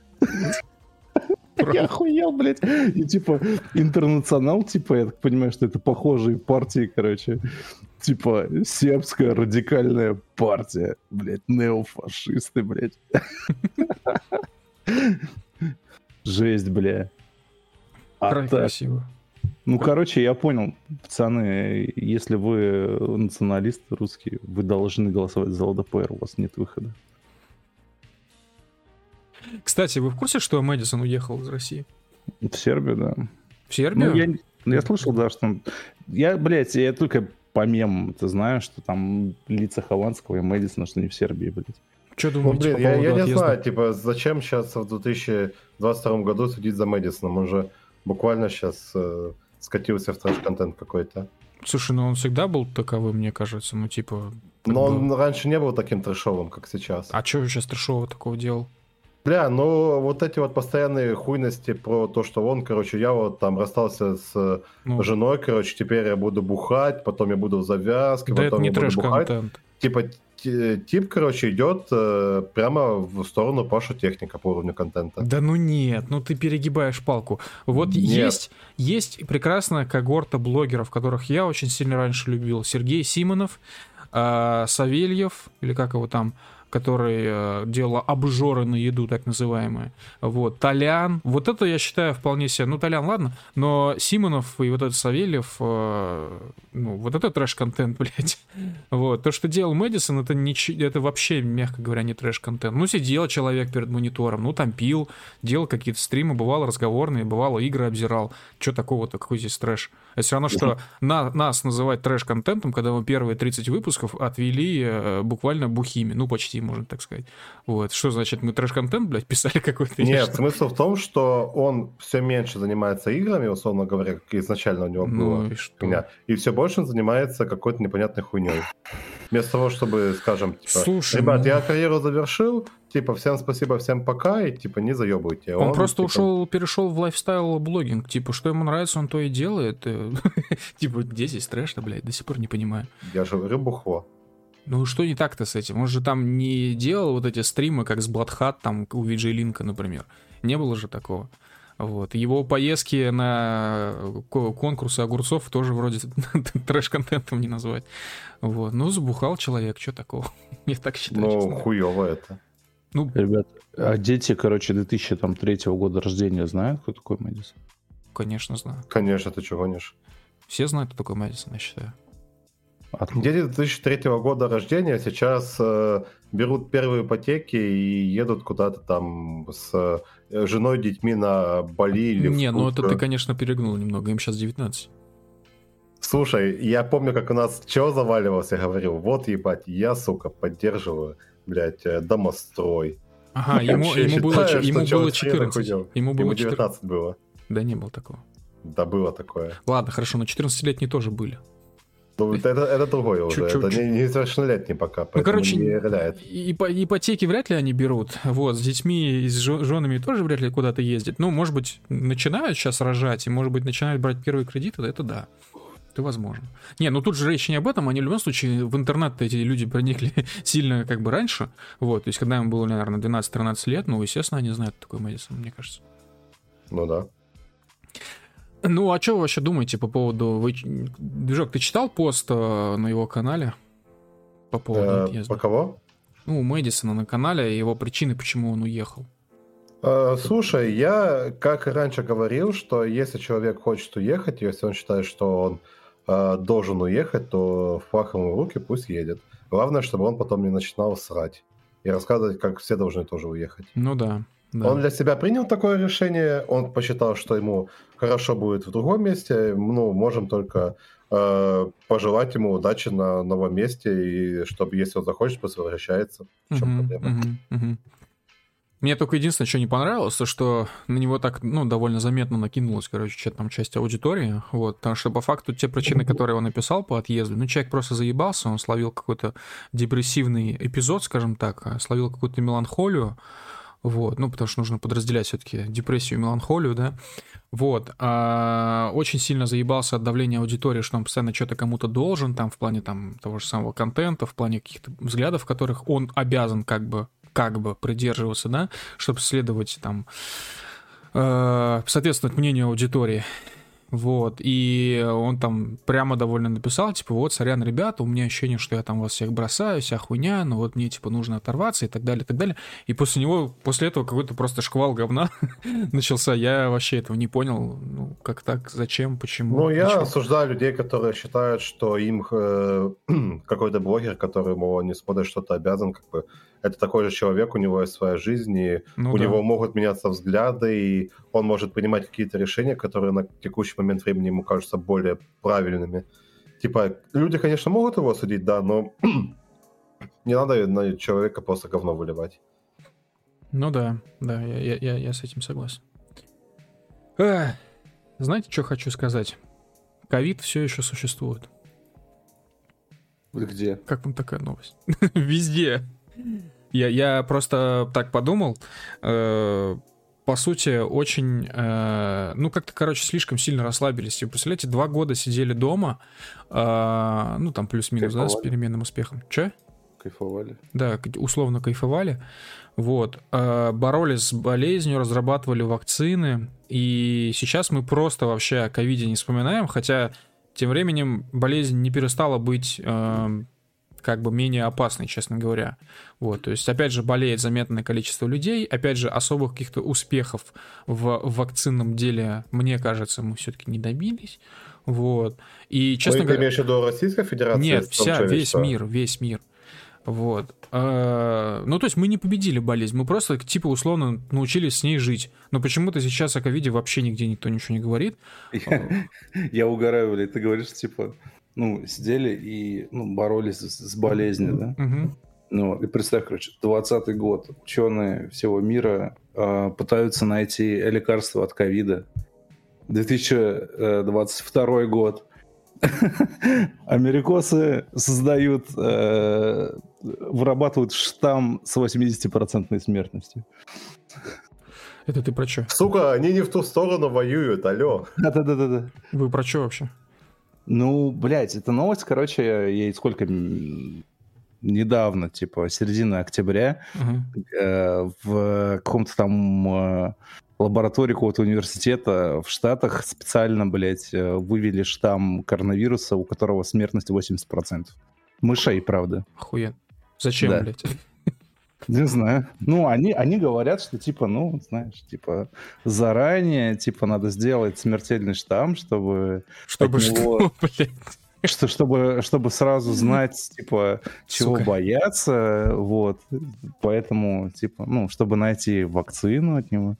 Speaker 1: Я охуел, блядь. И типа интернационал, типа, я так понимаю, что это похожие партии, короче. Типа сербская радикальная партия, блядь, неофашисты, блядь. Жесть, бля.
Speaker 2: А красиво.
Speaker 1: Ну, короче, я понял, пацаны, если вы националисты русские, вы должны голосовать за ЛДПР, у вас нет выхода.
Speaker 2: Кстати, вы в курсе, что Мэдисон уехал из России?
Speaker 1: В Сербию, да.
Speaker 2: В Сербию?
Speaker 1: Ну, я, я слышал, да, что... Я, блядь, я только по мемам это знаю, что там лица Хованского и Мэдисона, что не в Сербии, блядь.
Speaker 2: Что думаете,
Speaker 3: ну, блин,
Speaker 2: по
Speaker 3: я,
Speaker 2: поводу
Speaker 3: я не
Speaker 2: отъезда?
Speaker 3: знаю, типа, зачем сейчас в две тысячи двадцать втором году судить за Мэдисоном? Он же буквально сейчас э, скатился в трэш-контент какой-то.
Speaker 2: Слушай, ну он всегда был таковым, мне кажется, ну типа...
Speaker 3: Но он раньше не был таким трэшовым, как сейчас.
Speaker 2: А что сейчас трэшового такого делал?
Speaker 3: Бля, ну вот эти вот постоянные хуйности про то, что он, короче, я вот там расстался с ну. женой, короче, теперь я буду бухать, потом я буду в завязке,
Speaker 2: да
Speaker 3: потом
Speaker 2: это не
Speaker 3: я буду бухать.
Speaker 2: Трэш-контент.
Speaker 3: Типа тип, короче, идет э, прямо в сторону Паша Техника по уровню контента.
Speaker 2: Да ну нет, ну ты перегибаешь палку. Вот есть, есть прекрасная когорта блогеров, которых я очень сильно раньше любил. Сергей Симонов, э, Савельев, или как его там, который э, делал обжоры на еду, так называемые. Вот, Толян. Вот это, я считаю, вполне себе... Ну, Толян, ладно, но Симонов и вот этот Савельев, э, ну, вот это трэш-контент, блядь. Вот. То, что делал Мэдисон, это, не, это вообще, мягко говоря, не трэш-контент. Ну, сидел человек перед монитором, ну, там пил, делал какие-то стримы, бывало разговорные, бывало игры обзирал. Что такого-то, какой здесь трэш? Это все равно, что на, нас называть трэш-контентом, когда мы первые тридцать выпусков отвели э, буквально бухими, ну, почти России, можно так сказать. Вот. Что значит, мы трэш-контент, блядь, писали какой-то?
Speaker 3: Нет, смысл в том, что он все меньше занимается играми, условно говоря, как изначально у него
Speaker 2: Ну,
Speaker 3: было.
Speaker 2: и что?
Speaker 3: Хуйня. И все больше он занимается какой-то непонятной хуйней. Вместо того, чтобы, скажем, типа,
Speaker 2: Слушай,
Speaker 3: ребят,
Speaker 2: ну-
Speaker 3: я карьеру завершил, типа, всем спасибо, всем пока, и, типа, не заебывайте.
Speaker 2: Он, просто
Speaker 3: типа,
Speaker 2: ушел, перешел в лайфстайл-блогинг. Типа, что ему нравится, он то и делает. Э, Типа, где здесь трэш-то, блядь, до сих пор не понимаю.
Speaker 3: Я же говорю, бухло.
Speaker 2: Ну, что не так-то с этим? Он же там не делал вот эти стримы, как с Bloodhat, там, у Виджей Линка, например. Не было же такого. Вот. Его поездки на ко- конкурсы огурцов тоже вроде трэш-контентом не назвать. Вот. Ну, забухал человек, что такого? Я так считаю,
Speaker 3: Ну,
Speaker 2: честно.
Speaker 3: хуёво это.
Speaker 2: Ну,
Speaker 1: Ребят, а дети, короче, две тысячи третьего года рождения знают, кто такой Мэдисон?
Speaker 2: конечно, знаю.
Speaker 3: Конечно, ты чего гонишь?
Speaker 2: Все знают, кто такой Мэдисон, я считаю.
Speaker 1: Откуда?
Speaker 3: Дети две тысячи третьего года рождения сейчас э, берут первые ипотеки и едут куда-то там с э, женой, детьми на Бали или в
Speaker 2: Не, ну это
Speaker 3: Турцию.
Speaker 2: ты, конечно, перегнул немного. Им сейчас девятнадцать.
Speaker 3: Слушай, я помню, как у нас чё заваливался, я говорил, вот ебать, я, сука, поддерживаю, блядь, э, домострой.
Speaker 2: Ага, ему,
Speaker 3: Вообще
Speaker 2: ему было,
Speaker 3: считаю,
Speaker 2: ч- ему
Speaker 3: что
Speaker 2: было
Speaker 3: чё ты хрена
Speaker 2: четырнадцать.
Speaker 3: хуйнёв?
Speaker 2: Ему было
Speaker 3: Ему
Speaker 2: четырнадцать.
Speaker 3: девятнадцать было.
Speaker 2: Да не было такого.
Speaker 3: Да, было такое.
Speaker 2: Ладно, хорошо, но четырнадцатилетние тоже были.
Speaker 3: Ну, это, это другое уже,
Speaker 2: Чуть-чуть.
Speaker 3: это не, несовершеннолетний пока,
Speaker 2: Ну,
Speaker 3: поэтому
Speaker 2: короче,
Speaker 3: не является.
Speaker 2: ипо- ипотеки вряд ли они берут. Вот, с детьми и с жё- женами тоже вряд ли куда-то ездят. Ну, может быть, начинают сейчас рожать, и, может быть, начинают брать первые кредиты, это да. Это возможно. Не, ну тут же речь не об этом, они в любом случае в интернет эти люди проникли сильно как бы раньше. Вот, то есть, когда им было, наверное, двенадцать-тринадцать лет, ну, естественно, они знают, кто такой Мэдисон, мне кажется.
Speaker 3: Ну да.
Speaker 2: Ну, а что вы вообще думаете по поводу... Вы... Движок, ты читал пост э, на его канале по поводу
Speaker 3: Э,
Speaker 2: отъезда?
Speaker 3: по кого?
Speaker 2: Ну, у Мэдисона на канале, и его причины, почему он уехал.
Speaker 3: Э, Слушай, я, как и раньше говорил, что если человек хочет уехать, если он считает, что он э, должен уехать, то флаг ему в руки, пусть едет. Главное, чтобы он потом не начинал срать и рассказывать, как все должны тоже уехать.
Speaker 2: Ну да, да.
Speaker 3: Он для себя принял такое решение, он посчитал, что ему хорошо будет в другом месте, ну, можем только э, пожелать ему удачи на новом месте, и чтобы, если он захочет, пусть возвращается. В чем
Speaker 2: Мгм,
Speaker 3: проблема?
Speaker 2: мгм, мгм. Мне только единственное, что не понравилось, то что на него так, ну, довольно заметно накинулась, короче, чё-то там часть аудитории, вот, потому что по факту те причины, которые он написал по отъезду, ну, человек просто заебался, он словил какой-то депрессивный эпизод, скажем так, словил какую-то меланхолию, вот, ну, потому что нужно подразделять все-таки депрессию и меланхолию, да, вот, а, очень сильно заебался от давления аудитории, что он постоянно что-то кому-то должен, там, в плане, там, того же самого контента, в плане каких-то взглядов, которых он обязан, как бы, как бы придерживаться, да, чтобы следовать, там, э, соответствовать мнению аудитории. Вот, и он там прямо довольно написал, типа, вот, сорян, ребята, у меня ощущение, что я там вас всех бросаю, вся хуйня, но вот мне, типа, нужно оторваться и так далее, и так далее. И после него, после этого какой-то просто шквал говна начался. Я вообще этого не понял, ну, как так, зачем, почему.
Speaker 3: Ну, я
Speaker 2: Ничего.
Speaker 3: осуждаю людей, которые считают, что им э, какой-то блогер, которому не смотрит, что-то обязан, как бы, это такой же человек, у него есть своя жизнь, и
Speaker 2: Ну
Speaker 3: у
Speaker 2: да.
Speaker 3: него могут меняться взгляды, и он может принимать какие-то решения, которые на текущий момент времени ему кажутся более правильными. Типа, люди, конечно, могут его осудить, да, но не надо на человека просто говно выливать.
Speaker 2: Ну да, да, я, я, я, я с этим согласен. Эх, знаете, что хочу сказать? Ковид все еще существует.
Speaker 1: Где?
Speaker 2: Как вам такая новость? Везде. Я, я просто так подумал. Э, по сути, очень... Э, ну, как-то, короче, слишком сильно расслабились. И, представляете, два года сидели дома, э, ну, там плюс-минус, да, с
Speaker 1: Кайфовали.
Speaker 2: переменным успехом. Че?
Speaker 1: Кайфовали.
Speaker 2: Да, к- условно кайфовали. Вот. Э, боролись с болезнью, разрабатывали вакцины. И сейчас мы просто вообще о ковиде не вспоминаем, хотя тем временем болезнь не перестала быть э, как бы менее опасной, честно говоря. Вот. То есть, опять же, болеет заметное количество людей. Опять же, особых каких-то успехов в, в вакцинном деле, мне кажется, мы все-таки не добились. Вот. И, честно
Speaker 3: Ну, ты
Speaker 2: говоря...
Speaker 3: имеешь в виду Российская Федерация?
Speaker 2: Нет,
Speaker 3: в том
Speaker 2: вся,
Speaker 3: числе,
Speaker 2: весь
Speaker 3: что?
Speaker 2: мир, весь мир. Вот. Э, Ну, то есть мы не победили болезнь, мы просто, типа, условно научились с ней жить. Но почему-то сейчас о ковиде вообще нигде никто ничего не говорит.
Speaker 1: Я, я угораю, блядь, ты говоришь, типа, ну, сидели и, ну, боролись с, с болезнью, да?
Speaker 2: Мгм.
Speaker 1: Ну, и представь, короче, двадцатый год. Ученые всего мира э, пытаются найти лекарство от ковида. две тысячи двадцать второй год. Америкосы создают, э, вырабатывают штамм с восьмидесятипроцентной смертностью.
Speaker 2: Это ты про что?
Speaker 3: Сука, они не в ту сторону воюют, алло.
Speaker 1: Да-да-да-да.
Speaker 2: Вы про что вообще?
Speaker 1: Ну, блядь, это новость, короче, ей сколько... Недавно, типа, середина октября, uh-huh. э, в каком-то там э, лаборатории какого-то университета в Штатах специально, блядь, вывели штамм коронавируса, у которого смертность восемьдесят процентов. Мышей, правда.
Speaker 2: Охуенно. Зачем, да. блядь?
Speaker 1: Не знаю. Ну, они, они говорят, что, типа, ну, знаешь, типа, заранее, типа, надо сделать смертельный штамм, чтобы...
Speaker 2: Чтобы
Speaker 1: него...
Speaker 2: что, блядь?
Speaker 1: Что, чтобы, чтобы сразу знать, типа, чего Сука. бояться, вот, поэтому, типа, ну, чтобы найти вакцину от него.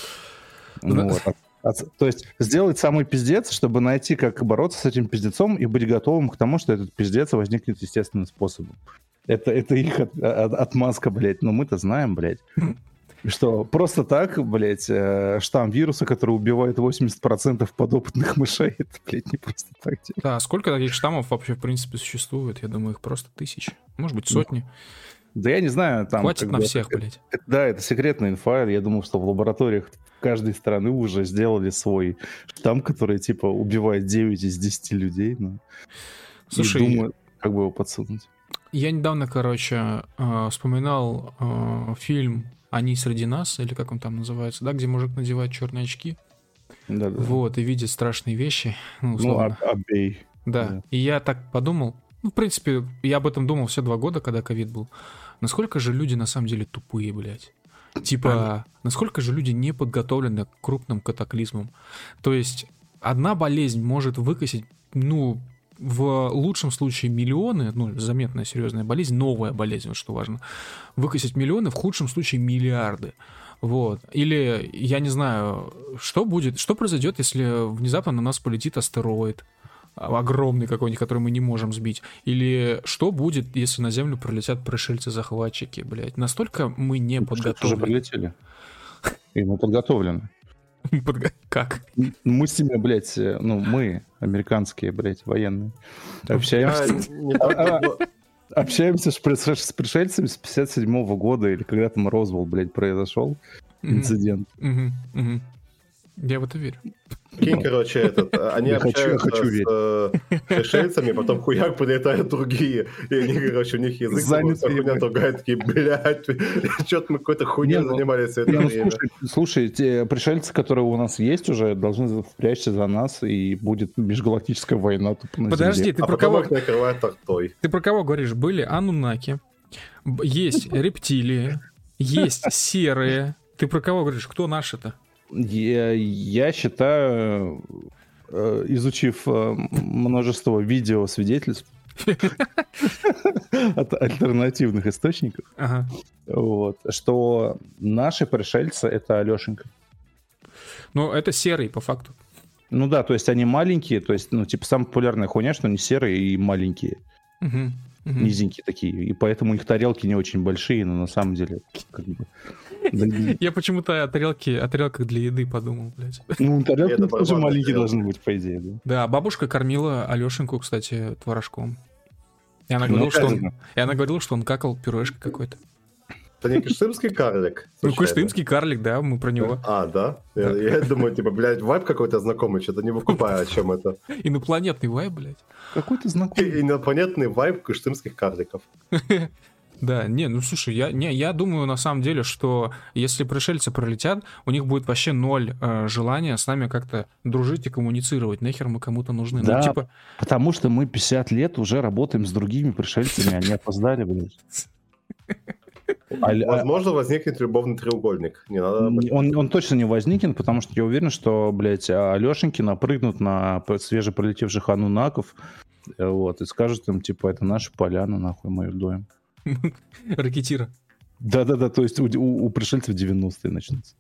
Speaker 1: Ну, вот. а, а, то есть сделать самый пиздец, чтобы найти, как бороться с этим пиздецом и быть готовым к тому, что этот пиздец возникнет естественным способом. Это, это их от, от, отмазка, блядь, но мы-то знаем, блядь. Что просто так, блядь, штамм вируса, который убивает восемьдесят процентов подопытных мышей, это, блядь, не просто так.
Speaker 2: Да, а сколько таких штаммов вообще, в принципе, существует? Я думаю, их просто тысячи. Может быть, сотни.
Speaker 1: Да я не знаю. Там,
Speaker 2: хватит на
Speaker 1: бы,
Speaker 2: всех,
Speaker 1: это,
Speaker 2: блядь.
Speaker 1: Это, да, это секретная инфа. Я думаю, что в лабораториях каждой страны уже сделали свой штамм, который, типа, убивает девять из десяти людей. Ну,
Speaker 2: Слушай,
Speaker 1: и думаю, как бы его подсунуть.
Speaker 2: Я недавно, короче, э, вспоминал э, фильм «Они среди нас», или как он там называется, да, где мужик надевает черные очки.
Speaker 1: Да, да.
Speaker 2: Вот, и видит страшные вещи. Ну, условно.
Speaker 1: Ну, обей.
Speaker 2: Да.
Speaker 1: да.
Speaker 2: И я так подумал. Ну, в принципе, я об этом думал все два года, когда ковид был. Насколько же люди на самом деле тупые, блядь. Типа, насколько же люди не подготовлены к крупным катаклизмам. То есть, одна болезнь может выкосить, ну, в лучшем случае миллионы, ну, заметная серьезная болезнь, новая болезнь, вот что важно, выкосить миллионы, в худшем случае миллиарды. Вот. Или, я не знаю, что будет, что произойдет, если внезапно на нас полетит астероид огромный какой-нибудь, который мы не можем сбить. Или что будет, если на Землю прилетят пришельцы-захватчики, блядь. Настолько мы не подготовлены.
Speaker 1: Уже прилетели. И мы подготовлены.
Speaker 2: Как?
Speaker 1: Мы с ними, блядь, ну, мы, американские, блядь, военные, общаемся. Общаемся с пришельцами с пятьдесят седьмого года, или когда там Розвелл, блядь, произошел инцидент.
Speaker 2: Я в это верю.
Speaker 3: Кинь, короче, этот, они я общаются хочу, хочу с э, пришельцами, потом хуяк прилетают другие, и они, короче, у них язык хуйня другая, такие, блядь, что-то мы какой-то хуйней ну, занимались все это
Speaker 1: ну,
Speaker 3: время.
Speaker 1: Слушай, слушай, те пришельцы, которые у нас есть уже, должны впрячься за нас, и будет межгалактическая война тупо на
Speaker 2: Подожди,
Speaker 1: Земле.
Speaker 2: ты
Speaker 3: а
Speaker 2: про кого?
Speaker 3: Их накрывает тортой.
Speaker 2: Ты про кого говоришь? Были ануннаки, есть рептилии, есть серые. Ты про кого говоришь? Кто наши-то?
Speaker 1: Я, я считаю, изучив множество видеосвидетельств от альтернативных источников,
Speaker 2: ага.
Speaker 1: вот, что наши пришельцы — это Алешенька.
Speaker 2: Ну, это серый, по факту.
Speaker 1: Ну да, то есть они маленькие, то есть, ну, типа, самая популярная хуйня, что они серые и маленькие.
Speaker 2: Угу. Угу.
Speaker 1: Низенькие такие, и поэтому их тарелки не очень большие, но на самом деле как бы...
Speaker 2: Я почему-то о тарелке, о тарелках для еды подумал, блядь.
Speaker 1: Ну, тарелки тоже маленькие должны быть, по идее, да.
Speaker 2: Да, бабушка кормила Алешеньку, кстати, творожком. И она говорила, что он, и она говорила, что он какал пюрешкой какой-то.
Speaker 3: Это не кыштымский карлик?
Speaker 2: Ну, кыштымский карлик, да, мы про него.
Speaker 3: А, да? Я, я думаю, типа, блядь, вайб какой-то знакомый, что-то не выкупаю, о чем это.
Speaker 2: Инопланетный вайб, блядь.
Speaker 1: Какой-то знакомый.
Speaker 3: Инопланетный вайб кыштымских карликов.
Speaker 2: Да, не, ну слушай, я, не, я думаю на самом деле, что если пришельцы пролетят, у них будет вообще ноль э, желания с нами как-то дружить и коммуницировать. Нахер мы кому-то нужны.
Speaker 1: Да,
Speaker 2: ну, типа...
Speaker 1: потому что мы пятьдесят лет уже работаем с другими пришельцами, они опоздали, блядь.
Speaker 3: Возможно, возникнет любовный треугольник. Не надо...
Speaker 1: он, он точно не возникнет, потому что я уверен, что, блядь, Алешеньки напрыгнут на свежепролетевших анунаков, вот, и скажут им, типа, это наша поляна, нахуй, мы ее доем.
Speaker 2: Ракетира.
Speaker 1: Да-да-да, то есть у, у, у пришельцев девяностые начнутся.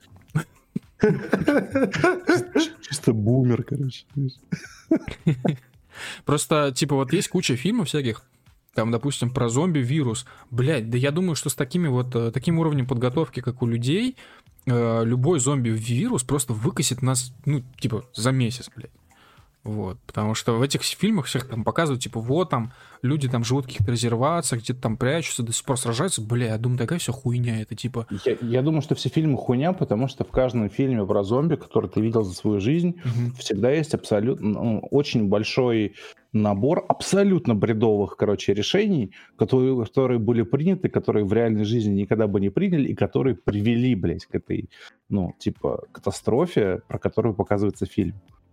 Speaker 1: Чисто бумер, короче.
Speaker 2: Просто, типа, вот есть куча фильмов всяких, там, допустим, про зомби-вирус. Блядь, да я думаю, что с такими вот, таким уровнем подготовки, как у людей, любой зомби-вирус просто выкосит нас, ну, типа, за месяц, блядь. Вот, потому что в этих фильмах всех там показывают, типа, вот там люди там живут в каких-то резервациях, где-то там прячутся, до сих пор сражаются. Бля, я думаю, такая вся хуйня, это типа...
Speaker 1: Я, я думаю, что все фильмы хуйня, потому что в каждом фильме про зомби, который ты видел за свою жизнь, угу. всегда есть абсолютно ну, очень большой набор абсолютно бредовых, короче, решений, которые, которые были приняты, которые в реальной жизни никогда бы не приняли, и которые привели, блядь, к этой, ну, типа, катастрофе, про которую показывается фильм.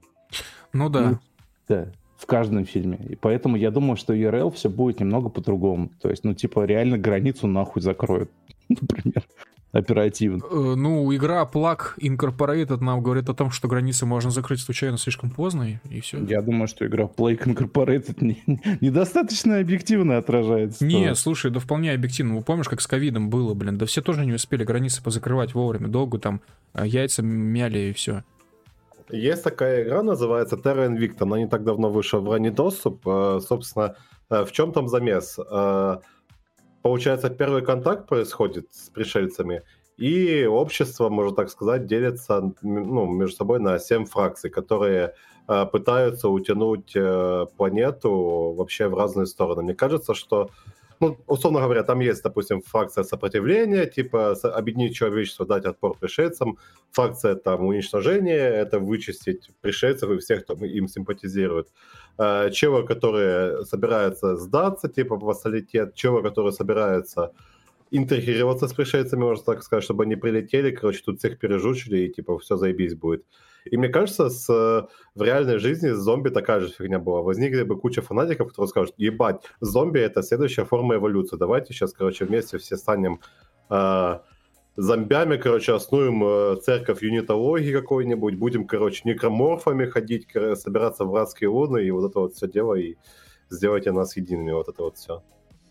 Speaker 2: Ну да.
Speaker 1: Ну, да, в каждом фильме. И поэтому я думаю, что ай ар эл все будет немного по-другому. То есть, ну, типа, реально границу нахуй закроют, например, оперативно.
Speaker 2: Э, ну, игра Plug Incorporated нам говорит о том, что границы можно закрыть случайно слишком поздно, и, и все.
Speaker 1: Я думаю, что игра Plug Incorporated не, недостаточно объективно отражает.
Speaker 2: Не, что... слушай, да вполне объективно. Вы помнишь, как с ковидом было, блин? Да все тоже не успели границы позакрывать вовремя. Долго там яйца мяли и все.
Speaker 3: Есть такая игра, называется Terra Invicta, она не так давно вышла в ранний доступ. Собственно, в чем там замес? Получается, первый контакт происходит с пришельцами, и общество, можно так сказать, делится ну, между собой на семь фракций, которые пытаются утянуть планету вообще в разные стороны. Мне кажется, что ну, условно говоря, там есть, допустим, фракция сопротивления, типа объединить человечество, дать отпор пришельцам. Фракция там уничтожения, это вычистить пришельцев и всех, кто им симпатизирует. Челы, которые собираются сдаться, типа вассалитет. Челы, которые собираются интегрироваться с пришельцами, можно так сказать, чтобы они прилетели, короче, тут всех пережучили, и типа все заебись будет. И мне кажется, с, в реальной жизни с зомби такая же фигня была. Возникли бы куча фанатиков, которые скажут, ебать, зомби — это следующая форма эволюции. Давайте сейчас, короче, вместе все станем э, зомбями, короче, основуем э, церковь юнитологии какой-нибудь, будем, короче, некроморфами ходить, короче, собираться в братские луны, и вот это вот все дело, и сделайте нас едиными, вот это вот все.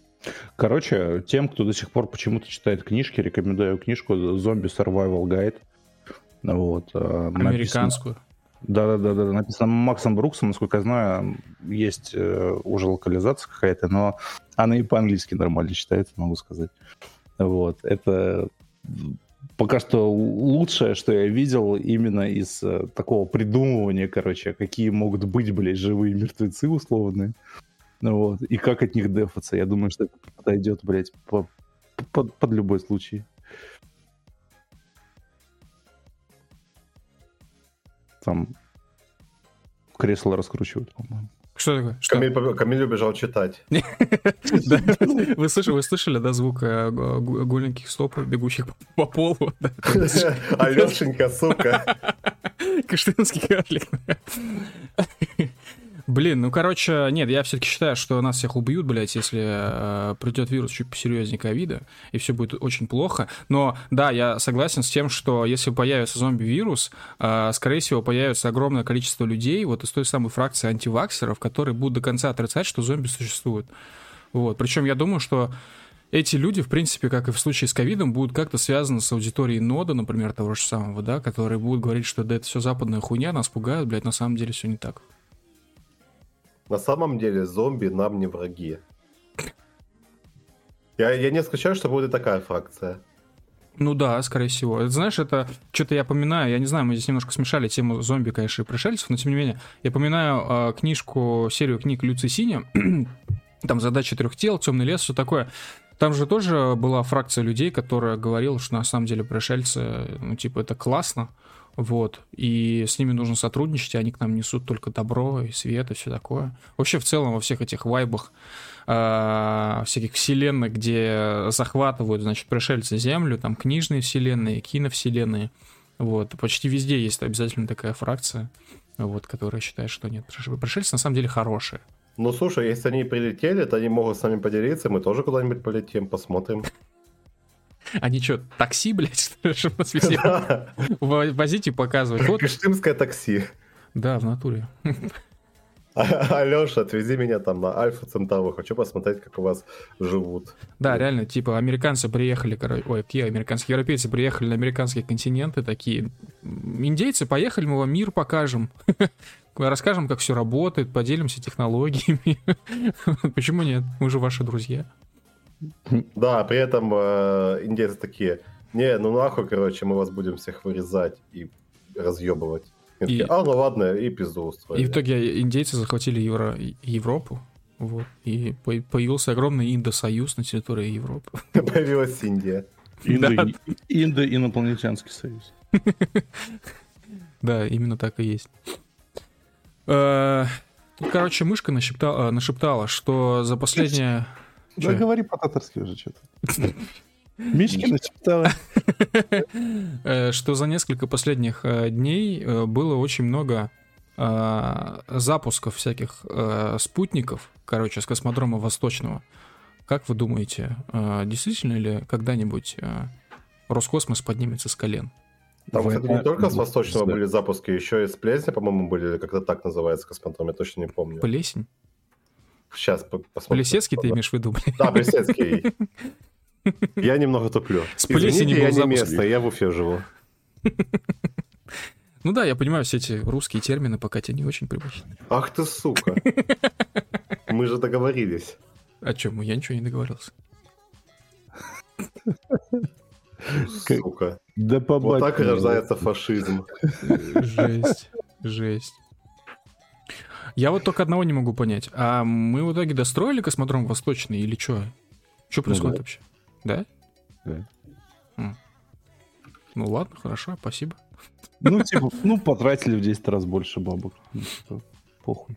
Speaker 1: Короче, тем, кто до сих пор почему-то читает книжки, рекомендую книжку «Zombie Survival Guide». Вот,
Speaker 2: американскую.
Speaker 1: Да-да-да, написано Максом Бруксом, насколько я знаю, есть э, уже локализация какая-то, но она и по-английски нормально читается, могу сказать. Вот, это пока что лучшее, что я видел именно из э, такого придумывания, короче, какие могут быть, блядь, живые мертвецы условные, вот, и как от них дефаться. Я думаю, что это подойдет, блядь, по, по, под любой случай. Там кресло раскручивают, по-моему.
Speaker 2: Что такое? Что?
Speaker 3: Камиль, Камиль убежал читать.
Speaker 2: Вы слышали, да, звук голеньких стоп, бегущих по полу?
Speaker 3: Алешенька, сука.
Speaker 2: Каштанский карлик. Блин, ну, короче, нет, я все-таки считаю, что нас всех убьют, блядь, если э, придет вирус чуть посерьезнее ковида, и все будет очень плохо. Но, да, я согласен с тем, что если появится зомби-вирус, э, скорее всего, появится огромное количество людей, вот из той самой фракции антиваксеров, которые будут до конца отрицать, что зомби существуют. Вот, причем я думаю, что эти люди, в принципе, как и в случае с ковидом, будут как-то связаны с аудиторией нода, например, того же самого, да, которые будут говорить, что да, это все западная хуйня, нас пугают, блядь, на самом деле все не так.
Speaker 3: На самом деле зомби нам не враги. Я, я не исключаю, что будет и такая фракция.
Speaker 2: Ну да, скорее всего. Это, знаешь, это что-то я поминаю, я не знаю, мы здесь немножко смешали тему зомби, конечно, и пришельцев, но тем не менее, я поминаю э, книжку, серию книг Люци Синя, там «Задача трех тел», «Темный лес», все такое. Там же тоже была фракция людей, которая говорила, что на самом деле пришельцы, ну типа, это классно. Вот, и с ними нужно сотрудничать, и они к нам несут только добро и свет и все такое. Вообще, в целом, во всех этих вайбах, э, всяких вселенных, где захватывают, значит, пришельцы Землю, там книжные вселенные, киновселенные, вот, почти везде есть обязательно такая фракция, вот, которая считает, что нет, пришельцы на самом деле хорошие.
Speaker 3: Ну, слушай, если они прилетели, то они могут с нами поделиться, мы тоже куда-нибудь полетим, посмотрим.
Speaker 2: Они что, такси, блядь, что ли, чтобы нас везде возить и показывать? Вот.
Speaker 3: Кыштымское такси.
Speaker 2: Да, в натуре.
Speaker 3: Алеша, отвези меня там на Альфа Центавру, хочу посмотреть, как у вас живут.
Speaker 2: Да, реально, типа, американцы приехали, короче, ой, какие американские, европейцы приехали на американские континенты, такие, индейцы, поехали, мы вам мир покажем. расскажем, как все работает, поделимся технологиями. Почему нет? Мы же ваши друзья.
Speaker 3: Да, при этом э, индейцы такие, не, ну нахуй, короче, мы вас будем всех вырезать и разъебывать. И, и такие, а, ну ладно, и пизду устроили.
Speaker 2: И в итоге индейцы захватили Евро... Европу, вот, и появился огромный Индосоюз на территории Европы.
Speaker 3: Появилась Индия.
Speaker 1: Индо-инопланетянский союз.
Speaker 2: Да, именно так и есть. Тут, короче, мышка нашептала, нашептала, что за последнее...
Speaker 1: Да говори по-татарски уже что-то. Мишки нашептала.
Speaker 2: Что за несколько последних дней было очень много запусков всяких спутников, короче, с космодрома Восточного. Как вы думаете, действительно ли когда-нибудь Роскосмос поднимется с колен?
Speaker 3: Там, кстати, не только с Восточного были запуски, еще и с Плесня, по-моему, были, как-то так называется космодром, я точно не помню.
Speaker 2: Плесень?
Speaker 3: Сейчас посмотрим.
Speaker 2: Плесецкий ты имеешь в виду, блин?
Speaker 3: Да, Плесецкий. Я немного туплю.
Speaker 2: С Плесени был
Speaker 3: я не
Speaker 2: запуск.
Speaker 3: место, я в Уфе живу.
Speaker 2: Ну да, я понимаю все эти русские термины, пока тебе не очень привычны.
Speaker 3: Ах ты, сука. Мы же договорились.
Speaker 2: О чем? Я ничего не договорился.
Speaker 3: Сука.
Speaker 1: Да
Speaker 3: вот так и рождается фашизм.
Speaker 2: Жесть, жесть. Я вот только одного не могу понять. А мы в итоге достроили космодром Восточный или что? Что происходит ну, да. вообще? Да?
Speaker 1: Да.
Speaker 2: М. Ну ладно, хорошо, спасибо.
Speaker 1: Ну, типа, ну, потратили в десять раз больше бабок. Похуй.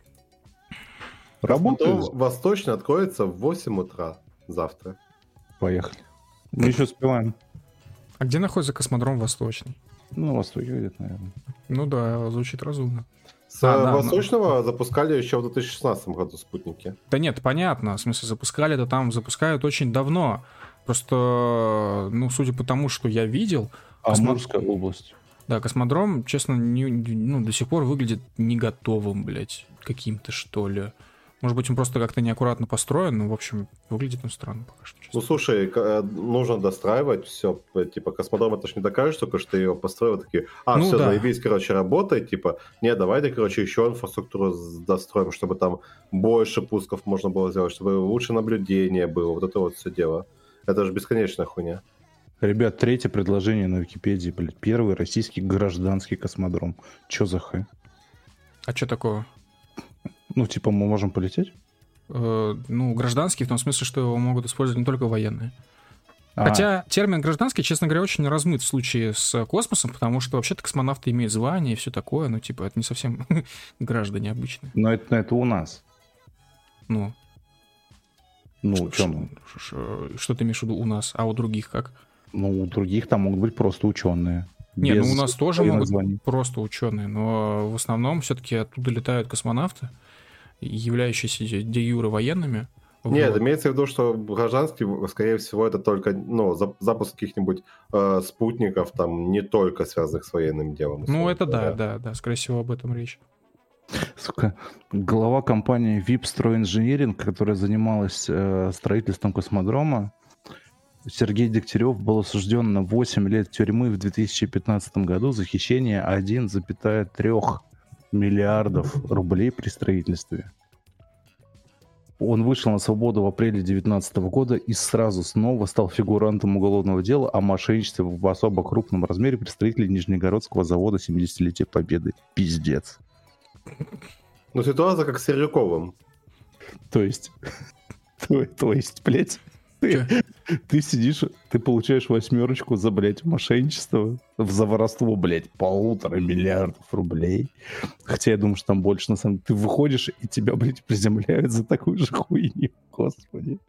Speaker 3: Работает. Восточный откроется в восемь утра завтра.
Speaker 1: Поехали. Мы еще успеваем.
Speaker 2: А где находится космодром Восточный?
Speaker 1: Ну, на востоке где-то, наверное.
Speaker 2: Ну да, звучит разумно.
Speaker 3: С а, да, Восточного но... запускали еще в две тысячи шестнадцатом году спутники.
Speaker 2: Да нет, понятно. В смысле, запускали-то там, запускают очень давно. Просто, ну, судя по тому, что я видел...
Speaker 1: Амурская космо... область.
Speaker 2: Да, космодром, честно, не, ну, до сих пор выглядит не готовым, блядь, каким-то, что ли. Может быть, он просто как-то неаккуратно построен, но, в общем, выглядит он странно пока что.
Speaker 3: Честно. Ну, слушай, нужно достраивать все. Типа, космодром это ж не такая штука, что ты его построил, такие, а, ну, все, да. заебись, короче, работает, типа, не, давайте, короче, еще инфраструктуру достроим, чтобы там больше пусков можно было сделать, чтобы лучше наблюдение было, вот это вот все дело. Это же бесконечная хуйня.
Speaker 1: Ребят, третье предложение на Википедии, блядь, первый российский гражданский космодром. Чё за хэ?
Speaker 2: А чё такого?
Speaker 1: Ну, типа, мы можем полететь?
Speaker 2: Э, ну, гражданский в том смысле, что его могут использовать не только военные. А. Хотя термин гражданский, честно говоря, очень размыт в случае с космосом, потому что вообще-то космонавты имеют звание и все такое, ну, типа, это не совсем граждане обычные.
Speaker 1: Но это, это у нас.
Speaker 2: Ну.
Speaker 1: Ну,
Speaker 2: что, что, что ты имеешь в виду у нас, а у других как?
Speaker 1: Ну, у других там могут быть просто ученые.
Speaker 2: Не, ну у нас тоже могут быть просто ученые, но в основном все-таки оттуда летают космонавты, являющиеся де-юре военными.
Speaker 3: Нет, вот. Имеется в виду, что гражданский, скорее всего, это только ну, запуск каких-нибудь э, спутников, там, не только связанных с военным делом.
Speaker 2: Ну, это да, да, да, скорее всего, об этом речь.
Speaker 1: Сука, глава компании Випстройинжиниринг, которая занималась э, строительством космодрома, Сергей Дегтярев был осужден на восемь лет тюрьмы в две тысячи пятнадцатом году за хищение один целых три миллиардов рублей при строительстве. Он вышел на свободу в апреле две тысячи девятнадцатого года и сразу снова стал фигурантом уголовного дела о мошенничестве в особо крупном размере при строительстве Нижнегородского завода семидесятилетия Победы. Пиздец.
Speaker 3: Ну, ситуация как с Сердюковым.
Speaker 1: То есть, то, то есть, блядь, ты, ты сидишь, ты получаешь восьмерочку за, блядь, мошенничество, за воровство, блядь, полутора миллиардов рублей. Хотя я думаю, что там больше, на самом деле. Ты выходишь, и тебя, блядь, приземляют за такую же хуйню. Господи.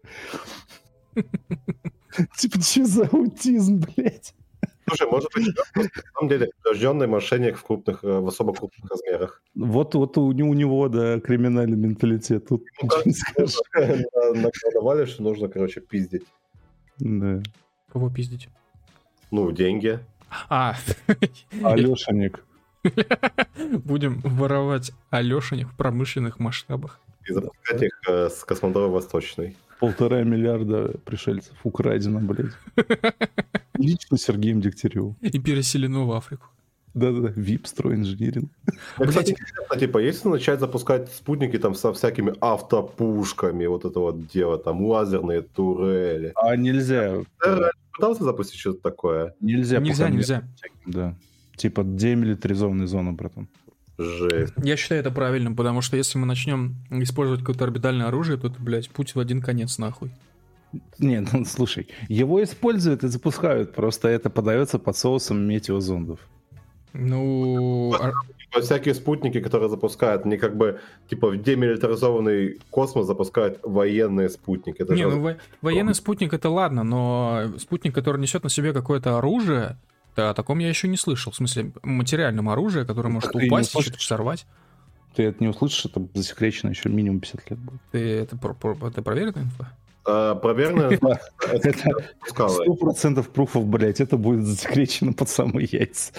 Speaker 1: Типа, что за аутизм, блядь?
Speaker 3: Слушай, может быть, на самом деле рожденный мошенник в крупных, в особо крупных размерах.
Speaker 1: Вот, вот у, у него, да, криминальный менталитет. Тут
Speaker 3: ну,
Speaker 1: ничего не скажешь.
Speaker 3: Накладывали, что нужно, короче, пиздить.
Speaker 1: Да.
Speaker 2: Кого пиздить?
Speaker 3: Ну, деньги.
Speaker 2: А.
Speaker 1: Алешенек.
Speaker 2: Будем воровать Алешенек в промышленных масштабах.
Speaker 3: И запускать их э, с космодрома Восточный.
Speaker 1: Полтора миллиарда пришельцев украдено, блядь. Лично Сергеем Дегтяревым.
Speaker 2: И переселено в Африку.
Speaker 1: Да-да, вип-стройинжиниринг.
Speaker 3: Кстати, типа, если начать запускать спутники там со всякими автопушками, вот это вот дело, там лазерные турели.
Speaker 1: А нельзя.
Speaker 3: Ты пытался запустить что-то такое?
Speaker 1: Нельзя.
Speaker 2: Нельзя, нельзя.
Speaker 1: Да. Типа демилитаризованная зона, братан.
Speaker 3: Жесть.
Speaker 2: Я считаю это правильным, потому что если мы начнем использовать какое-то орбитальное оружие, то это, блядь, путь в один конец нахуй.
Speaker 1: Нет, ну слушай, его используют и запускают, просто это подается под соусом метеозондов.
Speaker 2: Ну...
Speaker 3: Типа, всякие спутники, которые запускают, они как бы, типа, в демилитаризованный космос запускают военные спутники. Это
Speaker 2: Не,
Speaker 3: же...
Speaker 2: ну во- военный спутник это ладно, но спутник, который несет на себе какое-то оружие, да, о таком я еще не слышал. В смысле, материальном оружии, которое может
Speaker 1: ты не
Speaker 2: упасть и
Speaker 1: услышишь.
Speaker 2: что-то взорвать.
Speaker 1: Ты это не услышишь, это засекречено еще минимум пятьдесят лет будет.
Speaker 2: Ты это, про- про- это проверенная инфа?
Speaker 3: А, проверенные...
Speaker 1: Это сто процентов пруфов, блядь, это будет засекречено под самые яйца.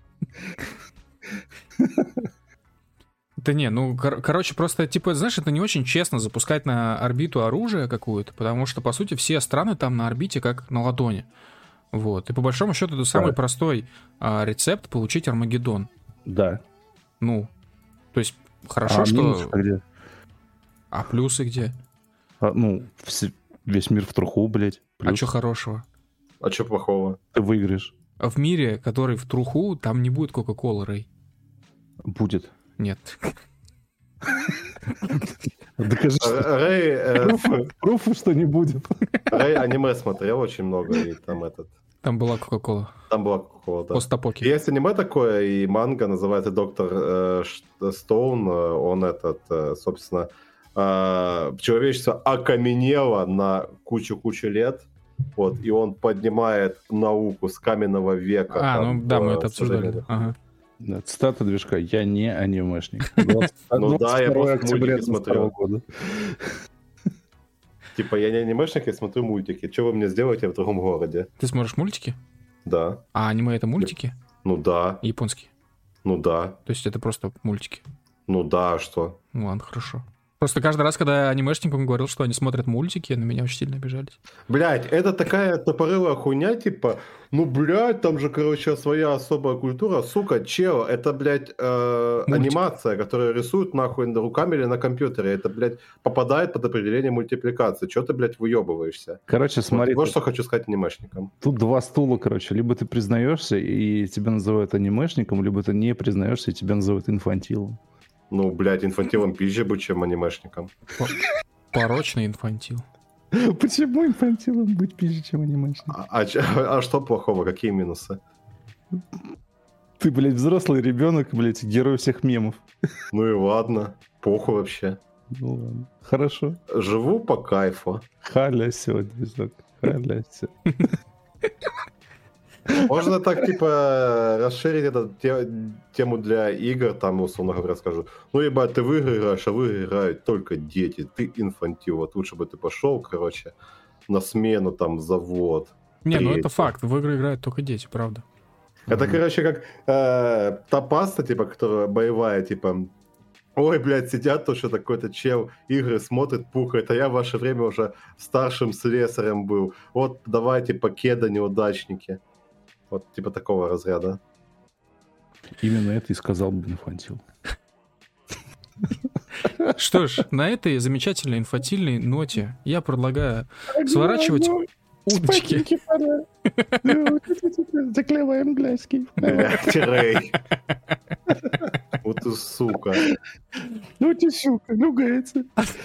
Speaker 2: Да не, ну, кор- короче, просто, типа, знаешь, это не очень честно запускать на орбиту оружие какое-то, потому что, по сути, все страны там на орбите как на ладони. Вот. И по большому счету это самый
Speaker 1: Да.
Speaker 2: простой а, рецепт получить Армагеддон.
Speaker 1: Да.
Speaker 2: Ну, то есть, хорошо,
Speaker 1: А
Speaker 2: что...
Speaker 1: минус-то где?
Speaker 2: А плюсы где?
Speaker 1: А, ну, все- весь мир в труху, блядь.
Speaker 2: А
Speaker 1: Плюс
Speaker 2: что хорошего?
Speaker 3: А что плохого?
Speaker 1: ты выиграешь.
Speaker 2: А в мире, который в труху, там не будет Кока-Колы, Рэй.
Speaker 1: Будет.
Speaker 2: Нет.
Speaker 1: Докажи, что
Speaker 3: Рэй, э,
Speaker 1: пруфы, пруфы, что не будет.
Speaker 3: Рэй аниме смотрел очень много, и там этот...
Speaker 2: Там была Кока-Кола.
Speaker 3: Там была какого-то...
Speaker 2: Постапоки.
Speaker 3: Есть аниме такое, и манга называется «Доктор э, Ш- Стоун». э, Он этот, э, собственно, э, человечество окаменело на кучу-кучу лет, вот, и он поднимает науку с каменного века.
Speaker 2: А,
Speaker 3: там,
Speaker 2: ну да, мы
Speaker 3: э,
Speaker 2: это обсуждали.
Speaker 3: современных.
Speaker 2: Ага.
Speaker 1: Да, цитата движка. Я не анимешник.
Speaker 3: Ну да, я просто
Speaker 1: октября
Speaker 3: мультики смотрю.
Speaker 1: двадцать второго года.
Speaker 3: Типа, я не анимешник, я смотрю мультики. Что вы мне сделаете в другом городе?
Speaker 2: Ты смотришь мультики?
Speaker 3: Да.
Speaker 2: А аниме это мультики?
Speaker 3: Ну да.
Speaker 2: Японские?
Speaker 3: Ну да.
Speaker 2: То есть это просто мультики?
Speaker 3: Ну да, а что?
Speaker 2: Ну ладно, хорошо. Просто каждый раз, когда анимешникам говорил, что они смотрят мультики, на меня очень сильно обижались.
Speaker 3: Блять, это такая тупорылая хуйня, типа, ну, блядь, там же, короче, своя особая культура. Сука, чел, это, блядь, э,
Speaker 2: Мультик.
Speaker 3: анимация, которую рисуют нахуй руками или на компьютере. Это, блядь, попадает под определение мультипликации. Чего ты, блядь, выебываешься?
Speaker 1: Короче, смотри,
Speaker 3: Вот, вот
Speaker 1: тут,
Speaker 3: что хочу сказать анимешникам.
Speaker 1: тут два стула, короче. Либо ты признаешься, и тебя называют анимешником, либо ты не признаешься, и тебя называют инфантилом.
Speaker 3: Ну, блядь, инфантилом пизже быть, чем анимешником.
Speaker 2: Порочный инфантил.
Speaker 1: Почему инфантилом быть пизже, чем анимешник?
Speaker 3: А, а ч- а что плохого? Какие минусы?
Speaker 1: Ты, блядь, взрослый ребенок, блядь, герой всех мемов.
Speaker 3: Ну и ладно, похуй вообще.
Speaker 1: Ну ладно. Хорошо.
Speaker 3: Живу по кайфу.
Speaker 1: Халясё, движок. Халясё.
Speaker 3: Можно так, типа, расширить эту те- тему для игр, там, условно говоря, скажу. Ну, ебать, ты в игры играешь, а в игры играют только дети. Ты инфантил. Вот лучше бы ты пошел, короче, на смену, там, в завод.
Speaker 2: Не, ну
Speaker 3: Третье.
Speaker 2: это факт. В игры играют только дети, правда.
Speaker 3: Это, короче, как э, та паста, типа, которая боевая, типа, ой, блядь, сидят, то, что какой-то чел игры смотрит, пухает, а я в ваше время уже старшим слесарем был. Вот, давайте, покеда, неудачники. Вот, типа, такого разряда.
Speaker 1: Именно это и сказал бы инфантил.
Speaker 2: Что ж, на этой замечательной инфантильной ноте я предлагаю сворачивать удочки.
Speaker 1: Заклеваем глазки.
Speaker 3: Блядь, Рэй. Вот ты сука.
Speaker 1: Ну ты, сука, ругается.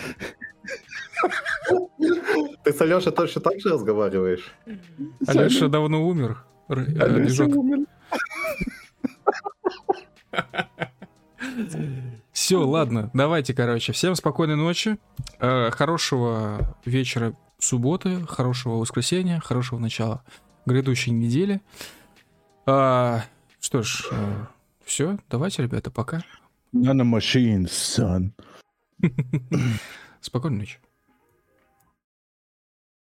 Speaker 3: Ты с Алешей точно так же разговариваешь?
Speaker 2: Алеша давно умер. Р- э,
Speaker 1: Алеша
Speaker 2: Движок.
Speaker 1: умер.
Speaker 2: Все, ладно, давайте, короче. Всем спокойной ночи, э, хорошего вечера субботы, хорошего воскресенья, хорошего начала грядущей недели. А, что ж, все, давайте, ребята, пока.
Speaker 1: Nanomachines, son.
Speaker 2: Спокойной ночи.